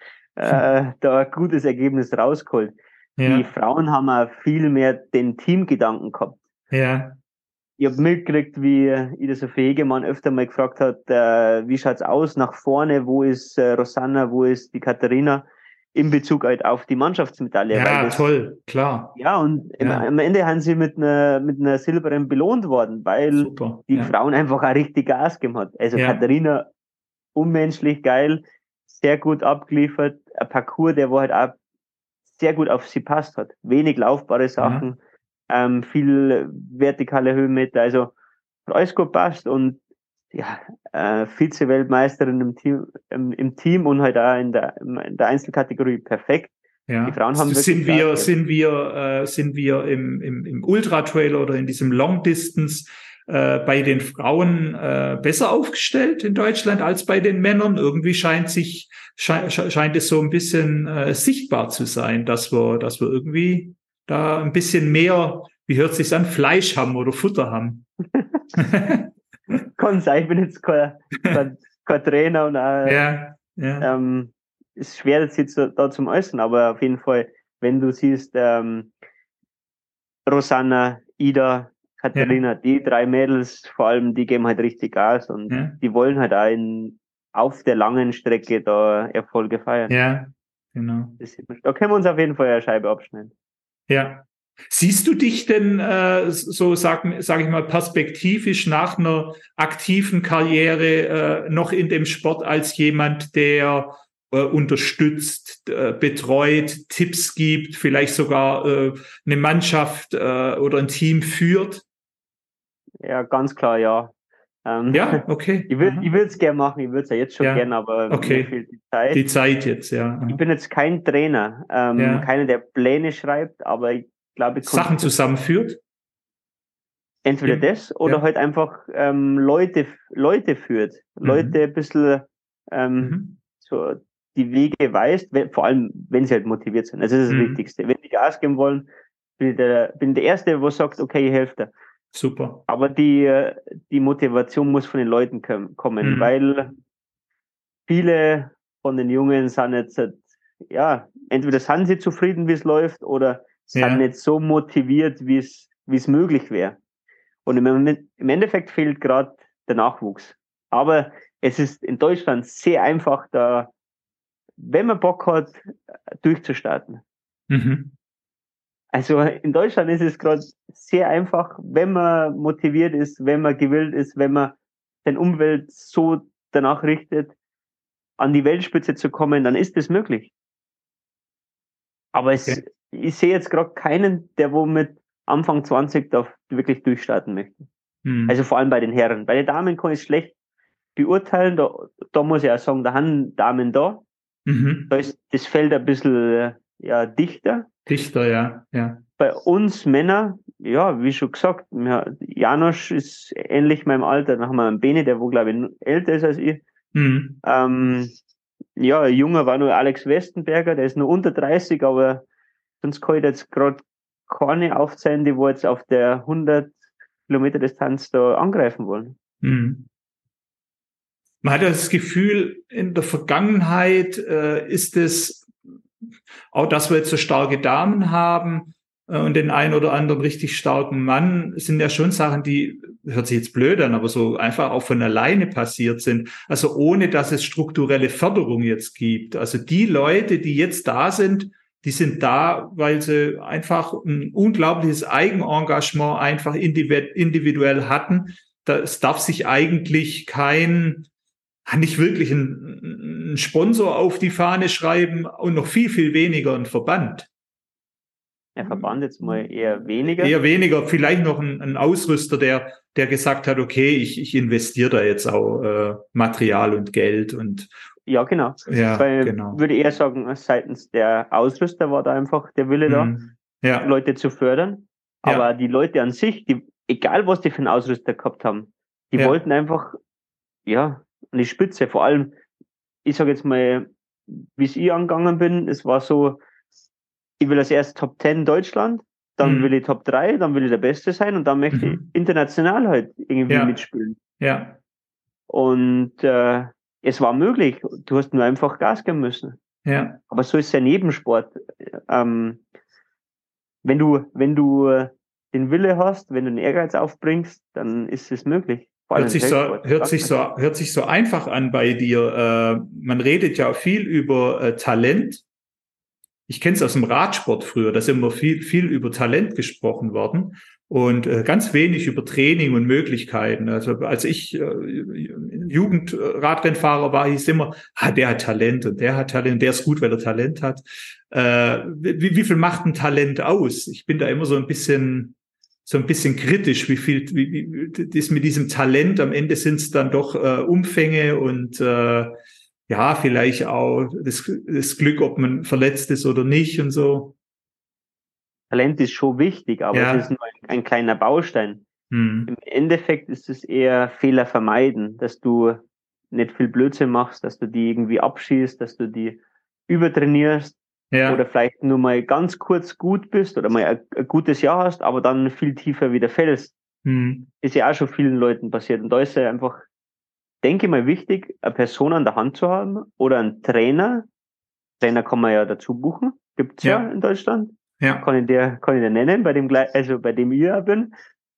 da ein gutes Ergebnis rausgeholt. Ja. Die Frauen haben auch viel mehr den Teamgedanken gehabt. Ja. Ich habe mitgekriegt, wie Ida Sophie Hegemann öfter mal gefragt hat, äh, wie schaut's aus nach vorne, wo ist äh, Rosanna, wo ist die Katharina in Bezug halt auf die Mannschaftsmedaille. Ja, weil das, toll, klar. Ja, und im, Ja. am Ende haben sie mit einer, mit einer silbernen belohnt worden, weil Super. die Ja. Frauen einfach auch richtig Gas gegeben hat. Also Ja. Katharina, unmenschlich geil, sehr gut abgeliefert, ein Parcours, der wo halt auch sehr gut auf sie passt hat. Wenig laufbare Sachen, Ja. ähm, viel vertikale Höhenmeter, also alles gut passt und ja, äh, Vize-Weltmeisterin im Team, im, im Team und halt auch in der, in der Einzelkategorie perfekt. Ja. Die Frauen haben sind wirklich wir, Gas sind wir, äh, sind wir im, im, im Ultra-Trail oder in diesem Long Distance äh, bei den Frauen äh, besser aufgestellt in Deutschland als bei den Männern? Irgendwie scheint sich, scheint, scheint es so ein bisschen äh, sichtbar zu sein, dass wir, dass wir irgendwie da ein bisschen mehr, wie hört sich's an, Fleisch haben oder Futter haben. Kann sein, ich bin jetzt kein, kein, kein Trainer und auch, Ja, ja. ähm, ist schwer jetzt, jetzt da zum Äußern, aber auf jeden Fall, wenn du siehst, ähm, Rosanna, Ida, Katharina, Ja. die drei Mädels, vor allem, die geben halt richtig Gas und Ja. die wollen halt auch in, auf der langen Strecke da Erfolge feiern. Ja, genau. Das sieht man. Da können wir uns auf jeden Fall eine Scheibe abschneiden. Ja. Siehst du dich denn äh, so, sag, sag ich mal, perspektivisch nach einer aktiven Karriere äh, noch in dem Sport als jemand, der äh, unterstützt, äh, betreut, Tipps gibt, vielleicht sogar äh, eine Mannschaft äh, oder ein Team führt? Ja, ganz klar, ja. Ähm, Ja, okay. ich würde ich würde es gerne machen, ich würde es ja jetzt schon Ja, gerne, aber okay. mir fehlt die Zeit. Die Zeit jetzt, ja. Aha. Ich bin jetzt kein Trainer, ähm, Ja. keiner, der Pläne schreibt, aber ich glaube, ich kann Sachen zusammenführt? entweder Ja. das oder Ja. halt einfach ähm, Leute, Leute führt, Leute Mhm. ein bisschen ähm, Mhm. so die Wege weist, wenn, vor allem, wenn sie halt motiviert sind. Also das ist das Mhm. Wichtigste. Wenn die Gas geben wollen, bin ich der, bin der Erste, der sagt, okay, ich helfe dir. Super. Aber die, die Motivation muss von den Leuten kommen, Mhm. weil viele von den Jungen sind jetzt, ja, entweder sind sie zufrieden, wie es läuft, oder sind Ja. nicht so motiviert, wie es, wie es möglich wäre. Und im, im Endeffekt fehlt gerade der Nachwuchs. Aber es ist in Deutschland sehr einfach, da, wenn man Bock hat, durchzustarten. Mhm. Also in Deutschland ist es gerade sehr einfach, wenn man motiviert ist, wenn man gewillt ist, wenn man seine Umwelt so danach richtet, an die Weltspitze zu kommen, dann ist es möglich. Aber es, Okay. ich sehe jetzt gerade keinen, der wo mit Anfang zwanzig da wirklich durchstarten möchte. Mhm. Also vor allem bei den Herren. Bei den Damen kann ich schlecht beurteilen. Da, da muss ich auch sagen, da haben Damen da. Mhm. Da ist das Feld ein bisschen ja, dichter. Dichter, ja. ja. Bei uns Männer, ja, wie schon gesagt, Janosch ist ähnlich meinem Alter. Dann haben wir einen Bene, der wo, glaube ich, älter ist als ich. Mhm. Ähm, ja, ein Junger war nur Alex Westenberger, der ist nur unter dreißig, aber sonst kann ich jetzt gerade keine aufzählen, die wo jetzt auf der hundert Kilometer Distanz da angreifen wollen. Mhm. Man hat das Gefühl, in der Vergangenheit äh, ist es auch, dass wir jetzt so starke Damen haben äh, und den einen oder anderen richtig starken Mann, sind ja schon Sachen, die, hört sich jetzt blöd an, aber so einfach auch von alleine passiert sind. Also ohne, dass es strukturelle Förderung jetzt gibt. Also die Leute, die jetzt da sind, die sind da, weil sie einfach ein unglaubliches Eigenengagement einfach individuell hatten. Das darf sich eigentlich kein nicht wirklich einen Sponsor auf die Fahne schreiben und noch viel, viel weniger ein Verband. Der Verband jetzt mal eher weniger? Eher weniger, vielleicht noch ein, ein Ausrüster, der der gesagt hat, okay, ich, ich investiere da jetzt auch äh, Material und Geld. Und ja, genau. Ja, Weil genau. würde eher sagen, seitens der Ausrüster war da einfach der Wille da, mm, ja. Leute zu fördern. Aber ja. die Leute an sich, die, egal was die für einen Ausrüster gehabt haben, die ja. wollten einfach, ja, an die Spitze. Vor allem, ich sage jetzt mal, wie es ich angegangen bin, es war so, ich will als erst Top zehn Deutschland, dann mhm. will ich Top drei, dann will ich der Beste sein und dann möchte mhm. ich international halt irgendwie ja. mitspielen. Ja. Und äh, es war möglich. Du hast nur einfach Gas geben müssen. Ja. Aber so ist der Nebensport. Ähm, wenn du, wenn du den Wille hast, wenn du den Ehrgeiz aufbringst, dann ist es möglich. Hört sich, so, hört, sich so, hört sich so einfach an bei dir. Äh, man redet ja viel über äh, Talent. Ich kenne es aus dem Radsport früher, da ist immer viel, viel über Talent gesprochen worden und äh, ganz wenig über Training und Möglichkeiten. Also als ich äh, Jugendradrennfahrer war, hieß immer, ah, der hat Talent und der hat Talent, der ist gut, weil er Talent hat. Äh, wie, wie viel macht ein Talent aus? Ich bin da immer so ein bisschen so ein bisschen kritisch, wie viel wie, wie, das mit diesem Talent, am Ende sind es dann doch äh, Umfänge und äh, ja, vielleicht auch das, das Glück, ob man verletzt ist oder nicht und so. Talent ist schon wichtig, aber ja. es ist nur ein, ein kleiner Baustein. Hm. Im Endeffekt ist es eher Fehler vermeiden, dass du nicht viel Blödsinn machst, dass du die irgendwie abschießt, dass du die übertrainierst. Ja. Oder vielleicht nur mal ganz kurz gut bist oder mal ein, ein gutes Jahr hast, aber dann viel tiefer wieder fällst. Hm. Ist ja auch schon vielen Leuten passiert. Und da ist ja einfach, denke ich mal, wichtig, eine Person an der Hand zu haben oder einen Trainer. Trainer kann man ja dazu buchen. Gibt's ja, ja in Deutschland. Ja. Kann ich dir, kann ich dir nennen, bei dem, also bei dem ich ja bin.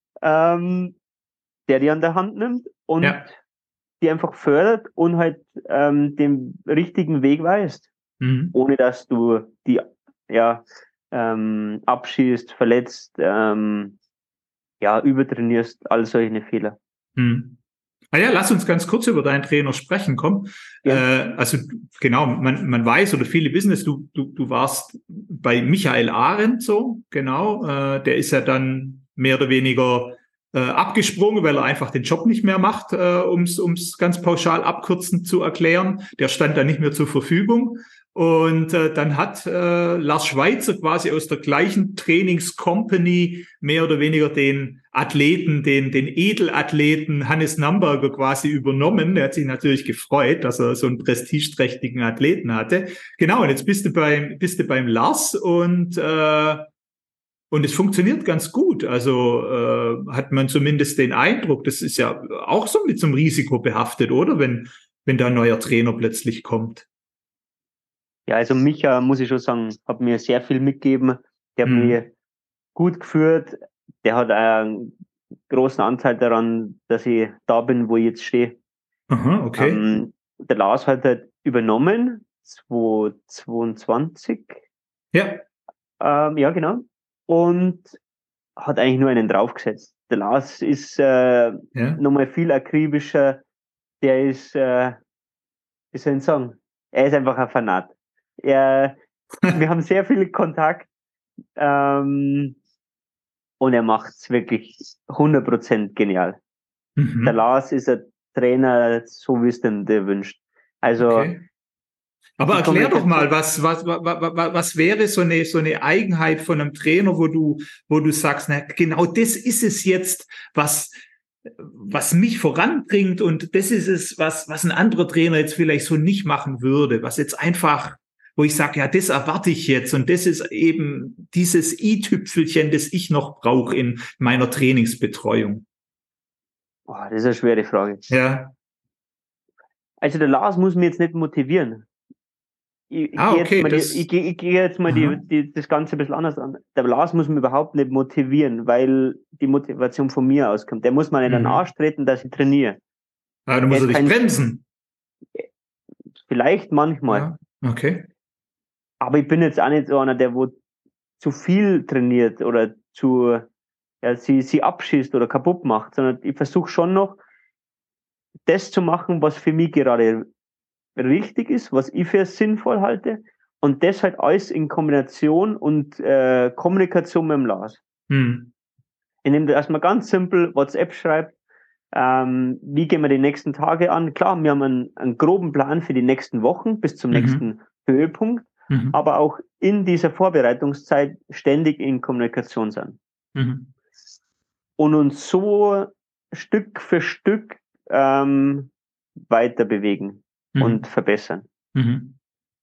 Ähm, der die an der Hand nimmt und ja. die einfach fördert und halt ähm, den richtigen Weg weist. Mhm. Ohne dass du die ja ähm, abschießt, verletzt, ähm, ja, übertrainierst, all solche Fehler. Mhm. Ah ja, lass uns ganz kurz über deinen Trainer sprechen, komm. Ja. Äh, also genau, man, man weiß oder viele wissen es, du, du, du warst bei Michael Arendt so, genau. Äh, der ist ja dann mehr oder weniger äh, abgesprungen, weil er einfach den Job nicht mehr macht, äh, ums ums ganz pauschal abkürzend zu erklären. Der stand dann nicht mehr zur Verfügung. Und äh, dann hat äh, Lars Schweitzer quasi aus der gleichen Trainingscompany mehr oder weniger den Athleten, den den Edelathleten Hannes Namberger quasi übernommen. Er hat sich natürlich gefreut, dass er so einen prestigeträchtigen Athleten hatte. Genau, und jetzt bist du beim bist du beim Lars und äh, und es funktioniert ganz gut. Also äh, hat man zumindest den Eindruck, das ist ja auch so mit so einem Risiko behaftet, oder? Wenn wenn da ein neuer Trainer plötzlich kommt. Ja, also Micha, muss ich schon sagen, hat mir sehr viel mitgegeben. Der hat hm. mich gut geführt. Der hat einen großen Anteil daran, dass ich da bin, wo ich jetzt stehe. Aha, okay. Ähm, der Lars hat halt übernommen, zweitausendzweiundzwanzig. Ja. Ähm, ja, genau. Und hat eigentlich nur einen draufgesetzt. Der Lars ist äh, ja. nochmal viel akribischer. Der ist, äh, wie soll ich sagen, er ist einfach ein Fanat. Er, wir haben sehr viel Kontakt. Ähm, und er macht es wirklich hundert Prozent genial. Mhm. Der Lars ist ein Trainer, so wie es denn der wünscht. Also, okay. Aber die erklär doch mal, Kommunikation- was, was, was, was, was wäre so eine, so eine Eigenheit von einem Trainer, wo du, wo du sagst, na, genau das ist es jetzt, was, was mich voranbringt und das ist es, was, was ein anderer Trainer jetzt vielleicht so nicht machen würde, was jetzt einfach, wo ich sage, ja, das erwarte ich jetzt und das ist eben dieses i-Tüpfelchen, das ich noch brauche in meiner Trainingsbetreuung. Boah, das ist eine schwere Frage. Ja. Also der Lars muss mich jetzt nicht motivieren. Ich, ich Ah, gehe jetzt okay, mal, die, das, ich, gehe- ich gehe jetzt mal aha. die, die, das Ganze ein bisschen anders an. Der Lars muss mich überhaupt nicht motivieren, weil die Motivation von mir auskommt. Der muss mir nicht in den Mhm. Arsch treten, dass ich trainiere. Ah, da Er muss er ist dich kein, bremsen. vielleicht manchmal, Ja, okay. aber ich bin jetzt auch nicht so einer, der wo zu viel trainiert oder zu, ja, sie, sie abschießt oder kaputt macht, sondern ich versuche schon noch, das zu machen, was für mich gerade richtig ist, was ich für sinnvoll halte. Und das halt alles in Kombination und äh, Kommunikation mit dem Lars. Hm. Indem du erstmal ganz simpel WhatsApp schreibst, ähm, wie gehen wir die nächsten Tage an? Klar, wir haben einen, einen groben Plan für die nächsten Wochen bis zum Mhm. nächsten Höhepunkt, Mhm. aber auch in dieser Vorbereitungszeit ständig in Kommunikation sind. Mhm. Und uns so Stück für Stück ähm, weiter bewegen Mhm. und verbessern. Mhm.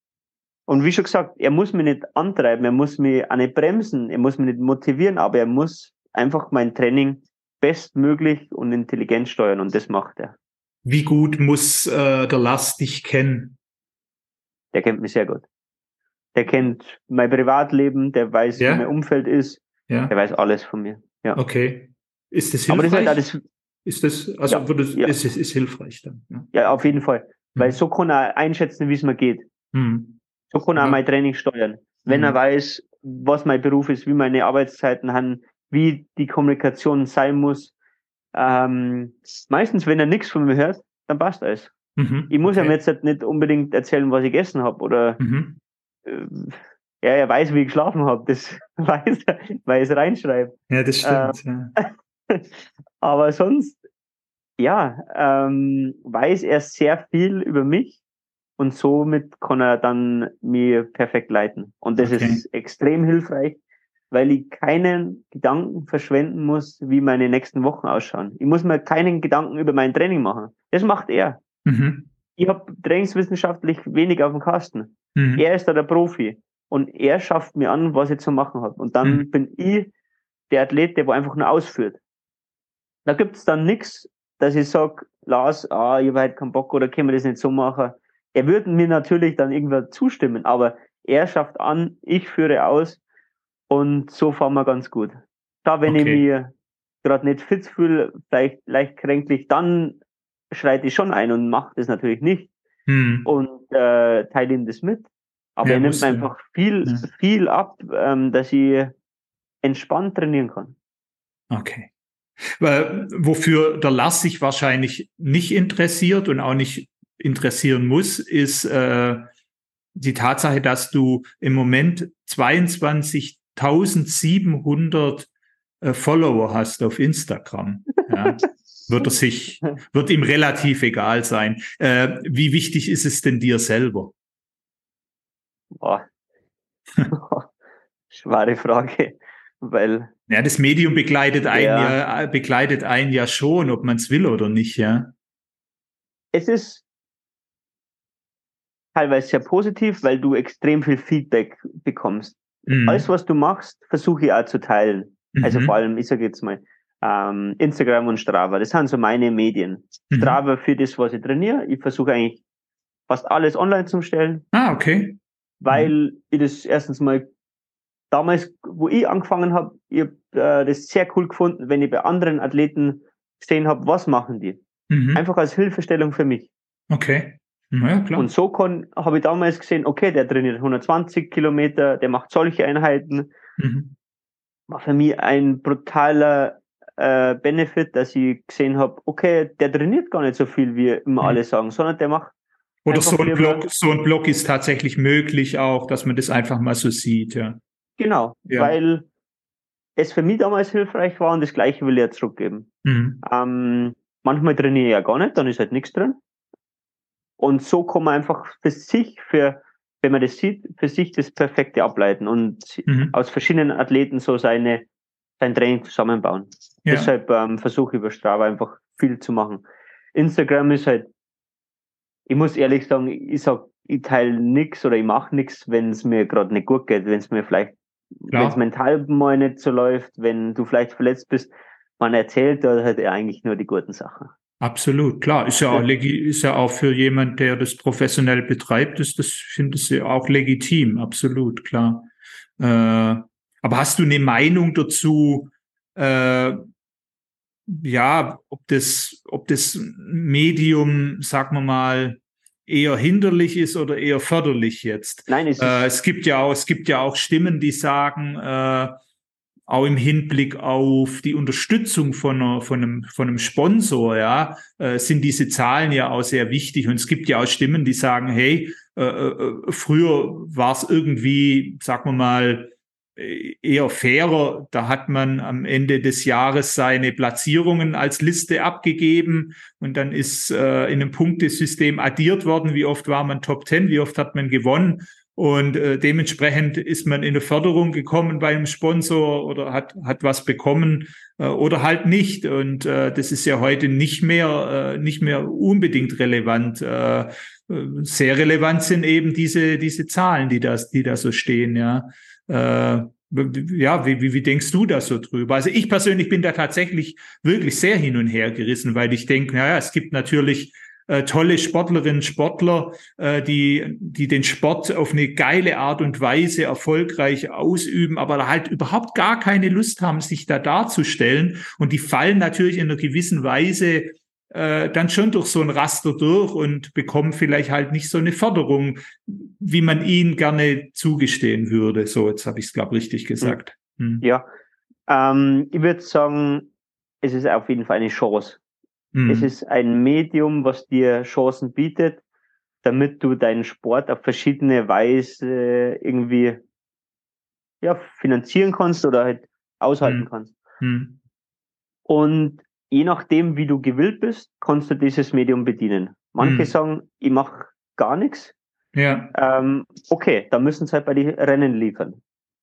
Und wie schon gesagt, er muss mich nicht antreiben, er muss mich auch nicht bremsen, er muss mich nicht motivieren, aber er muss einfach mein Training bestmöglich und intelligent steuern und das macht er. Wie gut muss äh, der Lars dich kennen? Der kennt mich sehr gut. Der kennt mein Privatleben, der weiß, wie mein Ja, Umfeld ist, ja, der weiß alles von mir. Ja. okay. Ist das Aber das ist halt auch hilfreich? das, Ist das, also ja, würde es, ja, ist, ist, ist hilfreich dann. Ja, ja, auf okay. jeden Fall. Weil Mhm. so kann er einschätzen, wie es mir geht. Mhm. So kann er Ja. mein Training steuern. Wenn er Mhm. weiß, was mein Beruf ist, wie meine Arbeitszeiten haben, wie die Kommunikation sein muss. Ähm, meistens, wenn er nichts von mir hört, dann passt alles. Mhm. Ich muss ihm Okay. jetzt halt nicht unbedingt erzählen, was ich gegessen habe oder Mhm. äh, ja, er weiß, wie ich geschlafen habe. Das weiß er, weil ich es reinschreibe. Ja, das Äh, stimmt. Ja. aber sonst, ja, ähm, weiß er sehr viel über mich und somit kann er dann mir perfekt leiten. Und das Okay. ist extrem hilfreich, weil ich keinen Gedanken verschwenden muss, wie meine nächsten Wochen ausschauen. Ich muss mir keinen Gedanken über mein Training machen. Das macht er. Mhm. Ich habe trainingswissenschaftlich wenig auf dem Kasten. Mhm. Er ist da der Profi und er schafft mir an, was ich zu machen habe. Und dann Mhm. bin ich der Athlet, der wo einfach nur ausführt. Da gibt's dann nichts, dass ich sag, Lars, ah, ich habe halt keinen Bock oder können wir das nicht so machen. Er würde mir natürlich dann irgendwann zustimmen, aber er schafft an, ich führe aus und so fahren wir ganz gut. Da, wenn ich Okay. mich gerade nicht fit fühle, vielleicht leicht kränklich, dann schreite ich schon ein und mache das natürlich nicht Mhm. und äh, teile ihm das mit. Aber Ja, er nimmt musst mir du. einfach viel, Ja. viel ab, ähm, dass ich entspannt trainieren kann. Okay. Weil, wofür der Lars sich wahrscheinlich nicht interessiert und auch nicht interessieren muss, ist äh, die Tatsache, dass du im Moment zweiundzwanzigtausendsiebenhundert äh, Follower hast auf Instagram. Ja. Wird er sich, wird ihm relativ egal sein. Äh, wie wichtig ist es denn dir selber? Boah. Schwere Frage, weil Ja, das Medium begleitet einen ja, ja, begleitet einen ja schon, ob man es will oder nicht, ja. es ist teilweise sehr positiv, weil du extrem viel Feedback bekommst. Alles, Mhm. was du machst, versuche ich auch zu teilen. Also vor Mhm. allem, ich sage jetzt mal, ähm, Instagram und Strava, das sind so meine Medien. Mhm. Strava für das, was ich trainiere. Ich versuche eigentlich fast alles online zu stellen, Ah, okay. Mhm. weil ich das erstens mal damals, wo ich angefangen habe, ich habe äh, das sehr cool gefunden, wenn ich bei anderen Athleten gesehen habe, was machen die. Mhm. Einfach als Hilfestellung für mich. Okay. Na ja, klar. Und so habe ich damals gesehen, okay, der trainiert hundertzwanzig Kilometer, der macht solche Einheiten. Mhm. War für mich ein brutaler äh, Benefit, dass ich gesehen habe, okay, der trainiert gar nicht so viel, wie immer Mhm. alle sagen, sondern der macht Oder so einfach ein lieber, Blog, so ein Blog ist tatsächlich möglich auch, dass man das einfach mal so sieht, ja. Genau, Ja. weil es für mich damals hilfreich war und das Gleiche will ich ja zurückgeben. Mhm. Ähm, manchmal trainiere ich ja gar nicht, dann ist halt nichts drin. Und so kann man einfach für sich, für, wenn man das sieht, für sich das Perfekte ableiten und Mhm. aus verschiedenen Athleten so seine, sein Training zusammenbauen. Ja. Deshalb ähm, versuche ich über Strava einfach viel zu machen. Instagram ist halt, ich muss ehrlich sagen, ich sag, ich teile nichts oder ich mache nichts, wenn es mir gerade nicht gut geht, wenn es mir vielleicht, wenn es Klar. mental mal nicht so läuft, wenn du vielleicht verletzt bist, man erzählt da halt eigentlich nur die guten Sachen. Absolut, klar. Ist ja auch Ja. legi ist ja auch für jemand, der das professionell betreibt, ist das, finde ich ja auch legitim. Absolut, klar. Äh, aber hast du eine Meinung dazu, äh, ja, ob das, ob das Medium, sagen wir mal, eher hinderlich ist oder eher förderlich jetzt? Nein, es Äh, ist, es gibt ja auch, es gibt ja auch Stimmen, die sagen, äh, auch im Hinblick auf die Unterstützung von, einer, von, einem, von einem Sponsor, ja, äh, sind diese Zahlen ja auch sehr wichtig. Und es gibt ja auch Stimmen, die sagen, hey, äh, äh, früher war es irgendwie, sagen wir mal, eher fairer. Da hat man am Ende des Jahres seine Platzierungen als Liste abgegeben und dann ist äh, in einem Punktesystem addiert worden, wie oft war man Top Ten, wie oft hat man gewonnen. Und äh, dementsprechend ist man in eine Förderung gekommen bei einem Sponsor oder hat, hat was bekommen äh, oder halt nicht. Und äh, das ist ja heute nicht mehr, äh, nicht mehr unbedingt relevant. Äh, sehr relevant sind eben diese, diese Zahlen, die da, die da so stehen, ja. Äh, ja, wie, wie, wie denkst du da so drüber? Also ich persönlich bin da tatsächlich wirklich sehr hin und her gerissen, weil ich denke, naja, es gibt natürlich äh, tolle Sportlerinnen, Sportler, äh, die, die den Sport auf eine geile Art und Weise erfolgreich ausüben, aber halt überhaupt gar keine Lust haben, sich da darzustellen. Und die fallen natürlich in einer gewissen Weise äh, dann schon durch so ein Raster durch und bekommen vielleicht halt nicht so eine Förderung, wie man ihnen gerne zugestehen würde. So, jetzt habe ich es, glaube ich, richtig gesagt. Hm. ja, ähm, ich würde sagen, es ist auf jeden Fall eine Chance. Hm. Es ist ein Medium, was dir Chancen bietet, damit du deinen Sport auf verschiedene Weise irgendwie ja, finanzieren kannst oder halt aushalten Hm. kannst. Hm. Und je nachdem, wie du gewillt bist, kannst du dieses Medium bedienen. Manche Hm. sagen, ich mache gar nichts. Ja. Ähm, okay, dann müssen sie halt bei den Rennen liefern.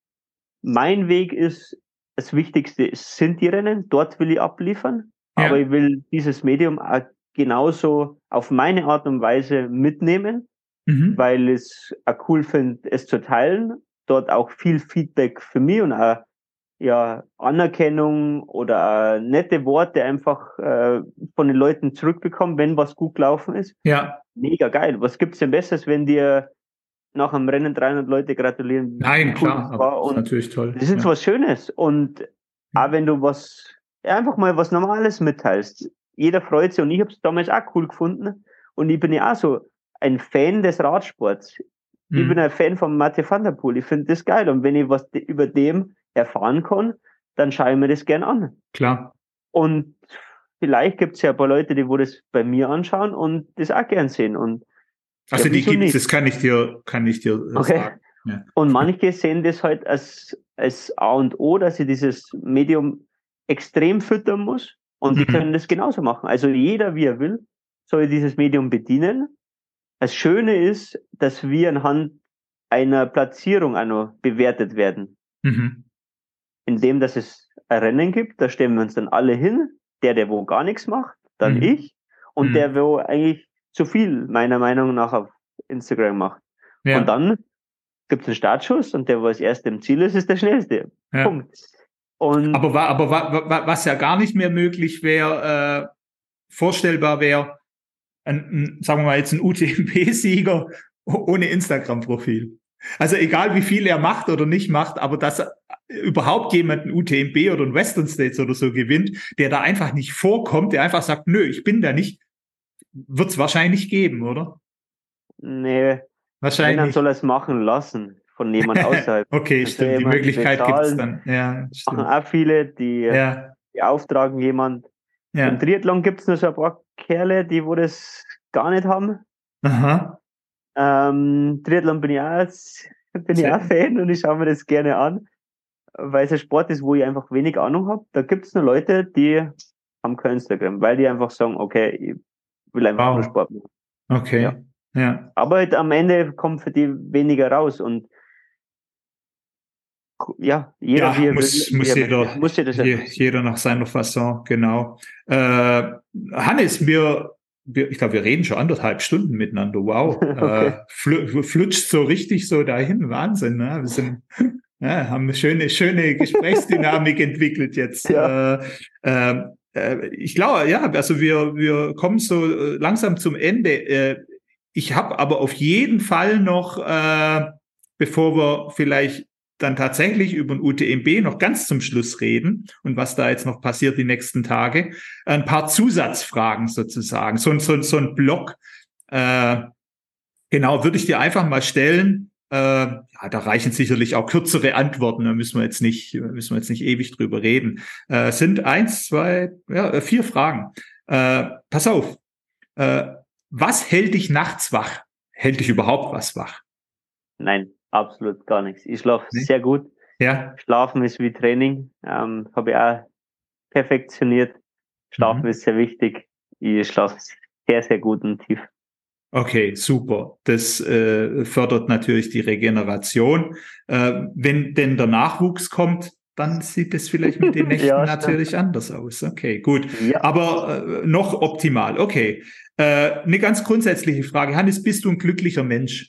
Mein Weg ist, das Wichtigste sind die Rennen, dort will ich abliefern, aber Ja. ich will dieses Medium auch genauso auf meine Art und Weise mitnehmen, Mhm. weil ich es auch cool finde, es zu teilen, dort auch viel Feedback für mich und auch ja, Anerkennung oder äh, nette Worte einfach äh, von den Leuten zurückbekommen, wenn was gut gelaufen ist. Ja. Mega geil. Was gibt's denn Besseres, wenn dir nach dem Rennen dreihundert Leute gratulieren, wie Nein, cool klar, das aber war? ist Und natürlich toll. das ist Ja. was Schönes. Und auch wenn du was, ja, einfach mal was Normales mitteilst. Jeder freut sich und ich habe es damals auch cool gefunden. Und ich bin ja auch so ein Fan des Radsports. Ich bin Hm. ein Fan von Mathieu van der Poel. Ich finde das geil. Und wenn ich was de- über dem erfahren kann, dann schaue ich mir das gern an. Klar. Und vielleicht gibt es ja ein paar Leute, die wo das bei mir anschauen und das auch gern sehen. Und Also ja, die wieso gibt's, nicht? das kann ich dir, kann ich dir äh, Okay. sagen. Ja. Und manche sehen das halt als, als A und O, dass ich dieses Medium extrem füttern muss. Und die Mhm. können das genauso machen. Also jeder, wie er will, soll dieses Medium bedienen. Das Schöne ist, dass wir anhand einer Platzierung auch noch bewertet werden. Mhm. Indem, dass es ein Rennen gibt, da stellen wir uns dann alle hin. Der, der wo gar nichts macht, dann Mhm. ich. Und Mhm. der, wo eigentlich zu viel, meiner Meinung nach, auf Instagram macht. Und Ja. dann gibt es einen Startschuss und der, wo als erster im Ziel ist, ist der schnellste. Ja. Punkt. Und Aber, wa- aber wa- wa- was ja gar nicht mehr möglich wäre, äh, vorstellbar wäre, ein, ein, sagen wir mal jetzt ein U T M P-Sieger ohne Instagram-Profil. Also egal wie viel er macht oder nicht macht, aber dass überhaupt jemand ein U T M B oder ein Western States oder so gewinnt, der da einfach nicht vorkommt, der einfach sagt, nö, ich bin da nicht, wird es wahrscheinlich geben, oder? nee, wenn, dann soll Wahrscheinlich. er es machen lassen von jemand außerhalb. Okay, Dann soll stimmt. Die jemanden Möglichkeit gibt's bezahlen. dann. Ja, Machen stimmt. auch viele, die Ja, beauftragen jemand. Im ja. Triathlon gibt es nur so ein paar Kerle, die wo das gar nicht haben. Aha. Ähm, Triathlon bin ich auch jetzt bin ich auch Fan und ich schaue mir das gerne an, weil es ein Sport ist, wo ich einfach wenig Ahnung habe. Da gibt es nur Leute, die haben kein Instagram, weil die einfach sagen, okay, ich will einfach nur Wow. Sport machen. Okay. Ja. Ja. Aber halt am Ende kommt für die weniger raus und ja, jeder Ja, wie er muss, will, wie muss er möchte. jeder, Muss jeder je, selbst wissen. jeder nach seiner Fasson, genau. Äh, Hannes, wir, wir, ich glaube, wir reden schon anderthalb Stunden miteinander. Wow. Okay. Äh, fl flutscht so richtig so dahin. Wahnsinn, ne? Wir sind, ja, haben eine schöne, schöne Gesprächsdynamik entwickelt jetzt. Ja. Äh, äh, ich glaube, ja, also wir, wir kommen so langsam zum Ende. Äh, ich habe aber auf jeden Fall noch, äh, bevor wir vielleicht dann tatsächlich über den U T M B noch ganz zum Schluss reden und was da jetzt noch passiert die nächsten Tage, ein paar Zusatzfragen sozusagen, so, so, so ein Block, äh, genau, würde ich dir einfach mal stellen. Äh, ja, da reichen sicherlich auch kürzere Antworten, da müssen wir jetzt nicht, müssen wir jetzt nicht ewig drüber reden. Äh, sind eins, zwei, ja, vier Fragen. Äh, pass auf, äh, was hält dich nachts wach? Hält dich überhaupt was wach? Nein, absolut gar nichts. Ich schlafe Nee? sehr gut. Ja. Schlafen ist wie Training. Ähm, habe ich auch perfektioniert. Schlafen Mhm. ist sehr wichtig. Ich schlafe sehr, sehr gut und tief. Okay, super. Das äh, fördert natürlich die Regeneration. Äh, wenn denn der Nachwuchs kommt, dann sieht es vielleicht mit den Nächten Ja, stimmt. natürlich anders aus. Okay, gut. Ja. Aber äh, noch optimal. Okay. Äh, eine ganz grundsätzliche Frage. Hannes, bist du ein glücklicher Mensch?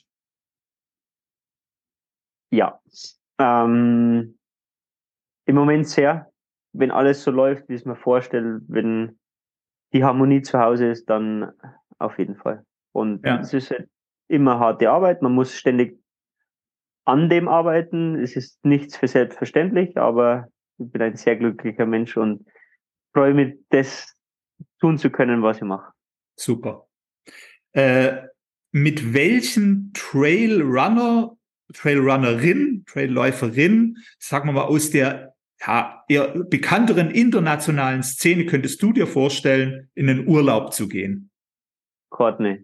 Ja. Ähm, im Moment sehr. Wenn alles so läuft, wie ich es mir vorstelle, wenn die Harmonie zu Hause ist, dann auf jeden Fall. Und Ja, es ist halt immer harte Arbeit. Man muss ständig an dem arbeiten. Es ist nichts für selbstverständlich, aber ich bin ein sehr glücklicher Mensch und freue mich, das tun zu können, was ich mache. super. Äh, mit welchen Trailrunner, Trailrunnerin, Trailläuferin, sagen wir mal aus der ja, eher bekannteren internationalen Szene könntest du dir vorstellen, in den Urlaub zu gehen? Courtney.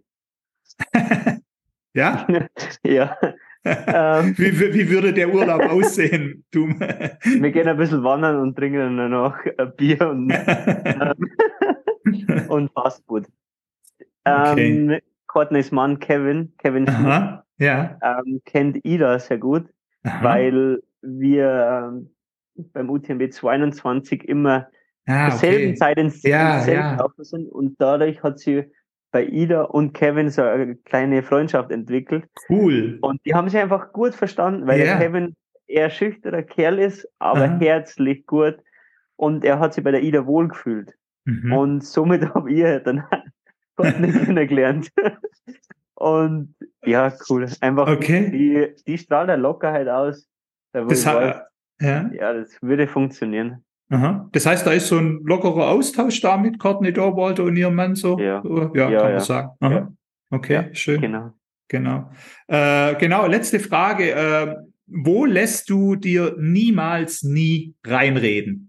Ja? Ja. Ähm, Wie, wie, wie würde der Urlaub aussehen? Du? wir gehen ein bisschen wandern und trinken dann noch ein Bier und, ähm, und Fastfood. Okay. Ähm, Courtneys Mann Kevin, Kevin Smith, Aha. Ja. ähm, kennt Ida sehr gut, Aha. weil wir ähm, beim U T M B zweiundzwanzig immer zur Ah, selben okay. Zeit ins, ins Ja, Zelt ja. gelaufen sind und dadurch hat sie bei Ida und Kevin so eine kleine Freundschaft entwickelt. Cool. Und die haben sich einfach gut verstanden, weil der Ja. Kevin eher schüchterner Kerl ist, aber Aha. herzlich gut. Und er hat sich bei der Ida wohlgefühlt. Mhm. Und somit habe ich dann Courtney kennengelernt. Und ja, cool. Einfach, Okay. die, die strahlt eine Lockerheit aus, da wo Das, ich weiß, ha- ja. ja, das würde funktionieren. Aha. Das heißt, da ist so ein lockerer Austausch da mit Courtney Dauwalter und ihrem Mann so? Ja, So, ja, ja, kann man ja, sagen. ja, Aha. Okay, ja, schön. genau. Genau. Äh, genau, letzte Frage. Äh, wo lässt du dir niemals nie reinreden?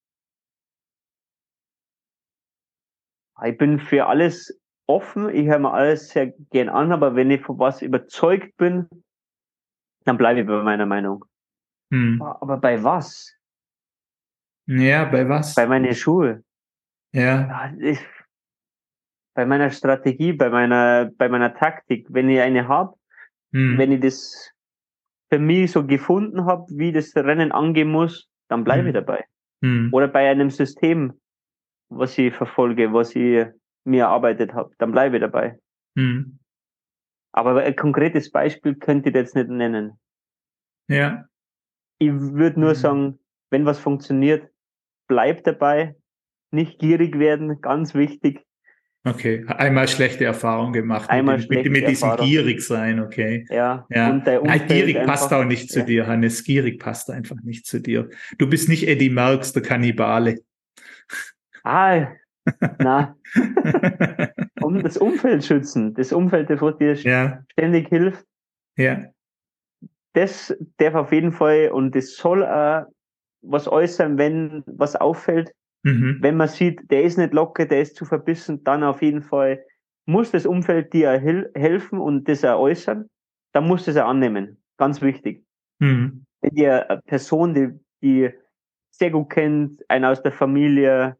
Ich bin für alles offen, ich höre mir alles sehr gern an, aber wenn ich von was überzeugt bin, dann bleibe ich bei meiner Meinung. Hm. Aber bei was? Ja, bei Bei was? meiner Schuhe. Ja. Ja, ich, bei meiner Strategie, bei meiner, bei meiner Taktik. Wenn ich eine habe, wenn Hm. ich das für mich so gefunden habe, wie das Rennen angehen muss, dann bleibe ich Hm. dabei. Hm. Oder bei einem System, was ich verfolge, was ich mir erarbeitet habe, dann bleibe ich dabei. Hm. Aber ein konkretes Beispiel könnte ich jetzt nicht nennen. Ja. Ich würde nur Hm. sagen, wenn was funktioniert, bleib dabei, nicht gierig werden, ganz wichtig. Okay. Einmal schlechte Erfahrung gemacht mit Einmal dem, mit, schlechte mit diesem Erfahrung. gierig sein, okay. Ja, Ja. und dein Nein, Umfeld gierig passt einfach. auch nicht zu Ja. dir, Hannes. Gierig passt einfach nicht zu dir. Du bist nicht Eddie Merckx, der Kannibale. Ah, na, um das Umfeld schützen, das Umfeld, das dir Ja, ständig hilft, ja. das darf auf jeden Fall und das soll auch was äußern, wenn was auffällt. Mhm. Wenn man sieht, der ist nicht locker, der ist zu verbissen, dann auf jeden Fall muss das Umfeld dir hel helfen und das auch äußern. Dann musst du es auch annehmen. Ganz wichtig. Mhm. Wenn dir eine Person, die, die sehr gut kennt, einer aus der Familie,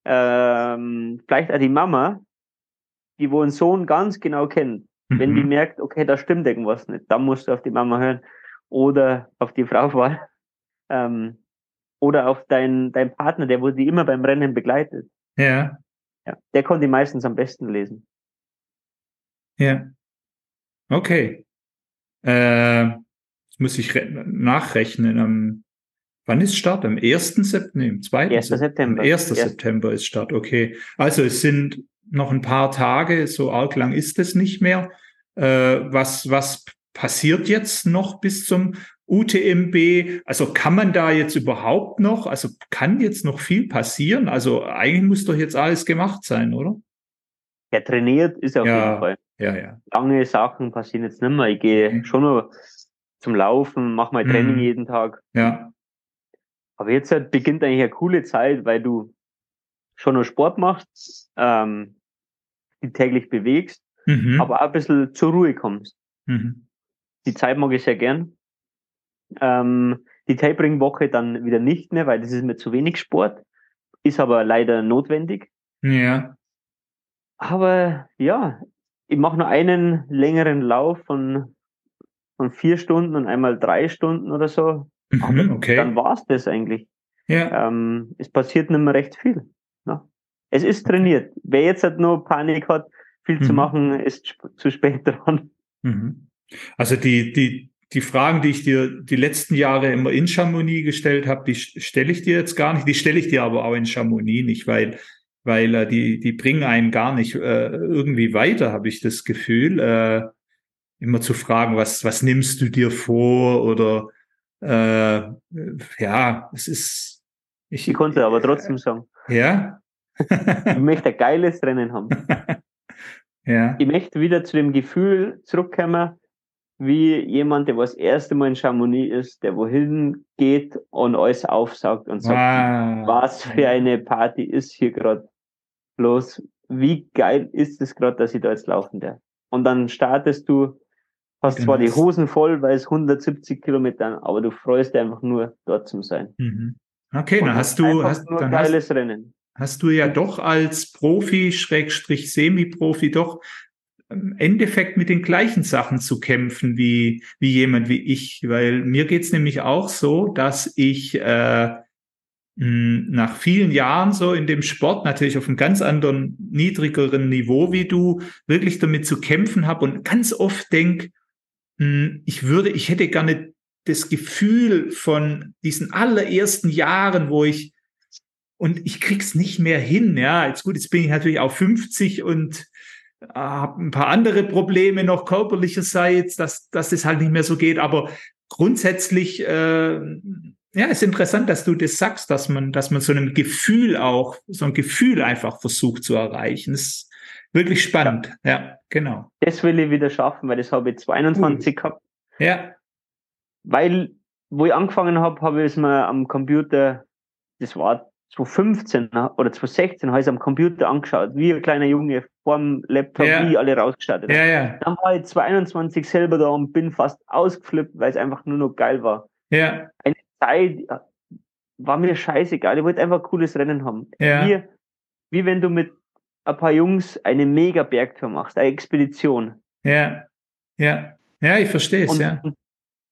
ähm, vielleicht auch die Mama, die wo einen Sohn ganz genau kennt, wenn die Mhm. merkt, okay, da stimmt irgendwas nicht, dann musst du auf die Mama hören oder auf die Frau vor allem, ähm, oder auf deinen dein Partner, der wo die immer beim Rennen begleitet. Ja, Ja, der kann die meistens am besten lesen. ja, okay. Äh, jetzt muss ich re- nachrechnen. Am, wann ist Start? Am ersten September? Nee, am zweiten erster September. Am September. ersten Erst, September ist Start, okay. Also es sind noch ein paar Tage, so arg lang ist es nicht mehr. Äh, was, was passiert jetzt noch bis zum U T M B? Also kann man da jetzt überhaupt noch, also kann jetzt noch viel passieren? Also eigentlich muss doch jetzt alles gemacht sein, oder? der trainiert ist auf jeden Ja, Fall. ja, ja. Lange Sachen passieren jetzt nicht mehr. Ich gehe Nee. schon noch zum Laufen, mache mein Training Mhm. jeden Tag. Ja. Aber jetzt halt beginnt eigentlich eine coole Zeit, weil du schon noch Sport machst, ähm, dich täglich bewegst, Mhm. aber auch ein bisschen zur Ruhe kommst. Mhm. Die Zeit mag ich sehr gern. Ähm, die Tapering-Woche dann wieder nicht mehr, weil das ist mir zu wenig Sport, ist aber leider notwendig. Ja. Aber ja, ich mache nur einen längeren Lauf von, von vier Stunden und einmal drei Stunden oder so. Aber Mhm. dann Okay. war's das eigentlich. Ja. Ähm, es passiert nicht mehr recht viel. Ne? Es ist Okay. trainiert. Wer jetzt halt nur Panik hat, viel zu Mhm. machen, ist sp- zu spät dran. Mhm. Also die, die, die Fragen, die ich dir die letzten Jahre immer in Chamonix gestellt habe, die stelle ich dir jetzt gar nicht. Die stelle ich dir aber auch in Chamonix nicht, weil, weil äh, die, die bringen einen gar nicht äh, irgendwie weiter, habe ich das Gefühl. Äh, immer zu fragen, was, was nimmst du dir vor oder äh, ja, es ist ich Ich konnte aber äh, trotzdem sagen, ja. ich möchte ein geiles Rennen haben. Ja. Ich möchte wieder zu dem Gefühl zurückkommen, wie jemand, der was das erste Mal in Chamonix ist, der wohin geht und alles aufsaugt und sagt, Wow. was für eine Party ist hier gerade los? Wie geil ist es gerade, dass ich da jetzt laufen darf? Und dann startest du, Und hast dann zwar die hast Hosen voll, weil es hundertsiebzig Kilometer, aber du freust dich einfach nur, dort zu sein. mhm. Okay, Und dann hast hast du, einfach hast, nur ein dann hast, geiles Rennen. hast du ja Und doch als Profi, Schrägstrich Semi-Profi doch im Endeffekt mit den gleichen Sachen zu kämpfen wie, wie jemand wie ich, weil mir geht's nämlich auch so, dass ich äh, mh, nach vielen Jahren so in dem Sport, natürlich auf einem ganz anderen, niedrigeren Niveau wie du, wirklich damit zu kämpfen habe und ganz oft denk, mh, ich würde, ich hätte gerne das Gefühl von diesen allerersten Jahren, wo ich und ich krieg's nicht mehr hin. Ja, jetzt gut, jetzt bin ich natürlich auch fünfzig und äh, habe ein paar andere Probleme noch körperlicherseits, dass, dass es halt nicht mehr so geht. Aber grundsätzlich, äh, ja, ist interessant, dass du das sagst, dass man, dass man so ein Gefühl auch, so ein Gefühl einfach versucht zu erreichen. Das ist wirklich ja, spannend. Ja, genau. das will ich wieder schaffen, weil das habe ich Cool. zweiundzwanzig gehabt. Ja. Weil, wo ich angefangen habe, habe ich es mir am Computer, das war zwanzig fünfzehn oder zwanzig sechzehn, habe ich es am Computer angeschaut, wie ein kleiner Junge vorm Laptop, wie Ja. alle rausgestartet haben. Ja, ja. Dann war ich zweiundzwanzig selber da und bin fast ausgeflippt, weil es einfach nur noch geil war. Ja. Eine Zeit war mir scheißegal, ich wollte einfach ein cooles Rennen haben. Ja. Wie, wie wenn du mit ein paar Jungs eine mega Bergtour machst, eine Expedition Ja. Ja. Ja, ich verstehe es, und, ja. und,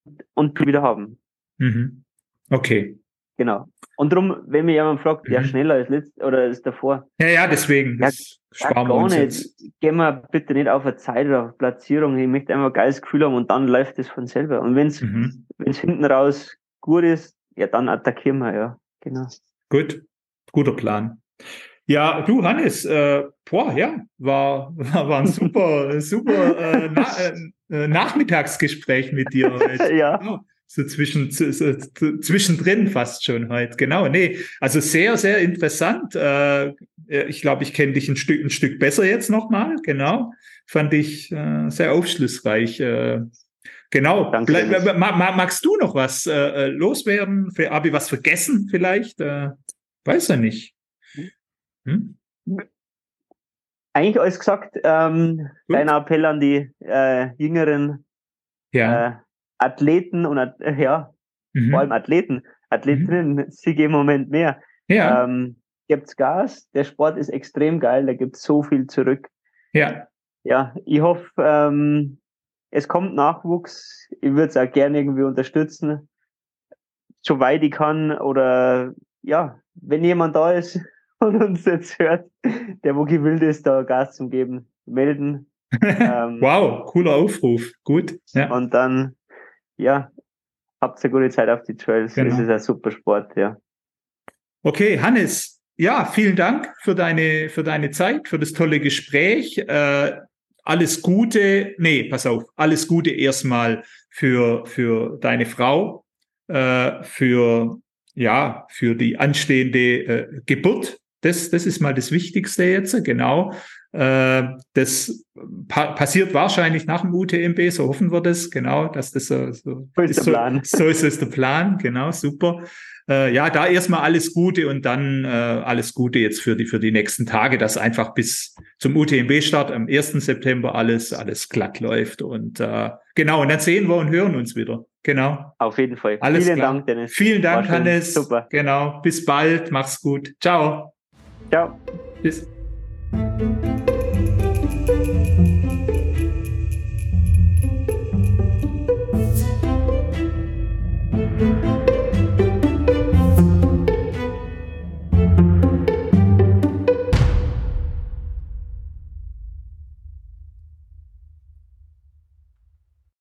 und wieder haben. Mhm. Okay. Genau. Und darum, wenn mich jemand fragt, ja, Mhm. schneller als letzt oder als davor, Ja, ja, deswegen, ja, das ja, sparen wir gar uns nicht. jetzt. Gehen wir bitte nicht auf eine Zeit oder auf eine Platzierung. Ich möchte einfach ein geiles Gefühl haben und dann läuft es von selber. Und wenn es Mhm. wenn es hinten raus gut ist, ja, dann attackieren wir, ja. Genau. Gut, guter Plan. Ja, du Hannes, äh, boah, ja, war, war, war ein super, super äh, na, äh, äh, Nachmittagsgespräch mit dir heute. Ja, Genau. So zwischen, z- z- zwischendrin fast schon heute. Genau, nee, also sehr, sehr interessant. Äh, ich glaube, ich kenne dich ein Stück, ein Stück besser jetzt nochmal. Genau, fand ich äh, sehr aufschlussreich. Äh, genau, danke, Bleib, Dennis. ma, ma, magst du noch was äh, äh, loswerden? Habe ich was vergessen vielleicht? Äh, weiß er nicht. Hm? Eigentlich alles gesagt, ähm, Gut. kleiner Appell an die äh, Jüngeren, Ja. äh, Athleten und ja, mhm. vor allem Athleten, Athletinnen, mhm. sie geben im Moment mehr. Ja. Ähm, gibt's Gas, der Sport ist extrem geil, da gibt's so viel zurück. Ja. Ja, ich hoffe, ähm, es kommt Nachwuchs. Ich würde es auch gerne irgendwie unterstützen, soweit ich kann. Oder ja, wenn jemand da ist und uns jetzt hört, der wo gewillt ist, da Gas zu geben, melden. ähm, wow, cooler Aufruf. Gut. Ja. Und dann, ja, habt eine gute Zeit auf die Trails. Genau. Es ist ein super Sport, ja. Okay, Hannes, ja, vielen Dank für deine, für deine Zeit, für das tolle Gespräch. Äh, alles Gute, nee, pass auf, alles Gute erstmal für, für deine Frau, äh, für, ja, für die anstehende äh, Geburt. Das, das ist mal das Wichtigste jetzt, genau. Äh, das pa- passiert wahrscheinlich nach dem U T M B, so hoffen wir das, genau, dass das so, so, so ist, ist der Plan. So, so ist es der Plan, genau, super. Äh, ja, da erstmal alles Gute und dann äh, alles Gute jetzt für die, für die nächsten Tage, dass einfach bis zum U T M B-Start am ersten September alles, alles glatt läuft und äh, genau, und dann sehen wir und hören uns wieder. Genau. Auf jeden Fall. Alles Vielen klar. Dank, Dennis. Vielen Dank, Hannes. Super. Genau. Bis bald. Mach's gut. Ciao. Ciao. Tschüss.